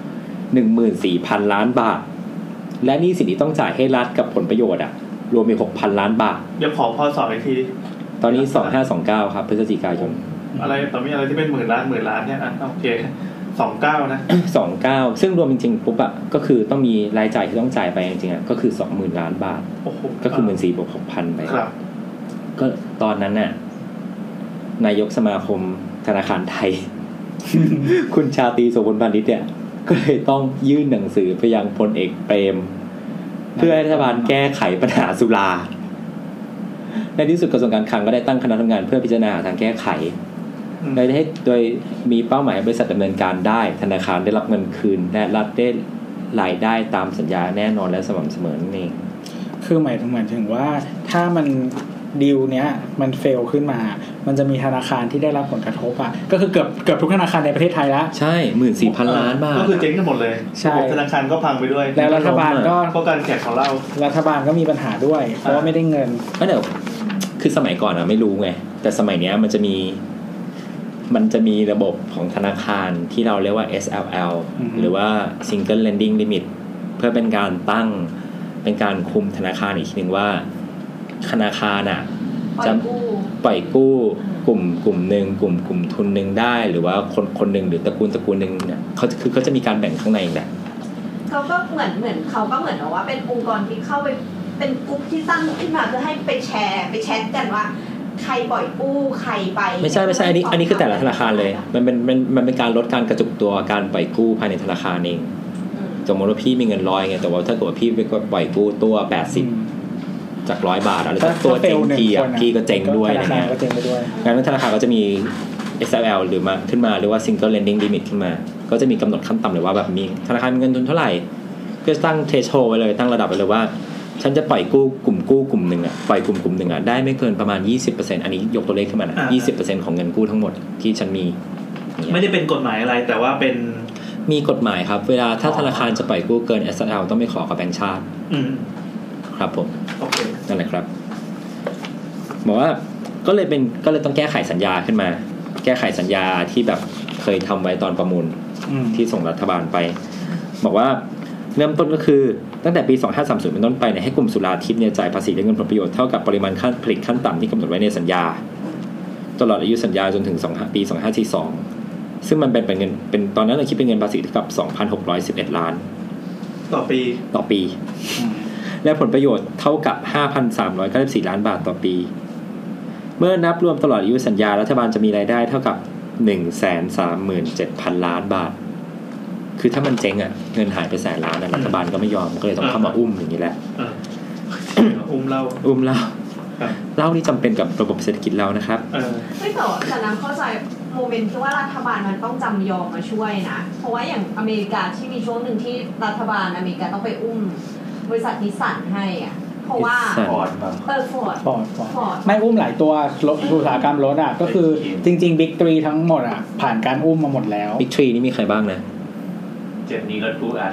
14,000 ล้านบาทและหนี้สินที่ต้องจ่ายให้รัฐกับผลประโยชน์รวมมี 6,000 ล้านบาทเดี๋ยวขอพอสอบอีกทีตอนนี้2529ครับพฤศจิกายนอะไรต่อมีอะไรที่เป็นหมื่นล้านเนี่ยโอเค29นะ 29ซึ่งรวมจริงๆปุ๊บก็คือต้องมีรายจ่ายที่ต้องจ่ายไปจริงๆก็คือ 20,000 ล้านบาทก็คือ 14,000 บวก 6,000 ไปครับก็ตอนนั้นน่ะนายกสมาคมธนาคารไทย คุณชาตรี โสพลพานิชเนี่ยก็เลยต้องยื่นหนังสือไปยังพลเอกเปรมเพื่อให้รัฐบาลแก้ไขปัญหาสุราในที่สุดกระทรวงการคลังก็ได้ตั้งคณะทำงานเพื่อพิจารณาทางแก้ไขโดยมีเป้าหมายบริษัทดำเนินการได้ธนาคารได้รับเงินคืนและรัฐได้รายได้ตามสัญญาแน่นอนและสม่ำเสมอนั่นเองคือหมายถึงว่าถ้ามันดีลเนี้ยมันเฟลขึ้นมามันจะมีธนาคารที่ได้รับผลกระทบก็คือเกือบทุกธนาคารในประเทศไทยแล้วใช่ 14,000 ล้านบาทก็คือเจ๊งกันหมดเลยธนาคารก็พังไปด้วยแล้วรัฐบาลก็เพราะการแข่งของเรารัฐบาลก็มีปัญหาด้วยเพราะว่าไม่ได้เงินเดี๋ยวคือสมัยก่อนไม่รู้ไงแต่สมัยเนี้ยมันจะมีระบบของธนาคารที่เราเรียกว่า SLL หรือว่า Single Lending Limit เพื่อเป็นการคุมธนาคารอีกทีนึงว่าธนาคารจะปล่อยกู้กลุ่มนึงกลุ่มทุนนึงได้หรือว่าคนนึงหรือตระกูลนึงเนี่ยเขาจะมีการแบ่งข้างในแหละเขาก็เหมือนเขาก็เหมือนว่าเป็นองค์กรที่เข้าไปเป็นกลุ่มที่ตั้งขึ้นมาเพื่อให้ไปแชทกันว่าใครปล่อยกู้ใครไปไม่ใช่อันนี้คือแต่ละธนาคารเลยมันเป็นการลดการกระจุกตัวการปล่อยกู้ภายในธนาคารเองสมมติว่าพี่มีเงิน100ไงแต่ว่าถ้าเกิดว่าพี่ไปปล่อยกู้ตัว80จาก100 บาทแล้วตัวเจ๊งพี่ก็เจ๊งด้วยอะไรเงี้ยงั้นธนาคารก็จะมี SLL หรือมาขึ้นมาหรือว่า Single Lending Limit ขึ้นมาก็จะมีกำหนดขั้นต่ำเลยว่าแบบมีธนาคารมีเงินทุนเท่าไหร่ก็ตั้ง threshold ไว้เลยตั้งระดับไว้เลยว่าฉันจะปล่อยกู้กลุ่มนึงปล่อยกลุ่มนึงได้ไม่เกินประมาณ 20% อันนี้ยกตัวเลขขึ้นมานะ 20% ของเงินกู้ทั้งหมดที่ฉันมีไม่ได้เป็นกฎหมายอะไรแต่ว่าเป็นมีกฎหมายครับเวลาถ้าธนาคารจะปล่อยกู้เกิน SLL ต้องไปขอกับแบงก์ชาติครับผมนั่นแหละครับบอกว่าก็เลยต้องแก้ไขสัญญาขึ้นมาแก้ไขสัญญาที่แบบเคยทำไว้ตอนประมูลที่ส่งรัฐบาลไปบอกว่าเริ่มต้นก็คือตั้งแต่ปี2530เป็นต้นไปให้กลุ่มสุราทิพย์จ่ายภาษีและเงินผลประโยชน์เท่ากับปริมาณขั้นผลิตขั้นต่ำที่กำหนดไว้ในสัญญาตลอดอายุสัญญาจนถึงปี2542ซึ่งมันเป็นเงินเป็นตอนนั้นเราคิดเป็นเงินภาษีเท่ากับ 2,611 ล้านต่อปีและผลประโยชน์เท่ากับ 5,394 ล้านบาทต่อปีเมื่อนับรวมตลอดอายุสัญญารัฐบาลจะมีรายได้เท่ากับ 137,000 ล้านบาทคือถ้ามันเจ๊งเงินหายไป100,000 ล้านรัฐบาลก็ไม่ยอมก็เลยต้องเข้ามาอุ้มอย่างนี้แหละอุ้มเล่านี่จำเป็นกับระบบเศรษฐกิจเรานะครับไม่แต่น้ำเข้าใจโมเมนต์ที่ว่ารัฐบาลมันต้องจำยอมมาช่วยนะเพราะว่าอย่างอเมริกาที่มีช่วงหนึ่งที่รัฐบาลอเมริกาต้องไปอุ้มบริษัทนิสสันให้เพราะว่าฟอร์ดไม่อุ้มหลายตัวอุตสาหกรรมรถก็คือจริงๆบิ๊ก3ทั้งหมดผ่านการอุ้มมาหมดแล้วบิ๊ก3นี่มีใครบ้างนะเจ็บนี้รถกูอัด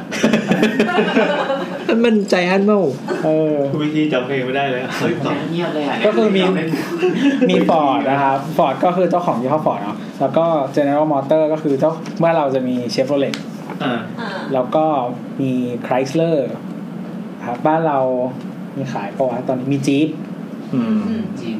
มันใจอันเมาวิธีจำเพลงไม่ได้เลยเฮ้ยเงียบเลยก็คือมีฟอร์ดนะครับฟอร์ดก็คือเจ้าของยี่ห้อฟอร์ดเนาะแล้วก็ General Motors ก็คือเมื่อเราจะมี Chevrolet แล้วก็มี Chrysler ครับบ้านเรามีขายปะวะตอนนี้มีจี๊ปจี๊ป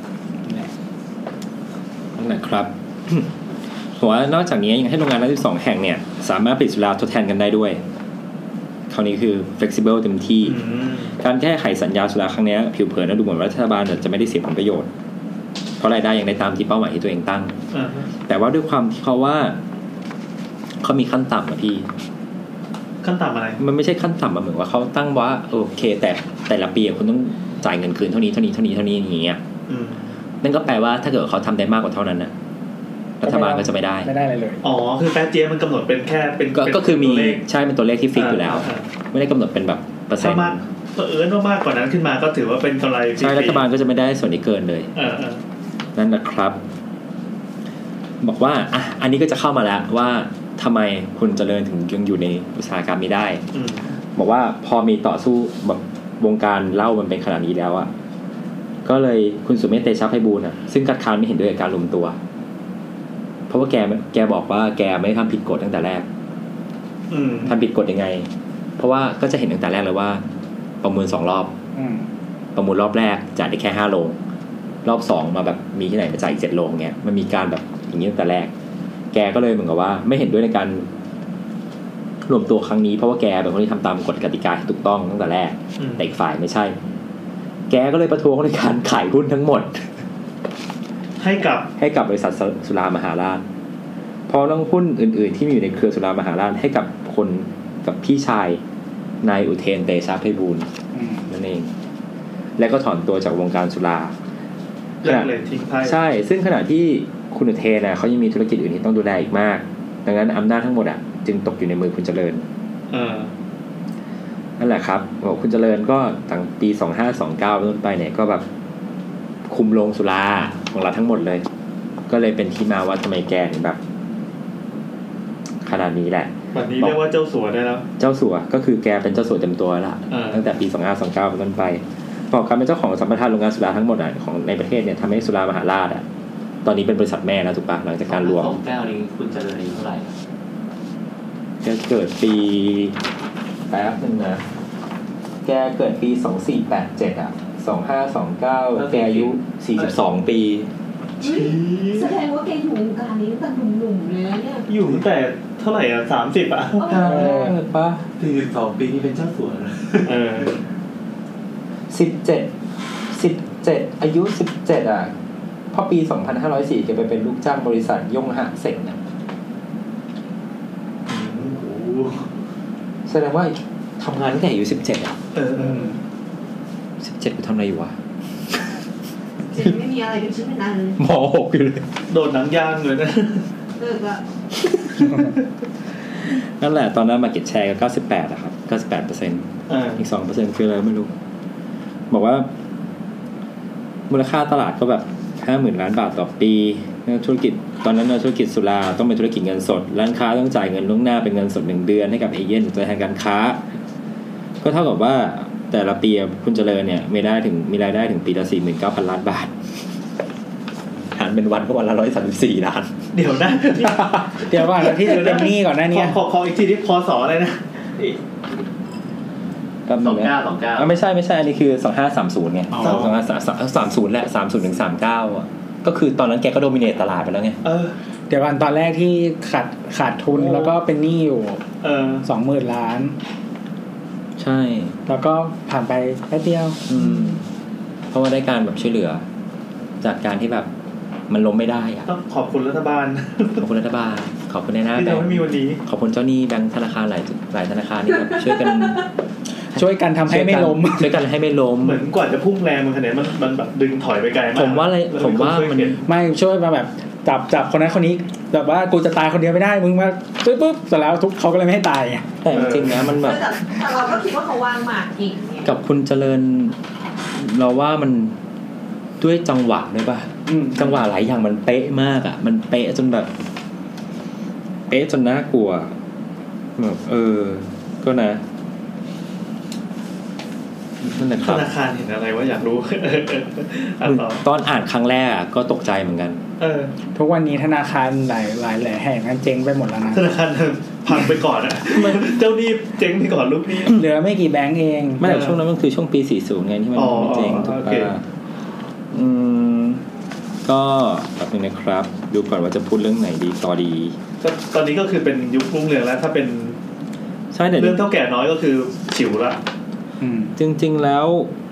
นั่นแหละครับ ผมว่านอกจากนี้ยังให้โรงงาน12แห่งเนี่ยสามารถผลิตสุราทดแทนกันได้ด้วยคราวนี้คือ flexible เต็มที่การแก้ไขสัญญาสุราครั้งนี้ผิวเผินดูเหมือนว่ารัฐบาลจะไม่ได้เสียผลประโยชน์เพราะรายได้ยังได้ตามที่เป้าหมายที่ตัวเองตั้งแต่ว่าด้วยความที่เขาว่าเขามีขั้นต่ำอะพี่ขั้นต่ำอะไรมันไม่ใช่ขั้นต่ำเหมือนว่าเขาตั้งว่าโอเคแต่ละปีคุณต้องจ่ายเงินคืนเท่านี้อย่างเงี้ยนั่นก็แปลว่าถ้าเกิดเขาทำได้มากกว่าเท่านั้นนะรัฐบาลก็จะไม่ได้เลยอ๋อคือแปดเจียมันกำหนดเป็นแค่เป็นก็คือมีใช่เป็นตัวเลขที่ฟิกอยู่แล้วไม่ได้กำหนดเป็นแบบเปอร์เซ็นต์ว่ามากกว่านั้นขึ้นมาก็ถือว่าเป็นกำไรใช่รัฐบาลก็จะไม่ได้ส่วนนี้เกินเลยนั่นแหละครับบอกว่าอันนี้ก็จะเข้ามาแล้วว่าทำไมคุณเจริญถึงยังอยู่ในอุตสาหกรรมนี้ได้บอกว่าพอมีต่อสู้แบบวงการเหล้ามันเป็นขนาดนี้แล้วก็เลยคุณสุเมธ เตชะไพบูลย์ซึ่งคัดค้านไม่เห็นด้วยกับการรวมตัวเพราะว่าแกบอกว่าแกไม่ได้ทำผิดกฎตั้งแต่แรกทำผิดกฎยังไงเพราะว่าก็จะเห็นตั้งแต่แรกเลยว่าประมูล2รอบประมูลรอบแรกจ่ายได้แค่5โรงรอบ2มาแบบมีที่ไหนมาจ่ายอีก7โรงเงี้ยมันมีการแบบอย่างนี้ตั้งแต่แรกแกก็เลยเหมือนกับว่าไม่เห็นด้วยในการรวมตัวครั้งนี้เพราะว่าแกเป็นคนที่ทำตามกฎกติกาที่ถูกต้องตั้งแต่แรกแต่อีกฝ่ายไม่ใช่แกก็เลยประท้วงในการขายหุ้นทั้งหมดให้กับบริษัทสุรามหาราชเพราะต้องหุ้นอื่นๆที่มีอยู่ในเครือสุรามหาราชให้กับคนกับพี่ชายนายอุเทน เตชะไพบูลย์นั่นเองและก็ถอนตัวจากวงการสุราใช่ซึ่งขณะที่คุณอุเทนเขายังมีธุรกิจอื่นที่ต้องดูแลอีกมากดังนั้นอำนาจทั้งหมดจึงตกอยู่ในมือคุณเจริญนั่นแหละครับคุณเจริญก็ตั้งปี2529ต้นไปเนี่ยก็แบบคุมโรงสุราของเราทั้งหมดเลยก็เลยเป็นที่มาว่าทำไมแกถึงแบบขนาดนี้แหละแบบนี้เรียกว่าเจ้าสัวได้แล้วเจ้าสัวก็คือแกเป็นเจ้าสัวเต็มตัวแล้วตั้งแต่ปี2529ต้นไปบอกการเป็นเจ้าของสัมปทานโรงงานสุราทั้งหมดของในประเทศเนี่ยทำให้สุรามหาราชตอนนี้เป็นบริษัทแม่แล้วถูกปะหลังจากการรวมแก้วนี้คุณเจริญอายุเท่าไหร่แกเกิดปีแป๊บนึงนะแกเกิดปี24872529แกอายุ42ปีแสดงว่าแกอยู่วงการนี้ตั้งแต่หนุ่มๆเลยเนี่ยอยู่ตั้งแต่เท่าไหร่30 ป่ะ 42ปีนี่เป็นเจ้าสัวนะ 17อายุ17พอปี2504แกไปเป็นลูกจ้างบริษัทยงหะเส็งนะแสดงว่าทำงานตั้งแต่อายุ1717กูทำอะไรอยู่วะไม่มีอะไรเป็นชิ้นเป็นอันม.6 อยู่เลยโดนหนังย่างเลยนะเลิกละนั่นแหละตอนนั้น market share ก็98นะครับ 98% อีก 2% คืออะไรไม่รู้บอกว่ามูลค่าตลาดก็แบบ 50,000 ล้านบาทต่อปีธุรกิจตอนนั้นธุรกิจสุราต้องเป็นธุรกิจเงินสดร้านค้าต้องจ่ายเงินล่วงหน้าเป็นเงินสด1เดือนให้กับเอเจนต์ตัวแทนการค้าก็เท่ากับว่าแต่ละปีคุณเจริญเนี่ยมีรายได้ถึงปีละ 49,000 ล้านบาทหารเป็นวันก็วันละ134ล้านเดี๋ยวนะเดี๋ยวก่อนที่จะเป็นหนี้ก่อนหน้านี้ขออีกทีที่พศอะไรนะ 29ไม่ใช่อันนี้คือ2530ไง2530แหละ30ถึง39ก็คือตอนนั้นแกก็โดมิเนตตลาดไปแล้วไงเดี๋ยวก่อนตอนแรกที่ขาดทุนแล้วก็เป็นหนี้อยู่20,000 ล้านใช่แล้วก็ผ่านไปแป๊บเดียวเพราะว่าได้การแบบช่วยเหลือจากการที่แบบมันล้มไม่ได้ต้องขอบคุณรัฐบาลขอบคุณรัฐบาลขอบคุณในหน้าที่ทำให้มีวันนี้ขอบคุณเจ้าหนี้แบงค์ธนาคารหลายธนาคารนี่แบบช่วยกันทำให้ไม่ล้มช่วยกันให้ไม่ล้มเหมือนกว่าจะพุ่งแรงมันขนาดมันแบบดึงถอยไปไกลมากผมว่ามันไม่ช่วยมาแบบจับคนนั้นคนนี้แบบว่ากูจะตายคนเดียวไม่ได้มึงมาปุ๊บเสร็จแล้วทุกเขาก็เลยไม่ให้ตายแต่จริงๆนะมันแบบแต่เราก็คิดว่าเขาวางหมากจริงกับคุณเจริญเราว่ามันด้วยจังหวะด้วยป่ะจังหวะหลายอย่างมันเป๊ะมากอ่ะมันเป๊ะจนแบบเป๊ะจนน่ากลัวแบบก็นะธนาคารเห็นอะไรว่าอยากรู้ตอนอ่านครั้งแรกก็ตกใจเหมือนกันทุกวันนี้ธนาคารหลายแห่งนั้นเจ๊งไปหมดแล้วนะธนาคารพังไปก่อนอ่ะเจ้าหนี้เจ๊งไปก่อนลูกหนี้เหลือไม่กี่แบงก์เองไม่แต่ช่วงนั้นมันคือช่วงปี40ไงที่มันเจ๊งถูกป่ะก็แบบนึงนะครับดูก่อนว่าจะพูดเรื่องไหนดีต่อดีตอนนี้ก็คือเป็นยุครุ่งเรืองแล้วถ้าเป็นใช่เรื่องเท่าแก่น้อยก็คือฉิวละจริงๆแล้ว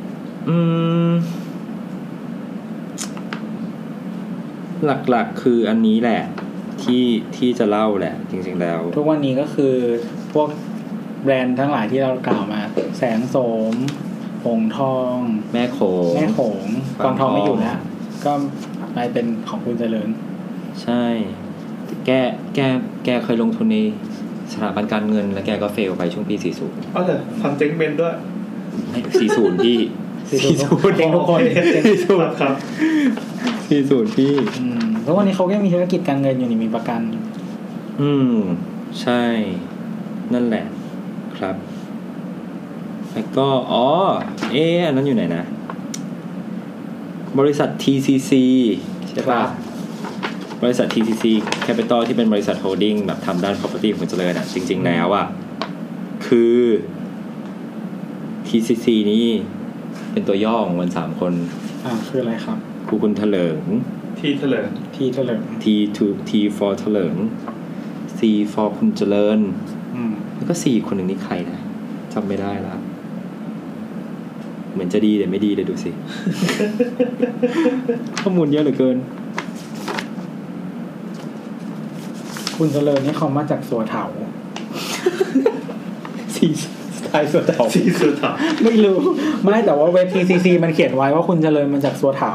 หลักๆคืออันนี้แหละที่จะเล่าแหละจริงๆแล้วทุกวันนี้ก็คือพวกแบรนด์ทั้งหลายที่เรากล่าวมาแสงโสมหงทองแม่โขงกองทองไม่อยู่แล้วก็กลายเป็นของคุณเจริญใช่แกเคยลงทุนในสถาบันการเงินแล้วแกก็เฟลไปช่วงปี40 อ๋อเหรอทำเจ๊งเบนด้วย 40พี่ 40เจ๊งทุกคน 40ครับ 40พี่แล้ววันนี้เขาก็มีธุรกิจการเงินอยู่นี่มีประกันใช่นั่นแหละครับแล้วก็อันนั้นอยู่ไหนนะบริษัท TCC ใช่ป่ะบริษัท TCC Capital ที่เป็นบริษัทโฮลดิ้งแบบทำด้าน property ของเจริญจริงๆแล้วอ่ะคือ TCC นี่เป็นตัวย่อของมัน3คนคืออะไรครับคุณเถลิง T เถลิง T for เถลิง C for คุณเจริญแล้วก็ C คนหนึ่งนี่ใครนะจำไม่ได้ละเหมือนจะดีแต่ไม่ดีเลยดูสิ ข้อมูลเยอะเหลือเกินคุณเจริญนี่เขามาจากสัวเถาสีสไตล์สัวเถาไม่รู้ไม่แต่ว่าเว็บ TCC มันเขียนไว้ว่าคุณเจริญมาจากสัวเถา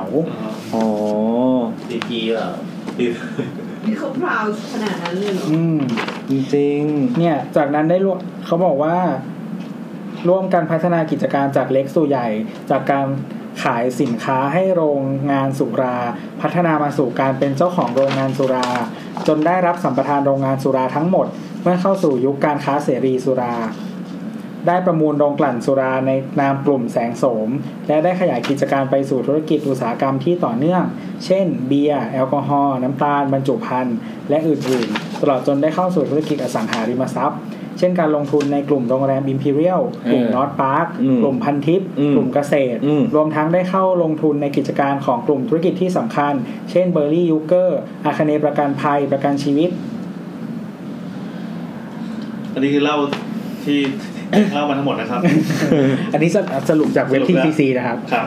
ดีเหรอนี่เขาพราวขนาดนั้นเลยเหรอจริงเนี่ยจากนั้นได้เขาบอกว่าร่วมกันพัฒนากิจการจากเล็กสู่ใหญ่จากการขายสินค้าให้โรงงานสุราพัฒนามาสู่การเป็นเจ้าของโรงงานสุราจนได้รับสัมปทานโรงงานสุราทั้งหมดเมื่อเข้าสู่ยุคการค้าเสรีสุราได้ประมูลโรงกลั่นสุราในนามกลุ่มแสงโสมและได้ขยายกิจการไปสู่ธุรกิจอุตสาหกรรมที่ต่อเนื่องเช่นเบียร์แอลกอฮอล์น้ำตาลบรรจุภัณฑ์และอื่นๆตลอดจนได้เข้าสู่ธุรกิจอสังหาริมทรัพย์เช่นการลงทุนในกลุ่มโรงแรม Imperial กลุ่ม North Park กลุ่มพันทิพย์กลุ่มเกษตรรวมทั้งได้เข้าลงทุนในกิจการของกลุ่มธุรกิจที่สำคัญเช่น Berry Yuger อาคเนย์ประกันภัยประกันชีวิตอันนี้คือเล่าที่เล่ามาทั้งหมดนะครับอันนี้สรุปจากเว็บ TCC นะครับครับ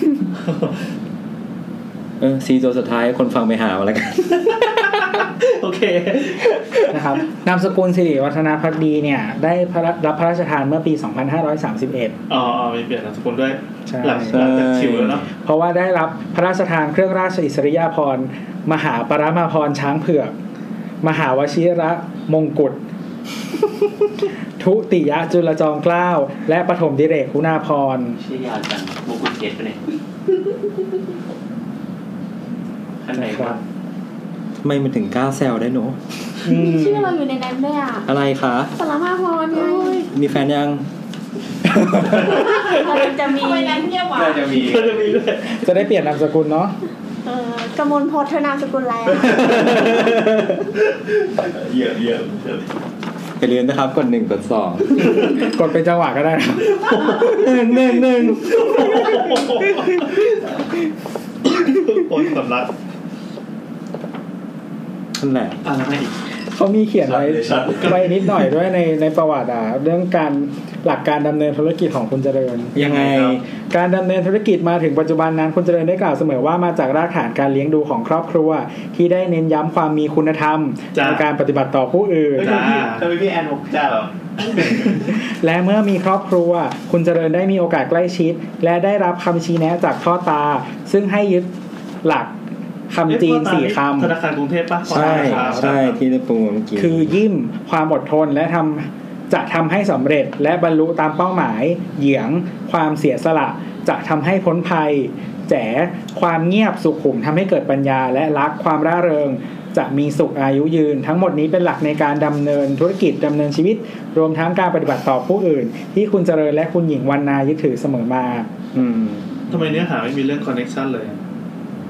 ซีตัวสุดท้ายคนฟังไปหามาแล้วกันโอเคนะครับนามสกุลสิริวัฒนาภักดีเนี่ยได้รับพระราชทานเมื่อปี 2531 มีเปลี่ยนนามสกุลด้วยหลังจากชิวแล้วเนาะเพราะว่าได้รับพระราชทานเครื่องราชอิสริยาภรณ์มหาปรมาภรณ์ช้างเผือกมหาวชิระมงกุฎทุติยจุลจอมเกล้าและปฐมดิเรกคุณาภรณ์ชื่อยาวจังมงกุฎเพชรไปเลยอันไหนครับไม่มันถึงกล้าแซวได้หนูชื่อเราอยู่ในนั้นด้วยอ่ะอะไรคะปรมาภรณ์ไงมีแฟนยังจะมีไว้นั้นเนี่ยหว่าจะมีด้วยจะได้เปลี่ยนนามสกุลเนาะกมลพจน์เธอนามสกุลแล้วเยอะไปเรียนนะครับกด1กด2 กดเป็นจังหวะก็ได้นะ 1โอนสำลักนั่นแหละอะไรเขามีเขียนไว้นิดหน่อยด้วยในประวัติเรื่องการหลักการดำเนินธุรกิจของคุณเจริญยังไงการดำเนินธุรกิจมาถึงปัจจุบันนั้นคุณเจริญได้กล่าวเสมอว่ามาจากรากฐานการเลี้ยงดูของครอบครัวที่ได้เน้นย้ำความมีคุณธรรมในการปฏิบัติต่อผู้อื่นทำไมพี่แอนบอกจ้าหรอและเมื่อมีครอบครัวคุณเจริญได้มีโอกาสใกล้ชิดและได้รับคำชี้แนะจากพ่อตาซึ่งให้ยึดหลักคำจีน4คำธนาคารกรุงเทพป่ะใช่ที่ได้ปูเมื่อกี้คือยิ้มความอดทนและจะทำให้สำเร็จและบรรลุตามเป้าหมายเหยียงความเสียสละจะทำให้พ้นภัยแจ๋ความเงียบสุขุมทำให้เกิดปัญญาและรักความร่าเริงจะมีสุขอายุยืนทั้งหมดนี้เป็นหลักในการดำเนินธุรกิจดำเนินชีวิตรวมทั้งการปฏิบัติต่อผู้อื่นที่คุณเจริญและคุณหญิงวรรณายึดถือเสมอมาทำไมเนื้อหาไม่มีเรื่องคอนเนคชั่นเลย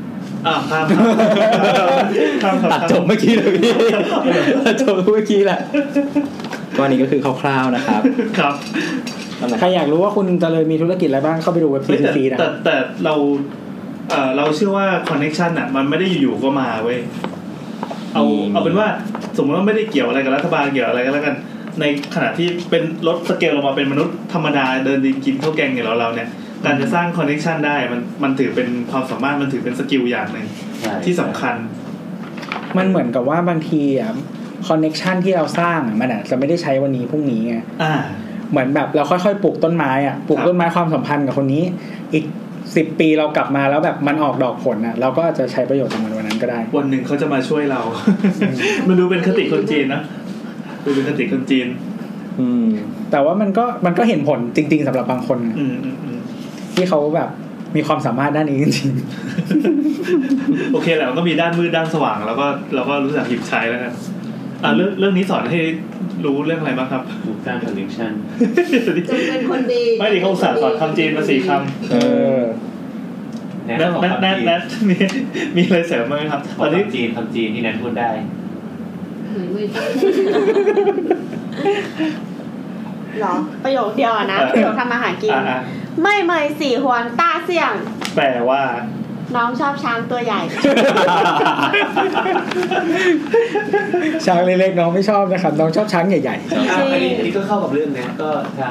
ตัดจบเมื่อกี้เลยพี่ตัดจบเมื่อกี้แหละก็นี้ก็คือคร่าวๆนะครับครับใครอยากรู้ว่าคุณเจริญมีธุรกิจอะไรบ้างเข้าไปดูเว็บ CCC นะแต่เราเชื่อว่าคอนเนคชั่นอ่ะมันไม่ได้อยู่ๆก็มาเว้ยเอาเป็นว่าสมมติว่าไม่ได้เกี่ยวอะไรกับรัฐบาลเกี่ยวอะไรก็แล้วกันในขณะที่เป็นลดสเกลลงมาเป็นมนุษย์ธรรมดาเดินกินข้าวแกงอย่างเราเนี่ยการจะสร้างคอนเนคชั่นได้มันถือเป็นความสามารถมันถือเป็นสกิลอย่างนึงที่สำคัญมันเหมือนกับว่าบางทีอ่ะคอนเนคชั่นที่เราสร้างมันอาจจะไม่ได้ใช้วันนี้พรุ่งนี้ไงเหมือนแบบเราค่อยๆปลูกต้นไม้อ่ะปลูกต้นไม้ความสัมพันธ์กับคนนี้อีก10 ปีเรากลับมาแล้วแบบมันออกดอกผลอ่ะเราก็อาจจะใช้ประโยชน์จากมันวันนั้นก็ได้วันหนึ่งเขาจะมาช่วยเรา มันดูเป็นคติคนจีนนะดูเป็นคติคนจีนแต่ว่ามันก็เห็นผลจริงๆสำหรับบางคนที่เขาแบบมีความสามารถด้านนี้จริงๆ โอเคแหละมันก็มีด้านมืดด้านสว่างแล้วก็รู้จักหยิบใช้แล้วกันเรื่องนี้สอนให้รู้เรื่องอะไรบ้างครับสร้างคอนเนคชั่นจะเป็นคนดีไม่ดีเขาอุตส่าห์สอนคำจีนมา4 คำแนทมีอะไรเสริมไหมครับตอนนี้คำจีนที่แนทพูดได้หรอประโยคเดียวนะประโยคทำอาหารกินไม่เมยสี่หวนต้าเสี่ยงแปลว่าน้องชอบช้างตัวใหญ่ช้างเล็กๆน้องไม่ชอบนะครับน้องชอบช้างใหญ่ๆอันนี้ก็เข้ากับเรื่องนะก็ท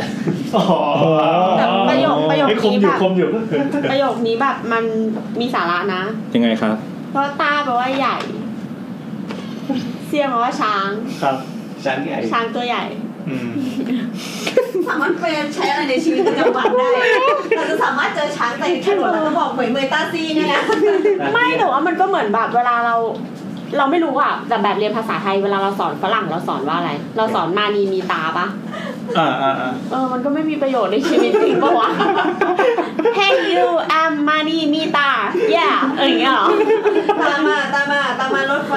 ำแต่ประโยคนี้แบบประโยคนี้แบบมันมีสาระนะยังไงครับเพราะต้าแปลว่าใหญ่เสี่ยงแปลว่าช้างครับช้างใหญ่ช้างตัวใหญ่สามารถไปใช้อะไรในชีวิตประจำวันได้เราจะสามารถเจอช้างในถนนแล้วก็บอกเหมยต้าซี่เนี่ยนะไม่แต่ว่ามันก็เหมือนแบบเวลาเราไม่รู้อ่ะแต่แบบเรียนภาษาไทยเวลาเราสอนฝรั่งเราสอนว่าอะไรเราสอนมานีมีตาปะมันก็ไม่มีประโยชน์ในชีวิตจริงปะวะ Hey you am money มีตา yeah อย่างเงี้ยหรอตามารถไฟ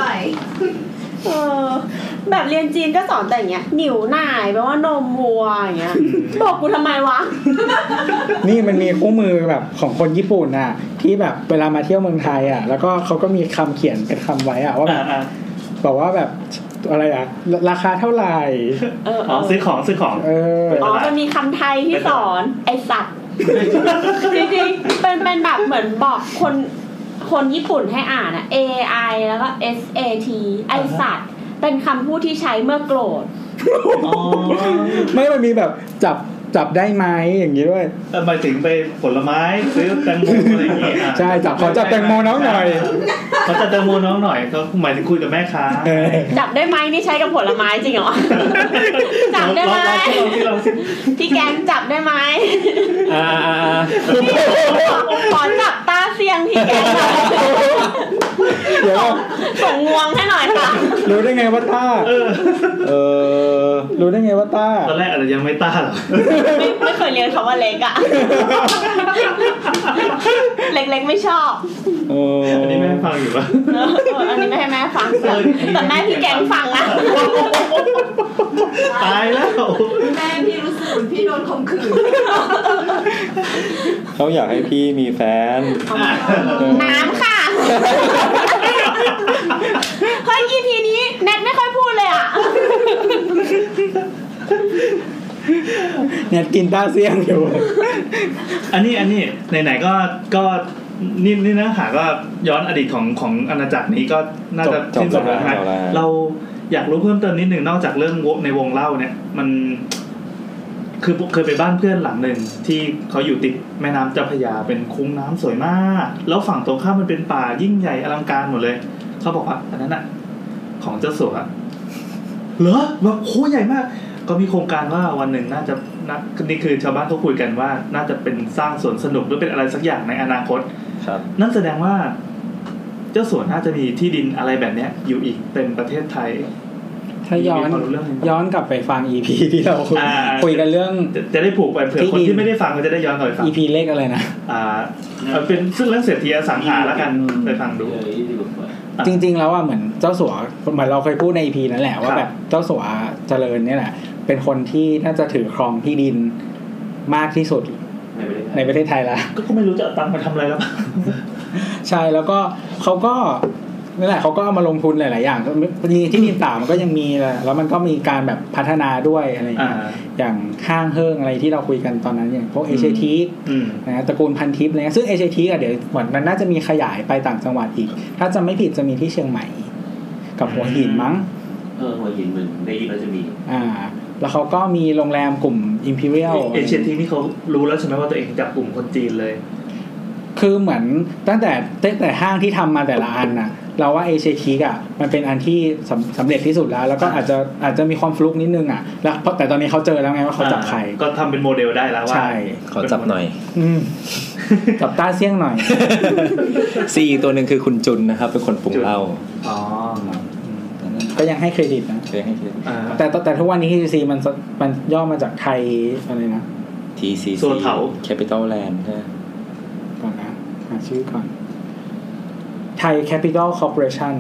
แบบเรียนจีนก็สอนแต่อย่างเงี้ยหนิวหน่ายแปลว่านมวัวอย่างเงี้ยบอกกูทำไมวะนี่มันมีคู่มือแบบของคนญี่ปุ่นน่ะที่แบบเวลามาเที่ยวเมืองไทยอ่ะแล้วก็เขาก็มีคำเขียนเป็นคำไว้อ่ะว่าแบบบอกว่าแบบอะไรอ่ะราคาเท่าไหร่ซื้อของมันมีคำไทยที่สอนไอสัตว์จริงๆเป็นแบบเหมือนบอกคนญี่ปุ่นให้อ่านอ่ะ AI แล้วก็ SAT ไอสัตว์เป็นคำพูดที่ใช้เมื่อโกรธไม่มันมีแบบจับได้ไหมอย่างนี้ด้วยหมายถึงไปผลไม้ซื้อแตงโมอะไรอย่างงี้ใช่ขอจับแตงโมน้องหน่อยเขาจับแตงโมน้องหน่อยเขาหมายถึงคุยกับแม่ค้าจับได้ไหมนี่ใช้กับผลไม้จริงเหรอจับได้ไหมพี่แกงจับได้ไหมขอจับตาเสียงพี่แกงหน่อยส่งงวงให้หน่อยค่ะรู้ได้ไงว่าต้ารู้ได้ไงว่าต้าตอนแรกอาจจะยังไม่ต้าหรอกไม่เคยเรียนคำว่าเล็กอ่ะเล็กๆไม่ชอบอันนี้แม่ฟังอยู่ปะอันนี้ไม่ให้แม่ฟังแต่แม่พี่แกงฟังนะตายแล้วแม่พี่รู้สึกพี่โดนข่มขืนเขาอยากให้พี่มีแฟนน้ำค่ะเฮ้ย EP นี้แนทไม่ค่อยพูดเลยอ่ะเนี่ยกินตาเสี่ยงอยู่อันนี้ไหนๆก็นี่เนื้อหาก็ย้อนอดีตของอาณาจักรนี้ก็น่าจะสิ้นสุดแล้วนะเราอยากรู้เพิ่มเติมนิดนึงนอกจากเรื่องในวงเล่าเนี่ยมันคือเคยไปบ้านเพื่อนหลังนึงที่เขาอยู่ติดแม่น้ำเจ้าพระยาเป็นคุ้งน้ำสวยมากแล้วฝั่งตรงข้ามมันเป็นป่ายิ่งใหญ่อลังการหมดเลยเขาบอกว่าอันนั้นน่ะของเจ้าสัวเหรอแบบโหใหญ่มากก็มีโครงการว่าวันหนึ่งน่าจะนี่คือชาวบ้านเขาคุยกันว่าน่าจะเป็นสร้างสวนสนุกหรือเป็นอะไรสักอย่างในอนาคตนั่นแสดงว่าเจ้าสัวน่าจะมีที่ดินอะไรแบบนี้อยู่อีกเต็มประเทศไทยถ้าย้อนกลับไปฟัง EP ที่เราคุยกันเรื่องจะได้ผูกไปเผื่อคนที่ไม่ได้ฟังก็จะได้ย้อนกลับไปฟัง EP เลขอะไรนะเป็นซึ่งเรื่องเศรษฐีอสังหาแล้วกันไปฟังดูจริงๆแล้วเหมือนเจ้าสัวเหมือนเราเคยพูดใน EP นั่นแหละว่าแบบเจ้าสัวเจริญเนี่ยแหละเป็นคนที่น่าจะถือครองที่ดินมากที่สุดในประเทศไทยละก็ไม่รู้จะเอาตังค์มาทำอะไรแล้วใช่แล้วก็เขาก็นั่นแหละเขาก็เอามาลงทุนหลายๆอย่างที่ทีมต่างมันก็ยังมีแหละแล้วมันก็มีการแบบพัฒนาด้วยอะไรอย่างห้างเฮิ่งอะไรที่เราคุยกันตอนนั้นอย่างพวกเอเชียทีกนะตระกูลพันทิพย์อะไรเงี้ยซึ่งเอเชียทีกเดี๋ยวเหมือนมันน่าจะมีขยายไปต่างจังหวัดอีกถ้าจะไม่ผิดจะมีที่เชียงใหม่กับหัวหินมั้งหัวหินมันได้ยินแล้วจะมีแล้วเขาก็มีโรงแรมกลุ่ม Imperial เอเชียทีนี่เขารู้แล้วใช่ไหมว่าตัวเองจับกลุ่มคนจีนเลยคือเหมือนตั้งแต่ห้างที่ทำมาแต่ละอันน่ะเราว่าเอเชียทีกอ่ะมันเป็นอันที่สำเร็จที่สุดแล้วก็อาจจะมีความฟลุกนิดนึงอ่ะแล้วแต่ตอนนี้เขาเจอแล้วไงว่าเขาจับใครก็ทำเป็นโมเดลได้แล้วว่าใช่ขอจับหน่อยจับต้าเสี่ยงหน่อยซีตัวหนึ่งคือคุณจุนนะครับเป็นคนปรุงเหล้าก็ยังให้เครดิตนะแต่ทุกวันนี้ TCC มันย่อมาจากไทยอะไรนะ TCC Capital Land ใช่ก่อนนะหาชื่อก่อนไทย Capital Corporation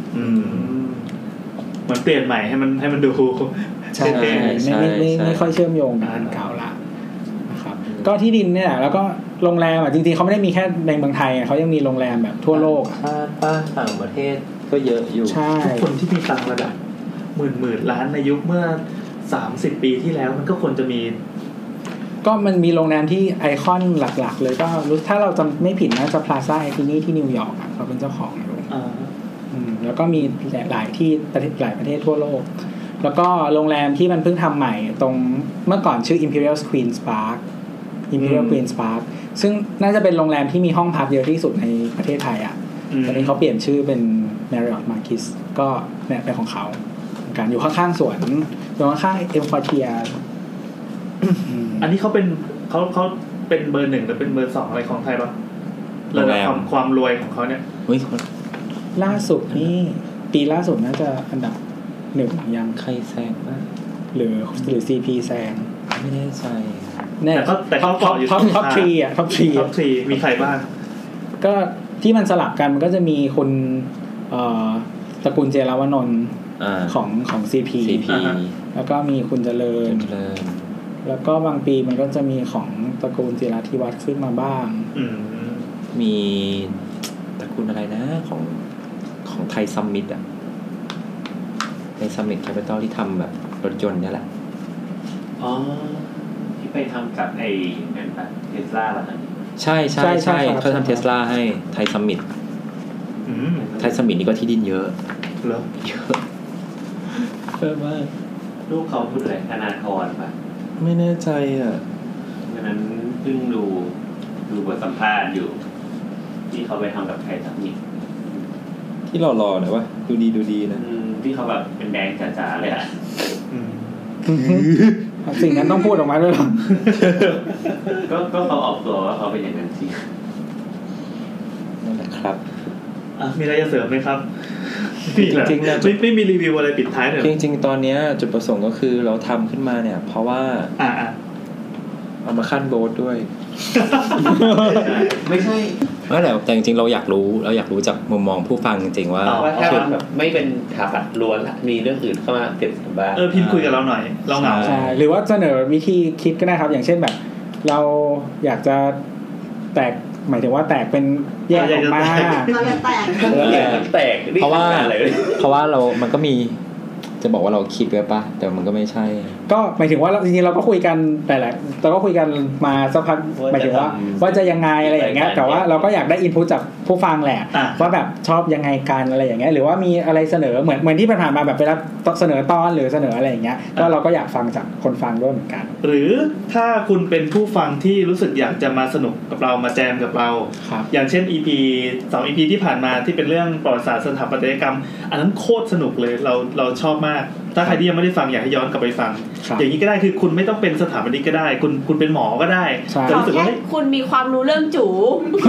เหมือนเปลี่ยนใหม่ให้มันดูใช่ไม่ค่อยเชื่อมโยงกันเก่าละนะครับก็ที่ดินเนี่ยแล้วก็โรงแรมจริงๆเขาไม่ได้มีแค่ในเมืองไทยเขายังมีโรงแรมแบบทั่วโลกต่างประเทศก็เยอะอยู่ทุกคนที่มีตังค์ระดับหมื่นล้านในยุคเมื่อ30 ปีที่แล้วมันก็ควรจะมีก็มันมีโรงแรมที่ไอคอนหลักๆเลยก็ถ้าเราจำไม่ผิดนะจะ Plaza Atini ที่นิวยอร์กเขาเป็นเจ้าของอยู่แล้วก็มีหลายที่หลายประเทศทั่วโลกแล้วก็โรงแรมที่มันเพิ่งทำใหม่ตรงเมื่อก่อนชื่อ Imperial Queen's Park Imperial Queen's Park ซึ่งน่าจะเป็นโรงแรมที่มีห้องพักเยอะที่สุดในประเทศไทยตอนนี้เขาเปลี่ยนชื่อเป็น Marriott Marquis ก็เนี่ยเป็นของเขาการอยู่ข้างๆสวนอยู่ข้างๆ Empire อันนี้เขาเป็นเบอร์ 1หรือเป็นเบอร์ 2อะไรของไทยป่ะระดับความรวยของเขาเนี่ยล่าสุดนี่ปีล่าสุดน่าจะอันดับ1ยังใครแซงป่ะหรือ CP แซงไม่แน่ใจแต่เขาเกาะอยู่ท็อป3อ่ะท็อป 3มีใครบ้างก็ที่มันสลับกันมันก็จะมีคนตระกูลเจรวนนท์ของ CP แล้วก็มีคุณเจริญแล้วก็บางปีมันก็จะมีของตระกูลจิราธิวัฒน์ขึ้นมาบ้างมีตระกูลอะไรนะของไทยซัมมิตอ่ะในซัมมิตแคปิตอลที่ทำแบบรถยนต์นี่แหละที่ไปทำกับไอ้นั่นปะเทสลาเหรอใช่เขาทำเทสลาให้ไทยซัมมิตไทยซัมมิตนี่ก็ที่ดินเยอะเหรอเยอะมากลูกเขาพูดอะไรธนาธรป่ะไม่แน่ใจเพราะนั้นเพิ่งดูบทสัมภาษณ์อยู่ที่เขาไปทำกับไทยซัมมิตที่หล่อๆนะว่าดูดีนะที่เขาแบบเป็นแดงจ๋าๆเลยสิ่งนั้นต้องพูดออกมาด้วยหรอก็เขาออกตัวว่าเขาเป็นอย่างนั้นจริงนั่นแหละครับมีอะไรจะเสริมไหมครับจริงๆนะไม่มีรีวิวอะไรปิดท้ายเลยจริงๆตอนนี้จุดประสงค์ก็คือเราทำขึ้นมาเนี่ยเพราะว่าเอามาขั้นโบสด้วยไม่ใช่แต่จริงๆเราอยากรู้จากมุมมองผู้ฟังจริงๆว่าแค่แบบไม่เป็นถาปัดล้วนละมีเรื่องอื่นเข้ามาเก็บบ้างพิมพ์คุยกับเราหน่อยเราเหงาใช่หรือว่าเสนอวิธีคิดก็ได้ครับอย่างเช่นแบบเราอยากจะแตกหมายถึงว่าแตกเป็นแยกออกมาแตกเพราะว่าเรามันก็มีจะบอกว่าเราคิดไว้ป่ะแต่มันก็ไม่ใช่ก็หมายถึงว่าจริงๆเราก็คุยกันแต่แหละเราก็คุยกันมาสักพักหมายถึงว่าจะยังไงอะไรอย่างเงี้ยแต่ว่าเราก็อยากได้อินพุตจากผู้ฟังแหละว่าแบบชอบยังไงกันอะไรอย่างเงี้ยหรือว่ามีอะไรเสนอเหมือนที่ผ่านมาแบบเวลาเสนอตอนหรือเสนออะไรอย่างเงี้ยก็เราก็อยากฟังจากคนฟังด้วยเหมือนกันหรือถ้าคุณเป็นผู้ฟังที่รู้สึกอยากจะมาสนุกกับเรามาแจมกับเราอย่างเช่น EP 2 EP ที่ผ่านมาที่เป็นเรื่องประวัติศาสตร์สถาปัตยกรรมอันนั้นโคตรสนุกเลยเราชอบมากถ้าใครที่ยังไม่ได้ฟังอยากให้ย้อนกลับไปฟังอย่างนี้ก็ได้คือคุณไม่ต้องเป็นสถาปนิกก็ได้คุณเป็นหมอก็ได้แต่รู้สึกว่าคุณมีความรู้เรื่องจู๋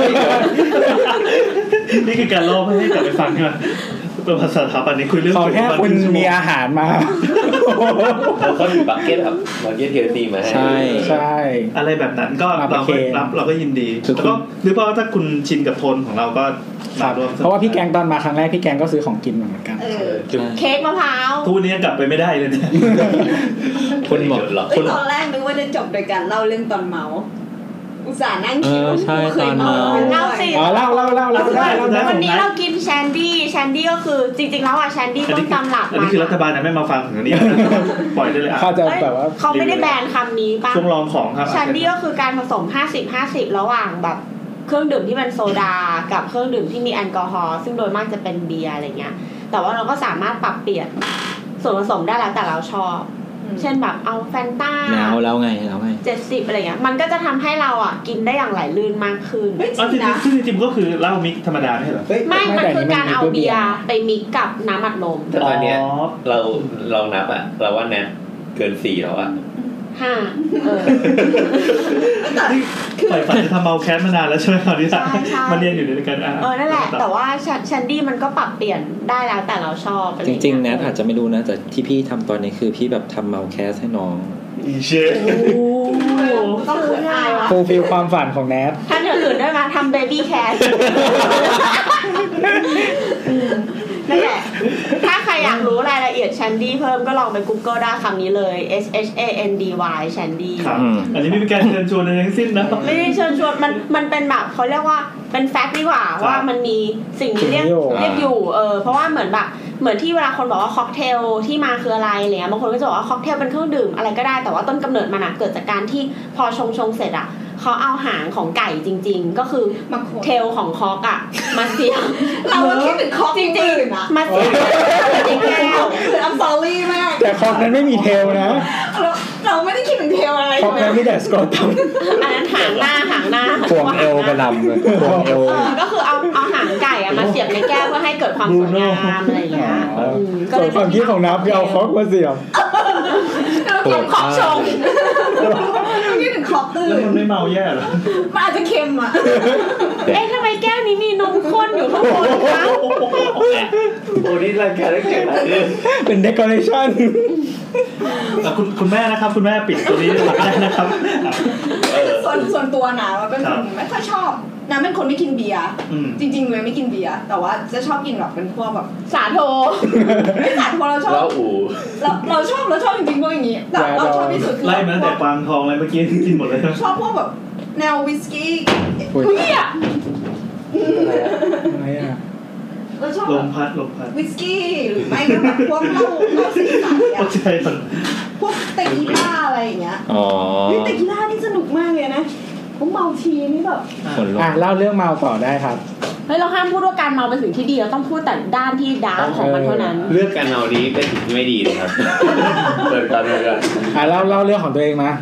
นี่คือการล่อให้กลับไปฟังใช่ไหมเป็นภาษาสถาปนิกคุยเรื่องจู๋แค่คุณมีอาหารมาเขามีบักเก็ตครับบักเก็ตเทเลตีมาใช่อะไรแบบนั้นก็เราก็ยินดีแล้วก็หรือเพราะถ้าคุณชินกับโทนของเราก็เพราะว่าพี่แกงตอนมาครั้งแรกพี่แกงก็ซื้อของกินเหมือนกันเค้กมะพร้าวทุกนี้กลับไปไม่ได้เลยเนี่ยคุณหมดหรอตอนแรกนึกว่าจะจบโดยการเล่าเรื่องตอนเมาอุตส่าห์นั่งคิดใช่ตอนนั้นเล่าสิเล่าได้วันนี้เรากินแชนดี้ก็คือจริงๆแล้วอ่ะแชนดี้ต้นตำหลักอันนี้คือรัฐบาลนะไม่มาฟังถึงนี้ปล่อยได้เลยอ่ะเขาจะแบบว่าเขาไม่ได้แบนคำนี้ป่ะช่วงลองของครับแชนดี้ก็คือการผสม 50-50 ระหว่างแบบเครื่องดื่มที่เป็นโซดากับเครื่องดื่มที่มีแอลกอฮอล์ซึ่งโดยมากจะเป็นเบียร์อะไรเงี้ยแต่ว่าเราก็สามารถปรับเปลี่ยนส่วนผสมได้แล้วแต่เราชอบเช่นแบบเอาแฟนต้าแล้วไง 70อะไรเงี้ยมันก็จะทำให้เราอ่ะกินได้อย่างไหลลื่นมากขึ้นจริงๆก็คือเหล้ามิกธรรมดาไม่ใช่เหรอไม่มันคือการเอาเบียร์ไปมิกกับน้ำอัดลมแต่ตอนเนี้ยเราลองนับอ่ะเราว่าแนทเกิน4แล้วอ่ะ 5 ปล่อยฝันจะทำเมาแคสมานานแล้วใช่ไหมตอนนี้มาเรียนอยู่ด้วยกันนั่นแหละแต่ว่าแชนดี้มันก็ปรับเปลี่ยนได้แล้วแต่เราชอบจริงๆแนทอาจจะไม่รู้นะแต่ที่พี่ทำตอนนี้คือพี่แบบทำเมาแคสให้น้องเช่ต้องคือง่ายวะฟูลฟิลความฝันของแนทท่านอย่างอื่นได้ไหมทำเบบี้แคสนั่นแหละถ้าใครอยากรู้รายละเอียดแชนดี้เพิ่มก็ลองไป Google ได้คำนี้เลย SHANDY แชนดี้อันนี้ไม่เป็นการเชิญชวนอะไรทั้งสิ้นนะไม่ได้เชิญชวนมันเป็นแบบเขาเรียกว่าเป็นแฟกต์ดีกว่าว่ามันมีสิ่งที่เรียกอยู่เพราะว่าเหมือนที่เวลาคนบอกว่าค็อกเทลที่มาคืออะไรอะไรเงี้ยบางคนก็จะบอกว่าค็อกเทลเป็นเครื่องดื่มอะไรก็ได้แต่ว่าต้นกำเนิดมันเกิดจากการที่พอชงเสร็จอ่ะเขาเอาหางของไก่จริงๆก็คือเทลของคอกอ่ะมาเสียบเราคิดถึงคอกจริงๆนะมาเสียบจริงๆแล้วคืออัมซอรี่มากแต่คอกนั้นไม่มีเทลนะเราไม่ได้คิดถึงเทลอะไรคอกนั้นมีแต่สกอตตัมอันนั้นหางหน้าพวงเอวกระลำเลยพวงเอวก็คือเอาหางไก่อะมาเสียบในแก้วเพื่อให้เกิดความสวยงามอะไรอย่างเงี้ยก็เลยความคิดของนับคือเอาคอกมาเสียบเขียนคอกชงคิดถึงคอกตื่นแล้วมันไม่เมาแย่หรอมันอาจจะเค็มอ่ะทำไมแก้วนี้มีนมข้นอยู่ข้างบนคะโอ้นี่รายการเก่งเลยเป็นเดคอเรชั่นคุณแม่นะครับคุณแม่ปิดตัวนี้ได้นะครับส่วนตัวนะมันเป็นคนไม่ค่อยชอบนะเป็นคนไม่กินเบียร์จริงๆเลยไม่กินเบียร์แต่ว่าจะชอบกินแบบเป็นพวกแบบสาโทไม่สาโทเราชอบเราชอบจริงๆพวกอย่างนี้แต่เราชอบที่สุดไล่มาแต่กวางทองอะไรเมื่อกี้กินหมดเลยชอบพวกแบบแนววิสกี้อะไรอะเราชอบลมพัดวิสกี้หรือไม่ก็แบบพวกเหล้าสีสันเนี่ยพวกเตกิล่าอะไรอย่างเงี้ยเตกิล่านี่สนุกมากเลยนะผมเมาทีนี่แบบเล่าเรื่องเมาต่อได้ครับเฮ้ยเราห้ามพูดว่าการเมาเป็นสิ่งที่ดีเราต้องพูดแต่ด้านที่ดาร์กของมันเท่านั้นเรื่องการเมานี้เป็นสิ่งที่ไม่ดีเลยครับเปิดกันเล่าเรื่องของตัวเองมา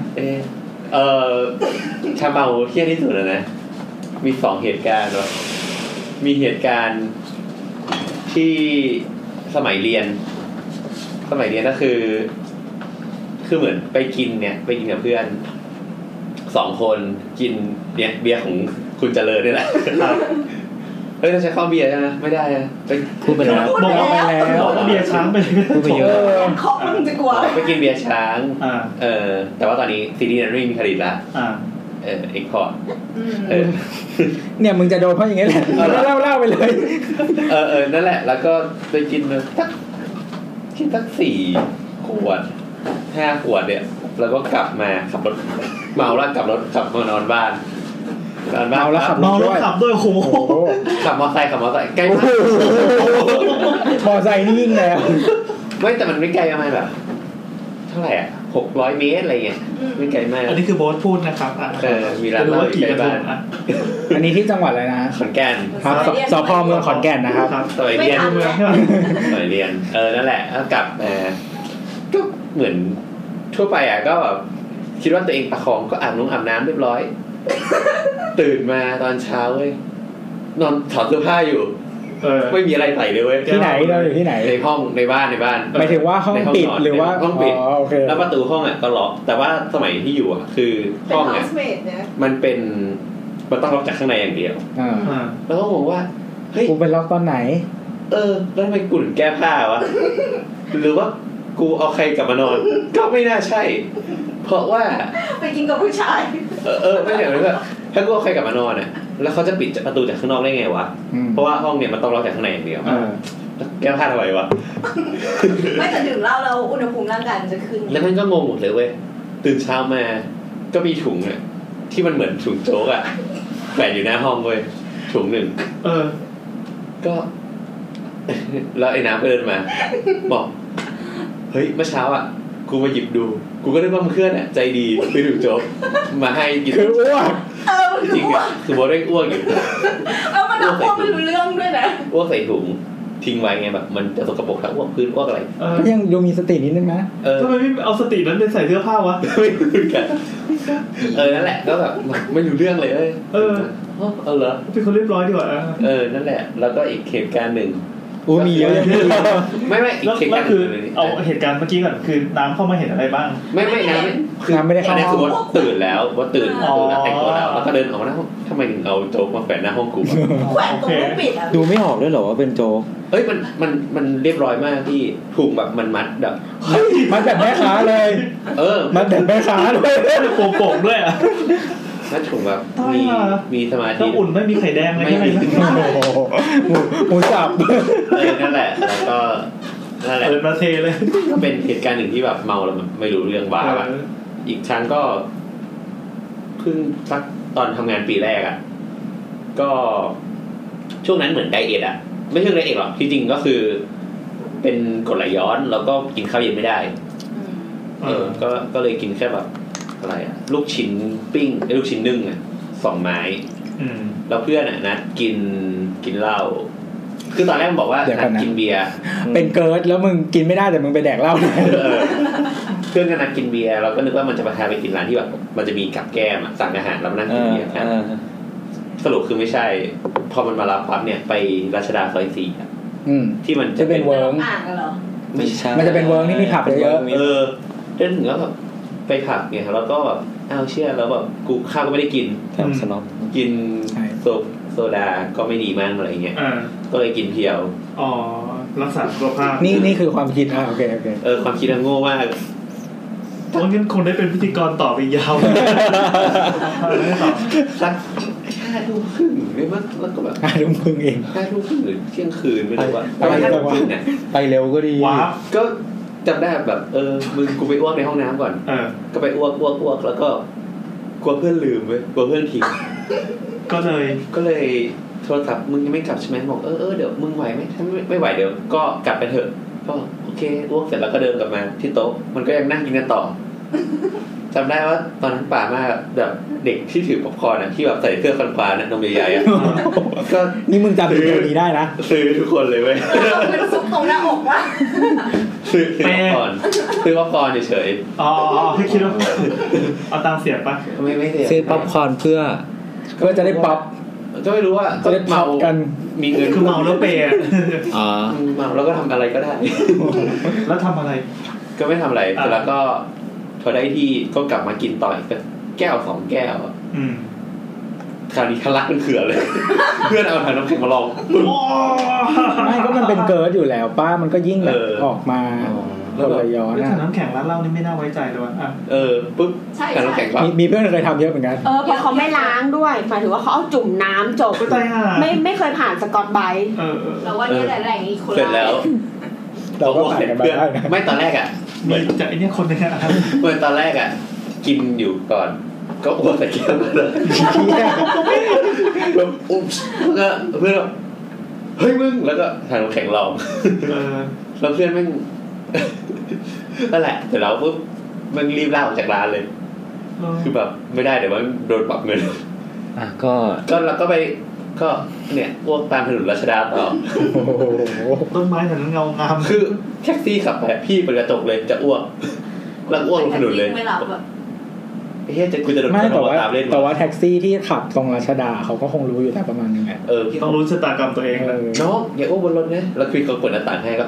ถ้าเมาเที่ยที่สุดเลยนะมี2เหตุการณ์มีเหตุการณ์ที่สมัยเรียนก็คือเหมือนไปกินกับเพื่อน2คนกินเนี่ยเบียร์ของคุณเจริญนี่แหละครับเราใช้ข้าวเบียร์ใช่ไหมไม่ได้นะไปพูดไปแล้วบอกไปแล้วเบียร์ช้างไปพูดไปเยอะเคาะมันจะกลัวไปกินเบียร์ช้างแต่ว่าตอนนี้ซีรีส์นั้นไม่มีผลิตละเอ็กพอร์ตเนี่ยมึงจะโดนเพราะอย่างงี้แหละเล่าไปเลยนั่นแหละแล้วก็ไปกินสัก4 ขวด 5 ขวดเนี่ยแล้วก็กลับมาขับรถเมาแล้วขับมานอนบ้านเมาแล้วขับด้วยโอ้โหขับมอเตอร์ไซค์ใกล้มากมอเตอร์ไซค์นี่ยิ่งแล้วไม่แต่มันไม่ไกลประมาณแบบเท่าไหร่อ่ะ600 เมตรอะไรเงี้ยไม่ไกลมากอันนี้คือโบ๊ทพูดนะครับมีร้านเหล้าใกล้บ้านอันนี้ที่จังหวัดอะไรนะขอนแก่นครับสพ.เมืองขอนแก่นนะครับสมัยเรียนนั่นแหละแล้วกลับมาก็เหมือนทั่วไปอ่ะก็แบบคิดว่าตัวเองประคองก็อาบน้ำเรียบร้อยตื่นมาตอนเช้าเว้ยนอนถอดเสื้อผ้าอยู่ไม่มีอะไรใส่เลยเว้ยที่ไหนเราอยู่ที่ไหนในห้องในบ้านหมายถึงว่าห้องปิดหรือว่าห้องปิดแล้วประตูห้องอ่ะก็ล็อกแต่ว่าสมัยที่อยู่อ่ะคือห้องอ่ะมันต้องล็อกจากข้างในอย่างเดียวแล้วก็งงว่าเฮ้ยกูไปล็อกตอนไหนแล้วทำไมกูถึงแก้ผ้าวะหรือว่ากูเอาใครกลับมานอนก็ไม่น่าใช่เพราะว่าไปกินกับผู้ชายไม่อย่างนั้นก็ถ้ากูเอาใครกลับมานอนน่ะแล้วเขาจะปิดประตูจากข้างนอกได้ไงวะเพราะว่าห้องเนี่ยมันต้องล็อกจากข้างในอย่างเดียวแก้ผ้าทำไมวะไม่แต่ดื่มเหล้าแล้วอุณหภูมิร่างกายมันจะขึ้นแล้วมันก็งงหมดเลยเว้ยตื่นเช้ามาก็มีถุงอ่ะที่มันเหมือนถุงโจ๊กอ่ะแขวนอยู่หน้าห้องเว้ยถุงหนึ่งก็แล้วไอ้น้ำก็เดินมาบอกเฮ้ยเมื่อเช้าอ่ะกูมาหยิบดูกูก็ได้ว่ามันเพื่อนอ่ะใจดีไปถุงโจ๊กมาให้กินคืออ้วกจริงอ่ะคือโบได้อ้วกอยู่มันอ้วกไม่รู้เรื่องด้วยนะอ้วกใส่ถุงทิ้งไว้ไงแบบมันจะสกปรกทั้งอ้วกพื้นอ้วกอะไรก็ยังดูมีสตินิดนึงนะทำไมไม่เอาสตินั้นไปใส่เสื้อผ้าวะไม่รู้กันนั่นแหละก็แบบไม่รู้เรื่องเลยเหรอเป็นคนเรียบร้อยดีกว่านั่นแหละแล้วก็อีกเหตุการณ์หนึ่งมีเยอะไม่แล้วคือเอาเหตุการณ์เมื่อกี้ก่อนคือน้ำเข้ามาเห็นอะไรบ้างไม่น้ำไม่ได้เข้าห้องตื่นแล้วว่าตื่นแล้วแต่งตัวแล้วก็เดินออกมาหน้าห้องทำไมถึงเอาโจ๊กมาแขวนหน้าห้องกูแขวนตรงลูกปิดดูไม่ออกด้วยเหรอว่าเป็นโจ๊กมันเรียบร้อยมากที่ถูกแบบมันมัดแบบมันแบบแม่ค้าเลยมันแบบแม่ค้าด้วยโป่งๆด้วยอ่ะน่าถูกแบบมีสมาธิต้องอุ่นไม่มีไข่แดงไม่มีหมูสับนั่นแหละแล้วก็นั่นแหละเปิดมาเทเลยก็เป็นเหตุการณ์หนึ่งที่แบบเมาแล้วไม่รู้เรื่องบ้าแบบอีกครั้งก็เพิ่งสักตอนทำงานปีแรกอ่ะก็ช่วงนั้นเหมือนไดเอทอ่ะไม่ใช่ไดเอทหรอกที่จริงก็คือเป็นกรดไหลย้อนแล้วก็กินข้าวเย็นไม่ได้ก็เลยกินแค่แบบอะไรอะลูกชิ้นปิ้งลูกชิ้นนึ่งอ่ะ2 ไม้แล้วเพื่อนอ่ะนัดกินเหล้าคือตอนแรกมันบอกว่านัดกินเบียร์เป็นเกิร์ดแล้วมึงกินไม่ได้แต่มึงไปแดกเหล้าเลยเพื่อนก็นัดกินเบียร์เราก็นึกว่ามันจะพาไปกินร้านที่แบบมันจะมีกับแก้มสั่งอาหารแล้วนั่งกินเบียร์กันสรุปคือไม่ใช่พอมันมารับปั๊บเนี่ยไปรัชดาซอย4ที่มันจะเป็นเวิร์กไม่ใช่มันจะเป็นเวิร์กที่มีผับเยอะเดินถึงแล้วแบบไปผับเนี่ยแล้วก็แบบเชื่อแล้วแบบกูข้าวก็ไม่ได้กินสน็อปกินโซดาก็ไม่ดีมากอะไรเงี้ยก็เลยกินเพียวรักษาสุขภาพนี่คือความคิดโอเคความคิดโง่มากเพราะงั้นคงได้เป็นพิธีกรต่อไปยาวสัก5 ทุ่มครึ่งหรือว่าแล้วก็แบบ 5 ทุ่มครึ่งเอง 5 ทุ่มครึ่งหรือเที่ยงคืนไม่รู้ว่าไปเร็วก็ดีก็จำได้แบบมึงกูไปอ้วกในห้องน้ำก่อนก็ไปอ้วกแล้วก็กลัวเพื่อนลืมเว้ยกลัวเพื่อนทิ้งก็เลยโทรศัพท์มึงยังไม่กลับใช่ไหมบอกเดี๋ยวมึงไหวไหมถ้าไม่ไหวเดี๋ยวก็กลับไปเถอะก็โอเคอ้วกเสร็จแล้วก็เดินกลับมาที่โต๊ะมันก็ยังนั่งกินกันต่อจำได้ว่าตอนนั้นป่ามากแบบเด็กที่ถือป๊อปคอร์นที่แบบใส่เสื้อควันๆนมใหญ่ๆก็นี่มึงจำตัวนี้ได้นะซื้อทุกคนเลยเว้ยเป็นซุปตรงหน้าอกวะซื้อป๊อปคอร์นเฉยๆพี่คิดว่าเอาตังเสียปะไม่เสียซื้อป๊อปคอร์นเพื่อจะได้ป๊อปก็ไม่รู้ว่าจะได้เมากันมีเงินคือเมาแล้วเปย์เมาแล้วก็ทำอะไรก็ได้แล้วทำอะไรก็ไม่ทำอะไรแล้วก็พอได้ที่ก็กลับมากินต่ออีกแก้ว2 แก้วคราวนี้ทะลักเป็นเขื่อนเลยเพื่อนเอาถังน้ำแข็งมาลองไม่ก็มันเป็นเกิร์ดอยู่แล้วป้ามันก็ยิ่งแบบออกมาแล้วเลยย้อนถังน้ำแข็งร้านเหล้านี่ไม่น่าไว้ใจเลยว่ะปุ๊บถังน้ำแข็งมีเพื่อนเคยทำเยอะเหมือนกันเพราะเขาไม่ล้างด้วยหมายถึงว่าเขาเอาจุ่มน้ำจบไม่เคยผ่านสกอตไบรท์แล้วว่านี่แหละแหล่งอีโคไลเสร็จแล้วเราก็ผ่านกันมาได้นะไม่ตอนแรกอ่ะเหมือนจากไอ้นี่คนนึงอ่ะเหมือนตอนแรกอ่ะกินอยู่ก่อนก็อ้วกใส่แก้วเลยแล้วอุ๊บก็เพื่อนเฮ้ยมึงแล้วก็ทานน้ำแข็งลองแล้วเพื่อนแม่งนั่นแหละแต่เราปุ๊บมันรีบลาออกจากร้านเลยคือแบบไม่ได้เดี๋ยวมันโดนปรับเงินก็เราก็ไปก็เนี่ยอ้วกตามถนนรัชดาต่อต้นไม้ถนนเงางามคือแท็กซี่ขับไปพี่เปิดกระจกเลยจะอ้วกแล้วอ้วกลงถนนเลยไม่รับอ่ะเฮ้ยกูจะโดนแต่ว่าแท็กซี่ที่ขับตรงรัชดาเขาก็คงรู้อยู่แต่ประมาณนึงแหละต้องรู้ชะตากรรมตัวเองน้องอย่าอ้วกบนรถนะแล้วคือเขากดหน้าต่างให้ก็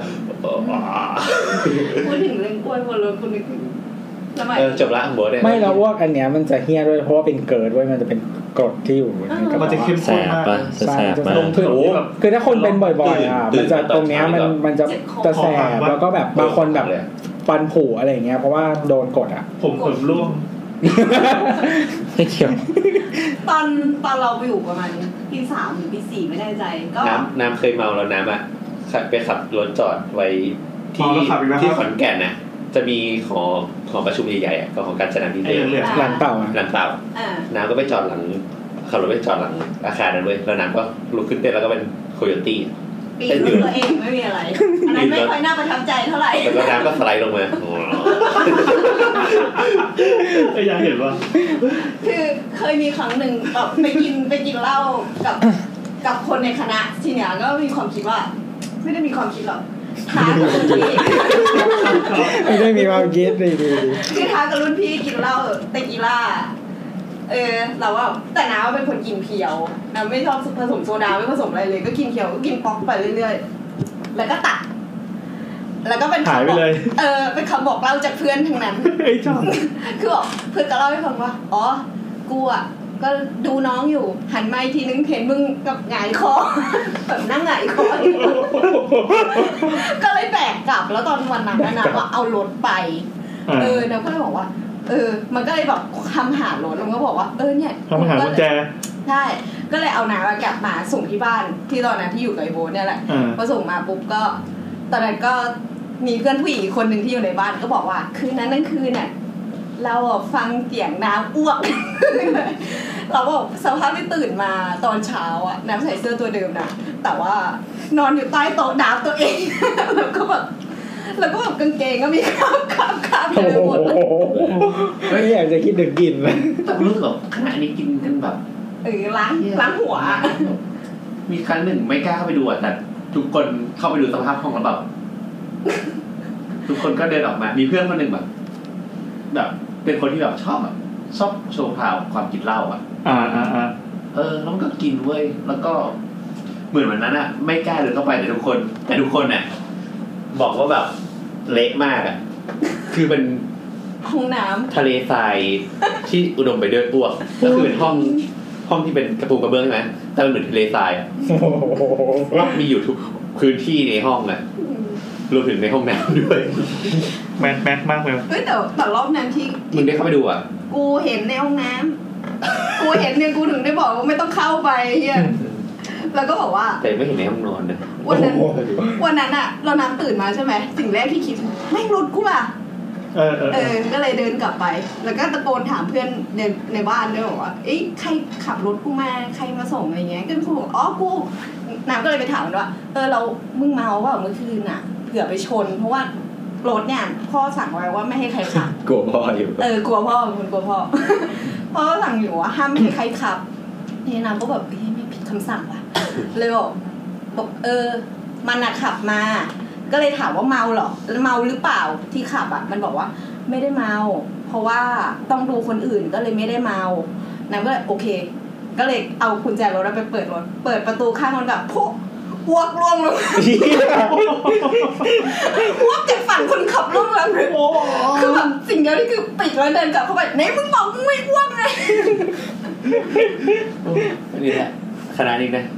พูดถึงเรื่องอ้วนบนรถคุณนึกจบละอังโบได้ไม่แล้วอ้วกอันเนี้ยมันจะเฮี้ยด้วยเพราะว่าเป็นเกิร์ดด้วยมันจะเป็นกรดที่อยู่มันจะเข้มข้นมากแสบมากคือถ้าคนเป็นบ่อยๆมันจะตรงเนี้ยมันจะแสบแล้วก็แบบบางคนแบบฟันผุอะไรอย่างเงี้ยเพราะว่าโดนกดผมขนร่วงไม่เกี่ยวตอนเราไปอยู่ประมาณปี 3 หรือปี 4ไม่แน่ใจก็น้ำเคยเมาแล้วน้ำไปขับรถจอดไว้ที่ขอนแก่นนะจะมีหอประชุมใหญ่ๆก็ของการจัดงานพิเศษหลังเต่าน้ำก็ไปจอดหลังขับรถไปจอดหลังอาคารนั้นเว้ยแล้วน้ำก็ลุกขึ้นเต้นแล้วก็เป็นโคโยตี้ปีนตัวเองไม่มีอะไรอันนั้นไม่ค่อยน่าประทับใจเท่าไหร่แล้วก็น้ำก็สไลด์ลงมาอยากเห็นว่าคือเคยมีครั้งหนึ่งแบบไปกินเหล้ากับคนในคณะทีเนี้ยก็มีความคิดว่าไม่ได้มีความคิดหรอกท้ากับรุ่นพี่ไม่ได้มีความคิดดีคือท้ากับรุ่นพี่กินเหล้าเตกิล่าเราว่าแต่น้าเป็นคนกินเพียวน้าไม่ชอบผสมโซดาไม่ผสมอะไรเลยก็กินเพียวก็กินป๊อกไปเรื่อยๆแล้วก็ตัดแล้วก็เป็นหายไปเลยเป็นคำบอกเล่าจากเพื่อนทั้งนั้นคือบอกเพื่อนก็เล่าให้ฟังว่าอ๋อกูอ่ะก็ดูน้องอยู่หันมาอีกทีนึงเห็นมึงกับหงายคอแบบนั่งหงายคออยู่ก็เลยแบกกลับแล้วตอนวันนั้นนะว่าเอารถไปน้าก็เลยบอกว่ามันก็เลยแบบทำหารถแล้วก็บอกว่าเนี่ยทำหากุญแจใช่ก็เลยเอาน้ากลับมาส่งที่บ้านที่ตอนนั้นที่อยู่กับไอ้โบ๊ทเนี่ยแหละพอส่งมาปุ๊บก็ตอนนั้นก็มีเพื่อนผู้หญิงคนนึงที่อยู่ในบ้านก็บอกว่าคืนนั้นนั่นคืนน่ะเราฟังเสียงน้ำอ้วกเราบอกสภาพที่ตื่นมาตอนเช้าอ่ะน้ำใส่เสื้อตัวเดิมนะแต่ว่านอนอยู่ใต้โต๊ะน้ำตัวเองแล้วก็แบบกางเกงก็มีข้ามเลยหมดไม่อยากจะคิดถึงกินเลยแต่รู้สึกขณะนี้กินกันแบบล้างหัวมีครั้งหนึ่งไม่กล้าเข้าไปดูแต่ทุกคนเข้าไปดูสภาพห้องแล้วแบบทุกคนก็เดินออกมามีเพื่อนคนหนึ่งแบบเป็นคนที่แบบชอบโชว์พาวความกินเหล้าแล้วมันก็กินเว้ยแล้วก็เหมือนวันนั้นอ่ะไม่กล้าเดินเข้าไปแต่ทุกคนน่ะบอกว่าแบบเละมากอ่ะคือเป็นห้องน้ำทะเลทรายที่อุดมไปด้วยอ้วกก็คือเป็นห้องที่เป็นกระปูกระเบื้องใช่ไหมแต่มันเหมือนทะเลทรายอ่ะมีอยู่ทุกพื้นที่ในห้องอ่ะรวมถึงในห้องน้ำด้วยแมทมากเลยแต่รอบนั้นที่มึงได้เข้าไปดูอ่ะกูเห็นในห้องน้ำกูเห็นเนี่ยกูถึงได้บอกว่าไม่ต้องเข้าไปเฮียแล้วก็บอกว่าแต่ไม่เห็นในห้องนอนนะวันนั้นอ่ะเราน้ำตื่นมาใช่ไหมสิ่งแรกที่คิดไม่รถกูล่ะก็เลยเดินกลับไปแล้วก็ตะโกนถามเพื่อนในบ้านด้วยบอกว่าเอ้ยใครขับรถกูมาใครมาส่งอะไรเงี้ยก็พูดอ๋อกูน้ำก็เลยไปถามว่าเรามึงเมาเปล่าเมื่อคืนน่ะเผื่อไปชนเพราะว่ารถเนี่ยพ่อสั่งไว้ว่าไม่ให้ใครขับกลัวพ่ออยู่กลัวพ่อคุณกลัวพ่อพ่อสั่งอยู่ว่าห้ามไม่ให้ใครขับนี่น้ำก็แบบไม่ผิดคำสั่งว่ะเลยบอกมันน่ะขับมาก็เลยถามว่าเมาหรอเมาหรือเปล่าที่ขับอ่ะมันบอกว่าไม่ได้เมาเพราะว่าต้องดูคนอื่นก็เลยไม่ได้เมาน้ำก็โอเคก็เลยเอากุญแจรถไปเปิดรถเปิดประตูข้างรถแบบปุ๊บอ้วกล่วงลงอ้วกจากฝั่งคนขับล่วงแล้วคือแบบสิ่งเดียวที่คือปิดแล้วเดินกลับเข้าไปไหนมึงบอกมึงไม่อ้วกไงนี่แหละคณะนี้นะ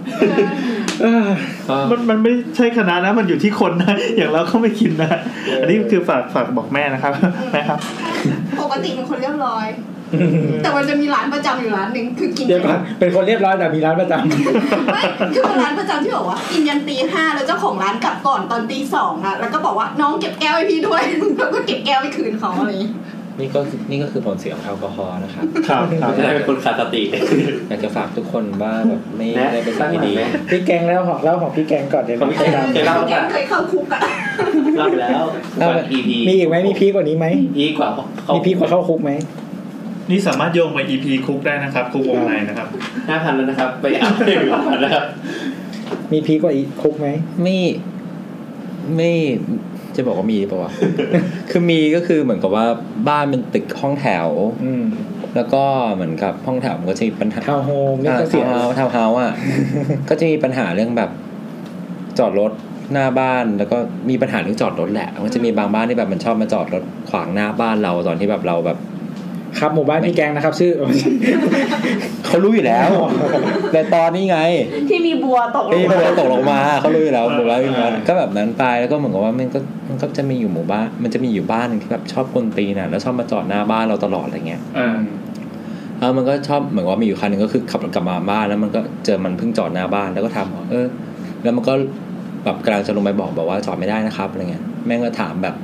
มันไม่ใช่คณะนะมันอยู่ที่คนนะอย่างเราก็ไม่กินนะอันนี้คือฝากบอกแม่นะครับแม่ครับปกติเป็นคนเรียบร้อยแต่มันจะมีร้านประจำอยู่ร้านนึงคือกินเป็นคนเรียบร้อยแต่มีร้านประจำไม่คือร้านประจำที่บอกว่ากินยันตี 5แล้วเจ้าของร้านกลับก่อนตอนตี 2อ่ะแล้วก็บอกว่าน้องเก็บแก้วให้พี่ด้วยแล้วก็เก็บแก้วไปคืนเขาอะไรนี่ก็คือผลเสียของแอลกอฮอล์นะครับครับเป็นคนขาดสติอยากจะฝากทุกคนว่าแบบไม่ได้เป็นสิ่งที่ดีพี่แกงแล้วของพี่แกงก่อนเดี๋ยวพี่แกงเคยเข้าคุกอ่ะเล่าไปแล้วมีอีกไหมมีพีกว่านี้ไหมพีกว่ามีพีกว่าเข้าคุกไหมนี่สามารถโยงไป EP คุกได้นะครับคุกวงในนะครับ 5,000 แล้วนะครับไปอัพให้ดูนะครับมีพีกว่าอีกคุกไหมไม่จะบอกว่ามีป่าววะ คือมีก็คือเหมือนกับว่าบ้านเป็นตึกห้องแถวแล้วก็เหมือนกับห้องแถวมันก็จะมีปัญหาทาวน์โฮมนี่ก็เสียทาวน์เฮาส์อ่ะ ก็จะมีปัญหาเรื่องแบบจอดรถหน้าบ้านแล้วก็มีปัญหาเรื่องจอดรถแหละมันจะมีบางบ้านที่แบบมันชอบมาจอดรถขวางหน้าบ้านเราตอนที่แบบเราแบบครับหมู่บ้านพี่แกงนะครับชื่อเขารู้อยู่แล้วแต่ตอนนี้ไงที่มีบัวตกลงมาเขารู้อยู่แล้วหมู่บ้านนั้นก็แบบนั้นไปแล้วก็เหมือนกับว่ามันก็จะมีอยู่หมู่บ้านมันจะมีอยู่บ้านนึงที่แบบชอบคนตีน่ะแล้วชอบมาจอดหน้าบ้านเราตลอดอะไรเงี้ยมันก็ชอบเหมือนว่ามีอยู่คันนึงก็คือขับรถกลับมาบ้านแล้วมันก็เจอมันเพิ่งจอดหน้าบ้านแล้วก็ถามแล้วมันก็แบบกำลังจะลงไปบอกว่าจอดไม่ได้นะครับอะไรเงี้ยแม่งก็ถามแบบ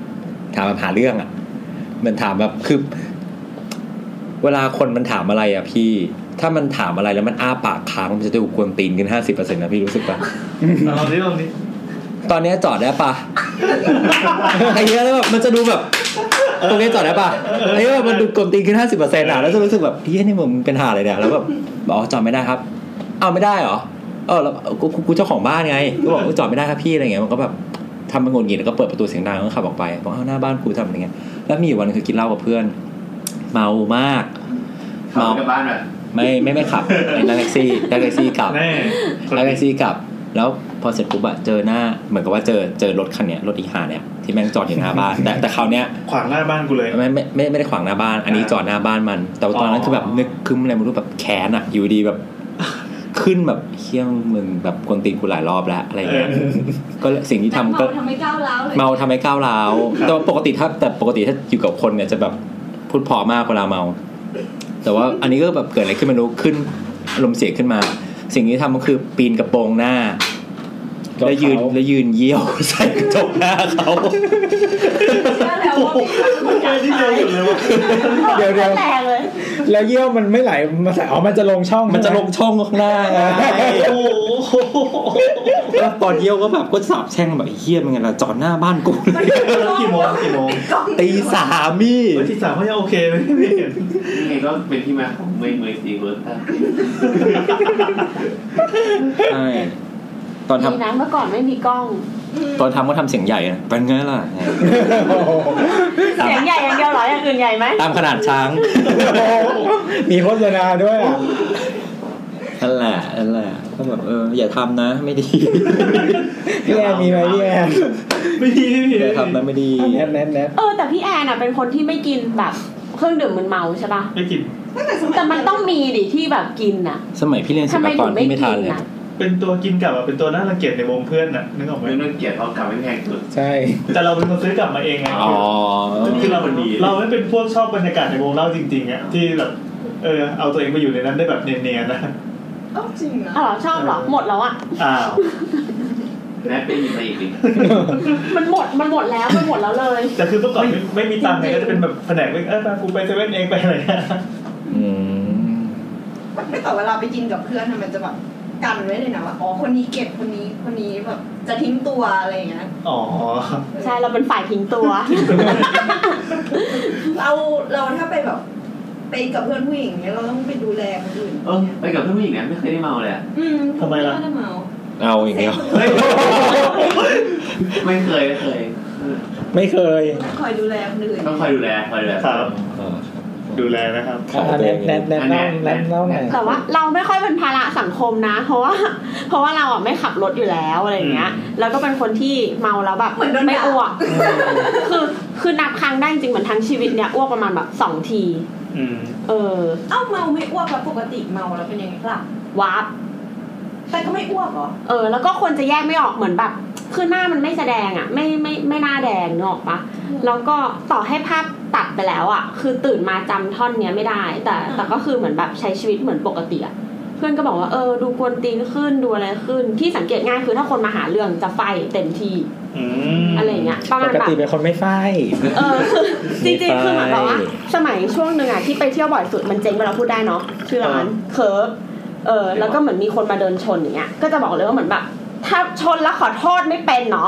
ถามแบบหาเรื่องอ่ะมันถามแบบคือเวลาคนมันถามอะไรอ่ะพี่ถ้ามันถามอะไรแล้วมันอ้าปากค้างมันจะดูกวนตีนกัน 50% นะพี่รู้สึกป่ะลองดิตอนนี้จอดได้ป่ะไอ้เงี้ยแล้วแบบมันจะดูแบบตรงนี้จอดได้ป่ะไอ้เงี้ยมันดูกวนตีนขึ้น 50% อ่ะแล้วจะรู้สึกแบบพี่นี่มึงเป็นห่าอะไรเนี่ยแล้วแบบบอกจอดไม่ได้ครับอ้าวไม่ได้เหรอแล้วกูเจ้าของบ้านไงก็บอกจอดไม่ได้ครับพี่อะไรเงี้ยมันก็แบบทำเป็นงงงิดแล้วก็เปิดประตูเสียงดังแล้วขับออกไปบอกหน้าบ้านกูทำอะไรเงี้ยแล้วมีวันนึงคือกินเหล้ากับเพื่อนเมามากเมากับบ้านแบบไม่ขับนั่งแท็กซี่กลับนั่งแท็กซี่กลับแล้วพอเสร็จปุ๊บอะเจอหน้าเหมือนกับว่าเจอรถคันเนี้ยรถอีห่าเนี่ยที่แม่งจอดอยู่หน้าบ้านแต่คราวเนี้ยขวางหน้าบ้านกูเลยไม่ได้ขวางหน้าบ้านอันนี้จอดหน้าบ้านมันแต่ตอนนั้นคือแบบนึกคึมอะไรไม่รู้แบบแค้นอะอยู่ดีแบบขึ้นแบบเฮี้ยมึงแบบกวนตีนกูหลายรอบแล้วอะไรเงี้ยก็สิ่งที่ทำก็เมาทำให้ก้าวร้าวเลยเมาทำให้ก้าวร้าวแต่ปกติถ้าอยู่กับคนเนี่ยจะแบบพูดพอมากเวลาเมาแต่ว่าอันนี้ก็แบบเกิดอะไรขึ้นไม่รู้ขึ้นอารมณ์เสียขึ้นมาสิ่งที่ทำก็คือปีนกระโปรงหน้าแล้วยืนเยี่ยวใส่กระจกหน้าเขาแล้วว่ามีคนที่เดียวอยู่เลยว่าเดี๋ยวแล้วเยี่ยวมันไม่ไหลมาใส่มันจะลงช่องข้างหน้าไงโอ้โหแล้วตอนเยี่ยวก็แบบก็สาบแช่งแบบเฮี้ยมันไงล่ะจอดหน้าบ้านกูกี่โมงตี 3มี่ตี 3ก็ยังโอเคไหมไม่เห็นยังไงก็เป็นที่มาของเมย์ซีเวิร์สใช่ตอนทำเมื่อก่อนไม่มีกล้องตอนทำก็ทำเสียงใหญ่นะเป็นไงล่ะเสียงใหญ่อย่างเดียวเหรออย่างอื่นใหญ่ไหมตามขนาดช้างมีโฆษณาด้วยนั่นแหละก็แบบอย่าทำนะไม่ดีพี่แอนมีไหมพี่แอนไม่ดีอย่าทำนะไม่ดีแนทแต่พี่แอนอ่ะเป็นคนที่ไม่กินแบบเครื่องดื่มมึนเมาใช่ป่ะไม่กินแต่มันต้องมีดิที่แบบกินอ่ะสมัยพี่เรียนศิลปากรพี่ไม่ทานเลยเป็นตัวกินกลับเป็นตัวน่ารังเกียจในวงเพื่อนน่ะนึกออกไหมน่ารังเกียจเอากลับไม่แพงสุดใช่แต่เราเป็นคนซื้อกลับมาเองไงคือเราไม่เป็นพวกชอบบรรยากาศในวงเล่าจริงๆอ่ะที่แบบเอาตัวเองไปอยู่ในนั้นได้แบบเนียนๆนะจริงนะชอบเหรอหมดแล้วอ่ะแม่ไปหยิบมาอีกดิมันหมดแล้วเลยแต่คือเมื่อก่อนไม่มีตังค์ไงก็จะเป็นแบบแผนกกูไปเซเว่นเองไปอะไรแต่เวลาไปกินกับเพื่อนมันจะแบบกันไว้เลยนะว่าคนนี้เก็บคนนี้แบบจะทิ้งตัวอะไรอย่างเงี้ยใช่เราเป็นฝ่ายทิ้งตัวเราถ้าไปแบบไปกับเพื่อนผู้หญิงเนี้ยเราต้องไปดูแลคนอื่นไปกับเพื่อนผู้หญิงเนี่ยไม่เคยได้เมาเลยทำไมล่ะเอาอย่างเดียวไม่เคยคอยดูแลคนอื่นต้องคอยดูแลครับดูแลนะครับแนทเล่าหน่อยแต่ว่าเราไม่ค่อยเป็นภาระสังคมนะเพราะว่าเราไม่ขับรถอยู่แล้วอะไรอย่างเงี้ยแล้วก็เป็นคนที่เมาแล้วแบบไม่อ้วกคือนับครั้งได้จริงเหมือนทั้งชีวิตเนี่ยอ้วกประมาณแบบ2 ทีเมาไม่อ้วกแล้วปกติเมาแล้วเป็นยังไงล่ะวาร์ปแต่ก็ไม่อ้วกเหรอแล้วก็คนจะแยกไม่ออกเหมือนแบบคือหน้ามันไม่แสดงอ่ะไม่หน้าแดงนึกออกปะแล้วก็ต่อให้ภาพตัดไปแล้วอ่ะคือตื่นมาจำท่อนเนี้ยไม่ได้แต่ก็คือเหมือนแบบใช้ชีวิตเหมือนปกติอ่ะเพื่อนก็บอกว่าดูกวนตีนขึ้นดูอะไรขึ้นที่สังเกตง่ายคือถ้าคนมาหาเรื่องจะไฟเต็มที่อะไรเงี้ยปกติเป็นคนไม่ไฟคือจริงๆคือเหมือนแบบว่าสมัยช่วงนึงอ่ะที่ไปเที่ยวบ่อยสุดมันเจ๊งไปแล้วพูดได้เนาะชื่อร้านเคิร์ฟแล้วก็เหมือนมีคนมาเดินชนอย่างเงี้ยก็จะบอกเลยว่าเหมือนแบบถ้าชนแล้วขอโทษไม่เป็นเนาะ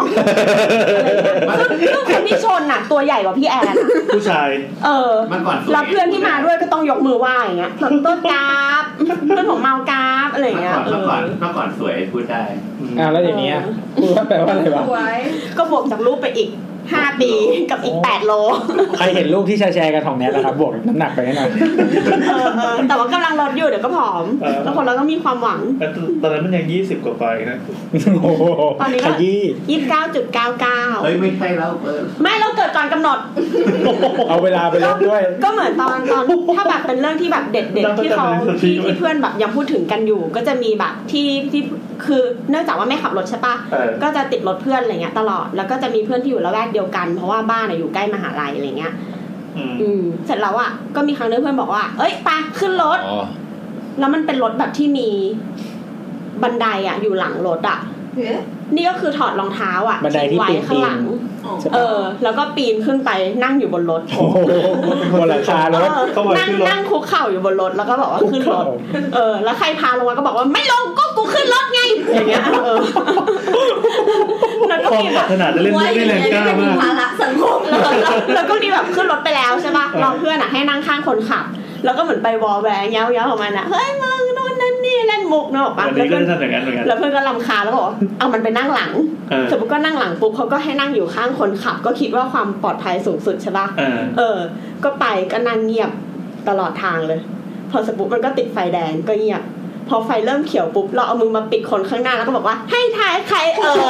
คือคนที่ชนน่ะตัวใหญ่กว่าพี่แอนผู้ชายแล้วเพื่อนที่มาด้วยก็ต้องยกมือไหว้อย่างเงี้ยต้นกราฟเพื่อนของเมากราฟอะไรอย่างเงี้ยเมื่อก่อนสวยพูดได้แล้วอย่างเงี้ยพูดว่าแปลว่าอะไรวะก็บวกจากรูปไปอีก5 ปีกับอีก8 โลใครเห็นรูปที่แชร์กันของแนทนะครับบวกน้ำหนักไปให้หน่อยแต่ว่ากำลังลดอยู่เดี๋ยวก็ผอมแล้วคนเราต้องมีความหวังตอนนั้นมันยัง20 กว่าไปนะตอนนี้ก็29.99 เฮ้ยไม่ใช่แล้วไม่เราเกิดก่อนกำหนดเอาเวลาไปลดด้วยก็เหมือนตอนถ้าแบบเป็นเรื่องที่แบบเด็ดที่เขาที่เพื่อนแบบยังพูดถึงกันอยู่ก็จะมีแบบที่คือเนื่องจากว่าไม่ขับรถใช่ปะก็จะติดรถเพื่อนอะไรเงี้ยตลอดแล้วก็จะมีเพื่อนที่อยู่ละแวกเดียวกันเพราะว่าบ้านอยู่ใกล้มหาลัยอะไรเงี้ยเสร็จแล้วอ่ะก็มีครั้งนึงเพื่อนบอกว่าเอ้ยไปขึ้นรถแล้วมันเป็นรถแบบที่มีบันไดอ่ะอยู่หลังรถอ่ะนี่ก็คือถอดรองเท้าอ่ะบันไดที่ไว้ข้างหลังแล้วก็ปีนขึ้นไปนั่งอยู่บนรถบนหลังคารถนั่งคุกเข่าอยู่บนรถแล้วก็บอกว่าขึ้นรถแล้วใครพาลงมาก็บอกว่าไม่ลงก็กูขึ้นรถไงอย่างเงี้ยแล้วก็มีแบบขนาดเล่นมุกได้แรงกล้ามากภาระสังคมแล้วก็มีแบบขึ้นรถไปแล้วใช่ป่ะรอเพื่อนให้นั่งข้างคนขับแล้วก็เหมือนไปวอลแวร์เย้าๆของมันเฮ้ยมึงโน่นนั่นนี่เล่นมุกเนาะป่ะแล้วเพื่อนทำอย่างนั้นเหมือนกันแล้วเพื่อนก็รำคาญแล้วบอกเอามันไปนั่งหลังสมมติก็นั่งหลังปุ๊บเขาก็ให้นั่งอยู่ข้างคนขับก็คิดว่าความปลอดภัยสูงสุดใช่ป่ะก็ไปก็นั่งเงียบตลอดทางเลยพอสปุ๊บมันก็ติดไฟแดงก็เงียบพอไฟเริ่มเขียวปุ๊บเราเอามือมาปิดคนข้างหน้าแล้วก็บอกว่าให้ทายใคร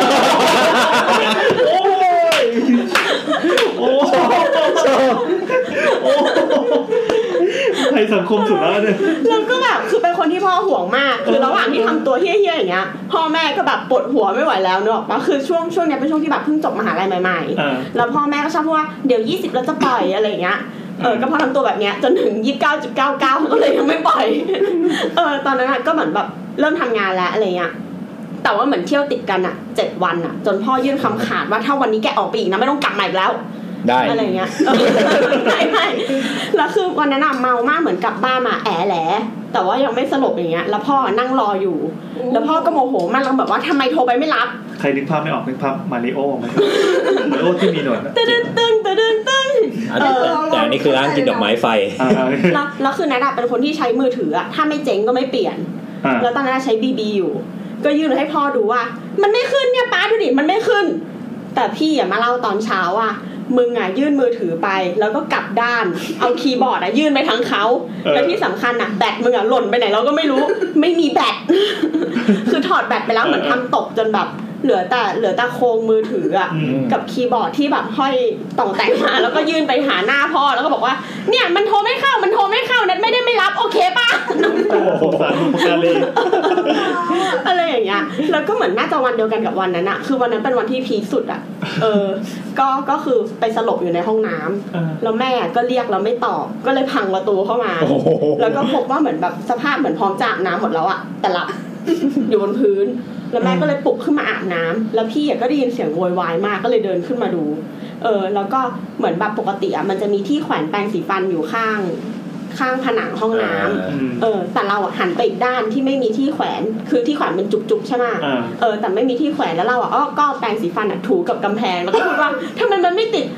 ใครสังคมสุดแล้วเนี่ยแล้วก็แบบคือเป็นคนที่พ่อห่วงมากคือระหว่างที่ทำตัวเฮี้ยๆอย่างเงี้ยพ่อแม่ก็แบบปวดหัวไม่ไหวแล้วเนอะคือช่วงนี้เป็นช่วงที่แบบเพิ่งจบมหาลัยใหม่ๆแล้วพ่อแม่ก็ชอบพูดว่าเดี๋ยว20แล้วจะปล่อยอะไรอย่างเงี้ยก็พอทำตัวแบบเนี้ยจนถึง 29.99 ก็เลยยังไม่ปล่อยตอนนั้นก็เหมือนแบบเริ่มทำงานแล้วอะไรเงี้ยแต่ว่าเหมือนเที่ยวติดกัน7 วันจนพ่อยื่นคำขาดว่าถ้าวันนี้แกออกไปอีกนะไม่ต้องกลับมาอีกแล้วได้อะไรเงี้ยไม่แล้วคือวันนั้นเมามากเหมือนกลับบ้านมาแอะแหลแต่ว่ายังไม่สลบอย่างเงี้ยแล้วพ่อนั่งรออยู่แล้วพ่อก็โมโหมากแล้วแบบว่าทำไมโทรไปไม่รับใครนึกภาพไม่ออกนึกภาพมาริโอมั้ยมาริโอที่มีหนวดตึ้งแต่นี่คือร้านกินดอกไม้ไฟแล้วคือนัดเป็นคนที่ใช้มือถือถ้าไม่เจ๊งก็ไม่เปลี่ยนแล้วตอนนั้นใช้ BB อยู่ก็ยื่นให้พ่อดูว่ามันไม่ขึ้นเนี่ยป้าดูดิมันไม่ขึ้นแต่พี่มาเล่าตอนเช้าว่ามึงยื่นมือถือไปแล้วก็กลับด้านเอาคีย์บอร์ดยื่นไปทั้งเขาและที่สำคัญแบตมึงหล่นไปไหนเราก็ไม่รู้ไม่มีแบตคือถอดแบตไปแล้วเหมือนทำตกจนแบบเหลือแต่โครงมือถือกับคีย์บอร์ดที่แบบห้อยต่องแต่งมาแล้วก็ยื่นไปหาหน้าพ่อแล้วก็บอกว่าเนี่ยมันโทรไม่เข้านัดไม่ได้ไม่รับโอเคป่ะสงสารพวกกันเลยอะไรอย่างเงี้ยแล้วก็เหมือนน่าจะวันเดียวกันกับวันนั้นคือวันนั้นเป็นวันที่พีคสุดก็คือไปสลบอยู่ในห้องน้ำแล้วแม่ก็เรียกเราไม่ตอบก็เลยพังประตูเข้ามาแล้วก็พบว่าเหมือนแบบสภาพเหมือนพร้อมจะอาบน้ำหมดแล้วแต่หลับอยู่บนพื้นแล้วแม่ก็เลยปลุกขึ้นมาอาบน้ำแล้วพี่ก็ได้ยินเสียงโวยวายมากก็เลยเดินขึ้นมาดูแล้วก็เหมือนแบบปกติมันจะมีที่แขวนแปรงสีฟันอยู่ข้างผนังห้องน้ำแต่เราหันไปอีกด้านที่ไม่มีที่แขวนคือที่แขวนเป็นจุกๆใช่ไหมแต่ไม่มีที่แขวนแล้วเราก็แปรงสีฟันถูกับกำแพงแล้วก็พูดว่าทำไมมันไม่ติด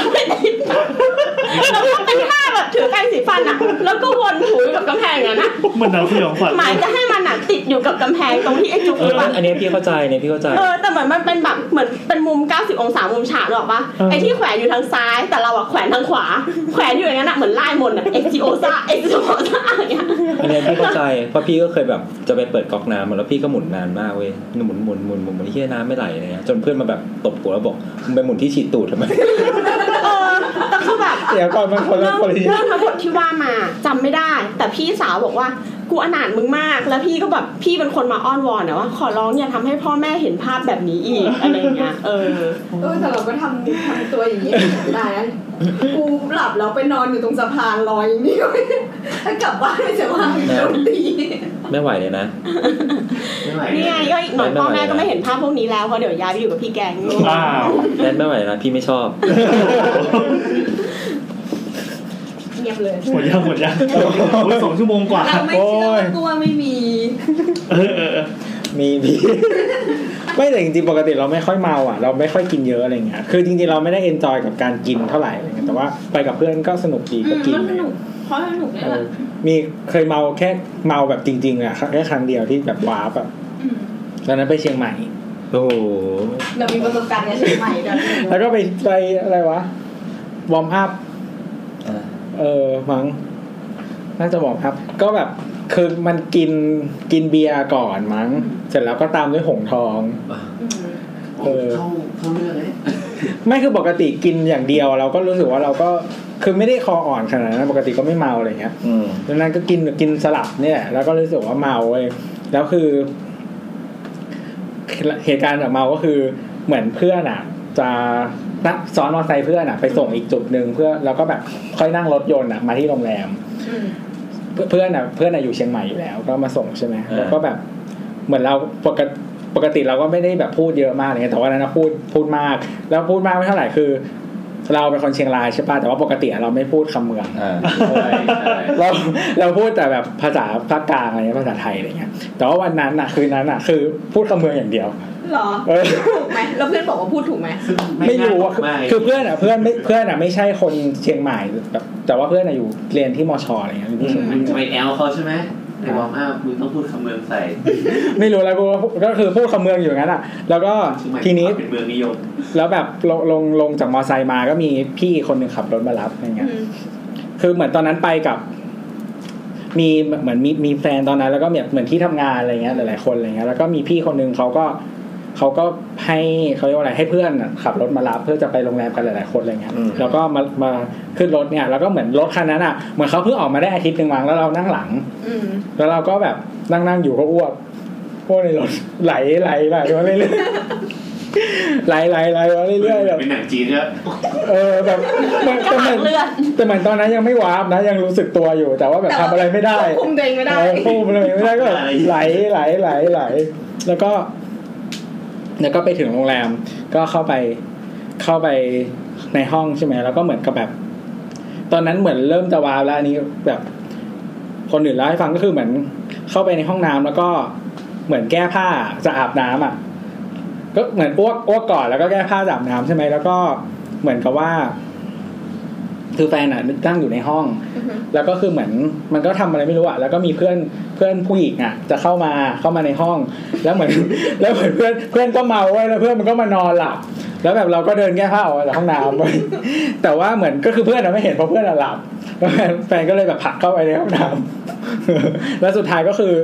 แล้วก็เป็นท่าแบบถือแปรงสีฟันแล้วก็วนถูกับกำแพงนะมันหนาวสยองขวัญหมายจะให้มันติดอยู่กับกำแพงตรงที่ไอ้จุกอันนี้พี่เข้าใจแต่เหมือนมันเป็นแบบเหมือนเป็นมุม90 องศามุมฉากหรอกปะไอ้ที่แขวนอยู่ทางซ้ายแต่เราแขวนทางขวาแขวนอยู่อย่างนั้นเหมือนไล่มนเอ็กซิโอซ่าอันนี้พี่เข้าใจเพราะพี่ก็เคยแบบจะไปเปิดก๊อกน้ำแล้วพี่ก็หมุนนานมากเว้ยหมุนที่น้ำไม่ไหลเลยจนเพื่อนมาแบบตบหัวแล้วบอกมึงไปหมุนที่ฉีดตูดทำไมแต่คือแบบเดี๋ยวก่อนมันคนละคนเรื่องทั้งหมดที่ว่ามาจำไม่ได้แต่พี่สาวบอกว่ากูอนาถมึงมากแล้วพี่ก็แบบพี่เป็นคนมาอ้อนวอนว่าขอร้องอย่าทำให้พ่อแม่เห็นภาพแบบนี้อีกอะไรเงี้ยแต่เราก็ทำตัวอย่างนี้ได้นะกูหลับแล้วไปนอนอยู่ตรงสะพานลอยอย่างนี้ถ้ากลับบ้านไม่ใช่ว่าโดนตีไม่ไหวเลยนะนี่ไงก็อีกหน่อยพ่อแม่ก็ไม่เห็นภาพพวกนี้แล้วเพราะเดี๋ยวย้ายไปอยู่กับพี่แกงแน่นไม่ไหวนะพี่ไม่ชอบเงียบเลยหมดยัง2 ชั่วโมงกว่าเราไม่เชื่อตัวไม่มีมีไม่แต่จริงๆปกติเราไม่ค่อยเมาเราไม่ค่อยกินเยอะอะไรเงี้ยคือจริงๆเราไม่ได้เอนจอยกับการกินเท่าไหร่อะไรเงี้ยแต่ว่าไปกับเพื่อนก็สนุกดีก็กินสนุกเพราะสนุกเลยมีเคยเมาแค่เมาแบบจริงๆแค่ครั้งเดียวที่แบบว้าแบบตอนนั้นไปเชียงใหม่โอ้โหเรามีประสบการณ์ในเชียงใหม่แล้วก็ไปอะไรวะวอร์มอัพมั้งน่าจะบอกครับก็แบบคือมันกินเบียร์ก่อนมั้งเสร็จแล้วก็ตามด้วยหงทองเข้าเรื่องเลยไม่คือปกติกินอย่างเดียวเราก็รู้สึกว่าเราก็คือไม่ได้คออ่อนขนาดนั้นปกติก็ไม่เมาอะไรเงี้ยดังนั้นก็กินสลับเนี่ยแล้วก็รู้สึกว่าเมาเว้ยแล้วคือเหตุการณ์แบบเมาก็คือเหมือนเพื่อนจะซ้อนมอเตอร์ไซค์เพื่อนไปส่งอีกจุดนึงเพื่อแล้วก็แบบค่อยนั่งรถยนต์มาที่โรงแรมเพื่อนอยู่เชียงใหม่อยู่แล้วก็มาส่งใช่ไหมแล้วก็แบบเหมือนเราปปกติเราก็ไม่ได้แบบพูดเยอะมากเลยแต่ว่านั้นพูดมากแล้วพูดมากไม่เท่าไหร่คือเราเป็นคนเชียงรายใช่ป่ะแต่ว่าปกติเราไม่พูดคำเมืองเราพูดแต่แบบภาษาภาคกลางอะไรภาษาไทยอะไรเงี้ยแต่ว่าวันนั้นคืนนั้นคือพูดคำเมืองอย่างเดียวหรอถูกไหมแล้วเพื่อนบอกว่าพูดถูกไหมไม่รู้คือเพื่อนไม่ใช่คนเชียงใหม่แบบแต่ว่าเพื่อนอยู่เรียนที่มชอะไรเงี้ยที่เชียงใหม่จะไปแอลเขาใช่ไหมไอ้บอกมึงต้องพูดคำเมืองใส่ไม่รู้แล้วก็คือพูดคำเมืองอยู่งั้นอ่ะแล้วก็ทีนี้เป็นเมืองนิยมแล้วแบบลงจากมอไซค์มาก็มีพี่คนนึงขับรถมารับอะไรเงี้ยคือเหมือนตอนนั้นไปกับมีเหมือนมีแฟนตอนนั้นแล้วก็เหมือนที่ทำงานอะไรเงี้ยหลายๆคนอะไรเงี้ยแล้วก็มีพี่คนนึงเขาก็ให้เขาเรียกว่าอะไรให้เพื่อนขับรถมารับเพื่อจะไปโรงแรมกันหลายๆคนอะไรเงี้ยแล้วก็มาขึ้นรถเนี่ยแล้วก็เหมือนรถคันนั้นอ่ะเหมือนเขาเพิ่งออกมาได้อาทิตย์นึงมั้งแล้วเรานั่งหลังแล้วเราก็แบบนั่งอยู่ก็อ้วกในรถไหลมาเรื่อยๆไหลมาเรื่อยๆแบบเป็นหนังจีนเนี่ยแบบแต่เหมือนตอนนั้นยังไม่วาร์ปนะยังรู้สึกตัวอยู่แต่ว่าแบบทำอะไรไม่ได้คุมตัวเองไม่ได้ก็ไหลแล้วก็ไปถึงโรงแรมก็เข้าไปในห้องใช่ไหมแล้วก็เหมือนกับแบบตอนนั้นเหมือนเริ่มจะวาร์ปแล้วอันนี้แบบคนอื่นเล่าให้ฟังก็คือเหมือนเข้าไปในห้องน้ำแล้วก็เหมือนแก้ผ้าจะอาบน้ำอ่ะก็เหมือนอ้วกก่อนแล้วก็แก้ผ้าอาบน้ำใช่ไหมแล้วก็เหมือนกับว่าคือแฟนอ่ะนั่งอยู่ในห้องแล้วก็คือเหมือนมันก็ทำอะไรไม่รู้อ่ะแล้วก็มีเพื่อนผู้หญิงอ่ะจะเข้ามาในห้องแล้วเหมือนเพื่อนก็เมาไว้แล้วเพื่อนมันก็มานอนหลับแล้วแบบเราก็เดินแก้ผ้าออกจากห้องน้ำไปแต่ว่าเหมือนก็คือเพื่อนไม่เห็นเพราะเพื่อนหลับแฟนก็เลยแบบผลักเข้าไปในห้องน้ำแล้วสุดท้ายก็คือ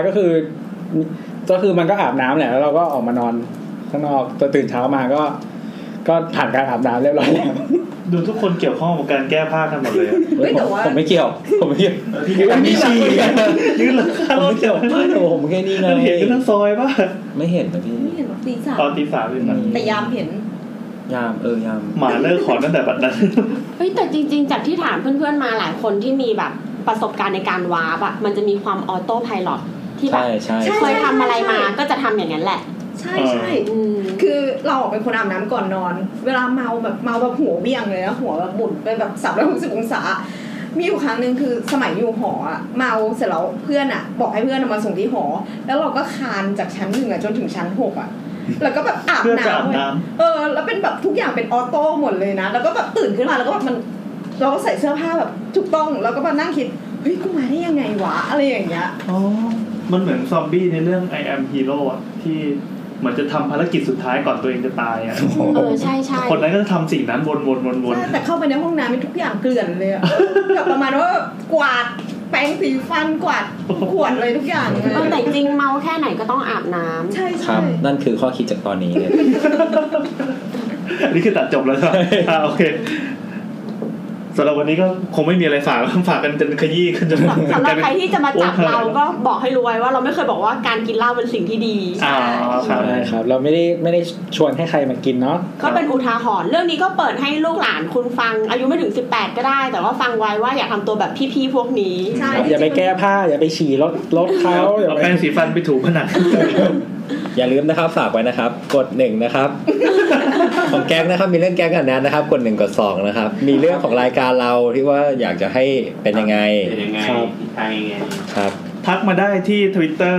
มันก็อาบน้ำแหละแล้วเราก็ออกมานอนข้างนอกตื่นเช้ามาก็ผ่านการอาบน้ำเรียบร้อยแล้วดูทุกคนเกี่ยวข้องกับการแก้ผ้ากันหมดเลยผมไม่เกี่ยวอันนี้ชี้ยืนราคาไม่เกี่ยวผมแค่นี้ไงเห็นกันทั้งซอยป่ะไม่เห็นนะพี่ไม่เห็นตี 3 ตอนตี 3เลยนะแต่ยามเห็นยามหมาเลิกขอตั้งแต่บัดนั้นเฮ้ยแต่จริงๆจากที่ถามเพื่อนๆมาหลายคนที่มีแบบประสบการณ์ในการวาร์ปอ่ะมันจะมีความออโต้ไพลอตที่แบบเคยทำอะไรมาก็จะทำอย่างนั้นแหละใช่คือเราเป็นคนอาบน้ำก่อนนอนเวลาเมาแบบหัวเบี้ยงเลยนะหัวแบบหมุนไปแบบ360องศามีอยู่ครั้งนึงคือสมัยอยู่หออ่ะเมาเสร็จแล้วเพื่อนอ่ะบอกให้เพื่อนมาส่งที่หอแล้วเราก็คานจากชั้น1อ่ะจนถึงชั้น6อ่ะแล้วก็แบบอาบน้ำแล้วเป็นแบบทุกอย่างเป็นออโต้หมดเลยนะแล้วก็แบบตื่นขึ้นมาแล้วก็แบบมันเราก็ใส่เสื้อผ้าแบบถูกต้องแล้วก็มานั่งคิดเฮ้ยกูมาได้ยังไงวะอะไรอย่างเงี้ยมันเหมือนซอมบี้ในเรื่อง I Am Hero อ่ะที่เหมือนจะทำภารกิจสุดท้ายก่อนตัวเองจะตายอ่ะใช่คนนั้นก็จะทำสิ่งนั้นวนแต่เข้าไปในห้องน้ำมีทุกอย่างเกลื่อนเลยอ่ะแบบประมาณว่ากวาดแปรงสีฟันกวาดขวดเลยทุกอย่างเลยแต่จริงเมาแค่ไหนก็ต้องอาบน้ำใช่ครับนั่นคือข้อคิดจากตอนนี้เลยนี่คือตัดจบแล้วใช่ไหมโอเคสำหรับวันนี้ก็คงไม่มีอะไรฝากกันจนขยี้ขึ้นจนสำหรับใครที่จะมาจับเราก็บอกให้รู้ไว้ว่าเราไม่เคยบอกว่าการกินเหล้าเป็นสิ่งที่ดีใช่ครับเราไม่ได้ชวนให้ใครมากินเนาะก็เป็นอุทาหรณ์เรื่องนี้ก็เปิดให้ลูกหลานคุณฟังอายุไม่ถึง18ก็ได้แต่ว่าฟังไว้ว่าอย่าทำตัวแบบพี่ๆพวกนี้อย่าไปแก้ผ้าอย่าไปฉี่รถเขาอย่าแปรงสีฟันไปถูผนังอย่าลืมนะครับฝากไว้นะครับกด1นะครับของแก๊งนะครับมีเรื่องแก๊งกันนั้นนะครับกด1กด2นะครับมีเรื่องของรายการเราที่ว่าอยากจะให้เป็นยังไงครับครับทักมาได้ที่ Twitter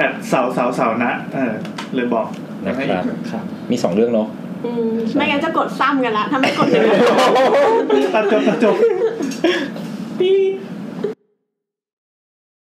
@สาวเลยบอกนะครับมี2เรื่องเนาะไม่งั้นจะกดซ้ำกันละถ้าไม่กดเลยตัดจบปี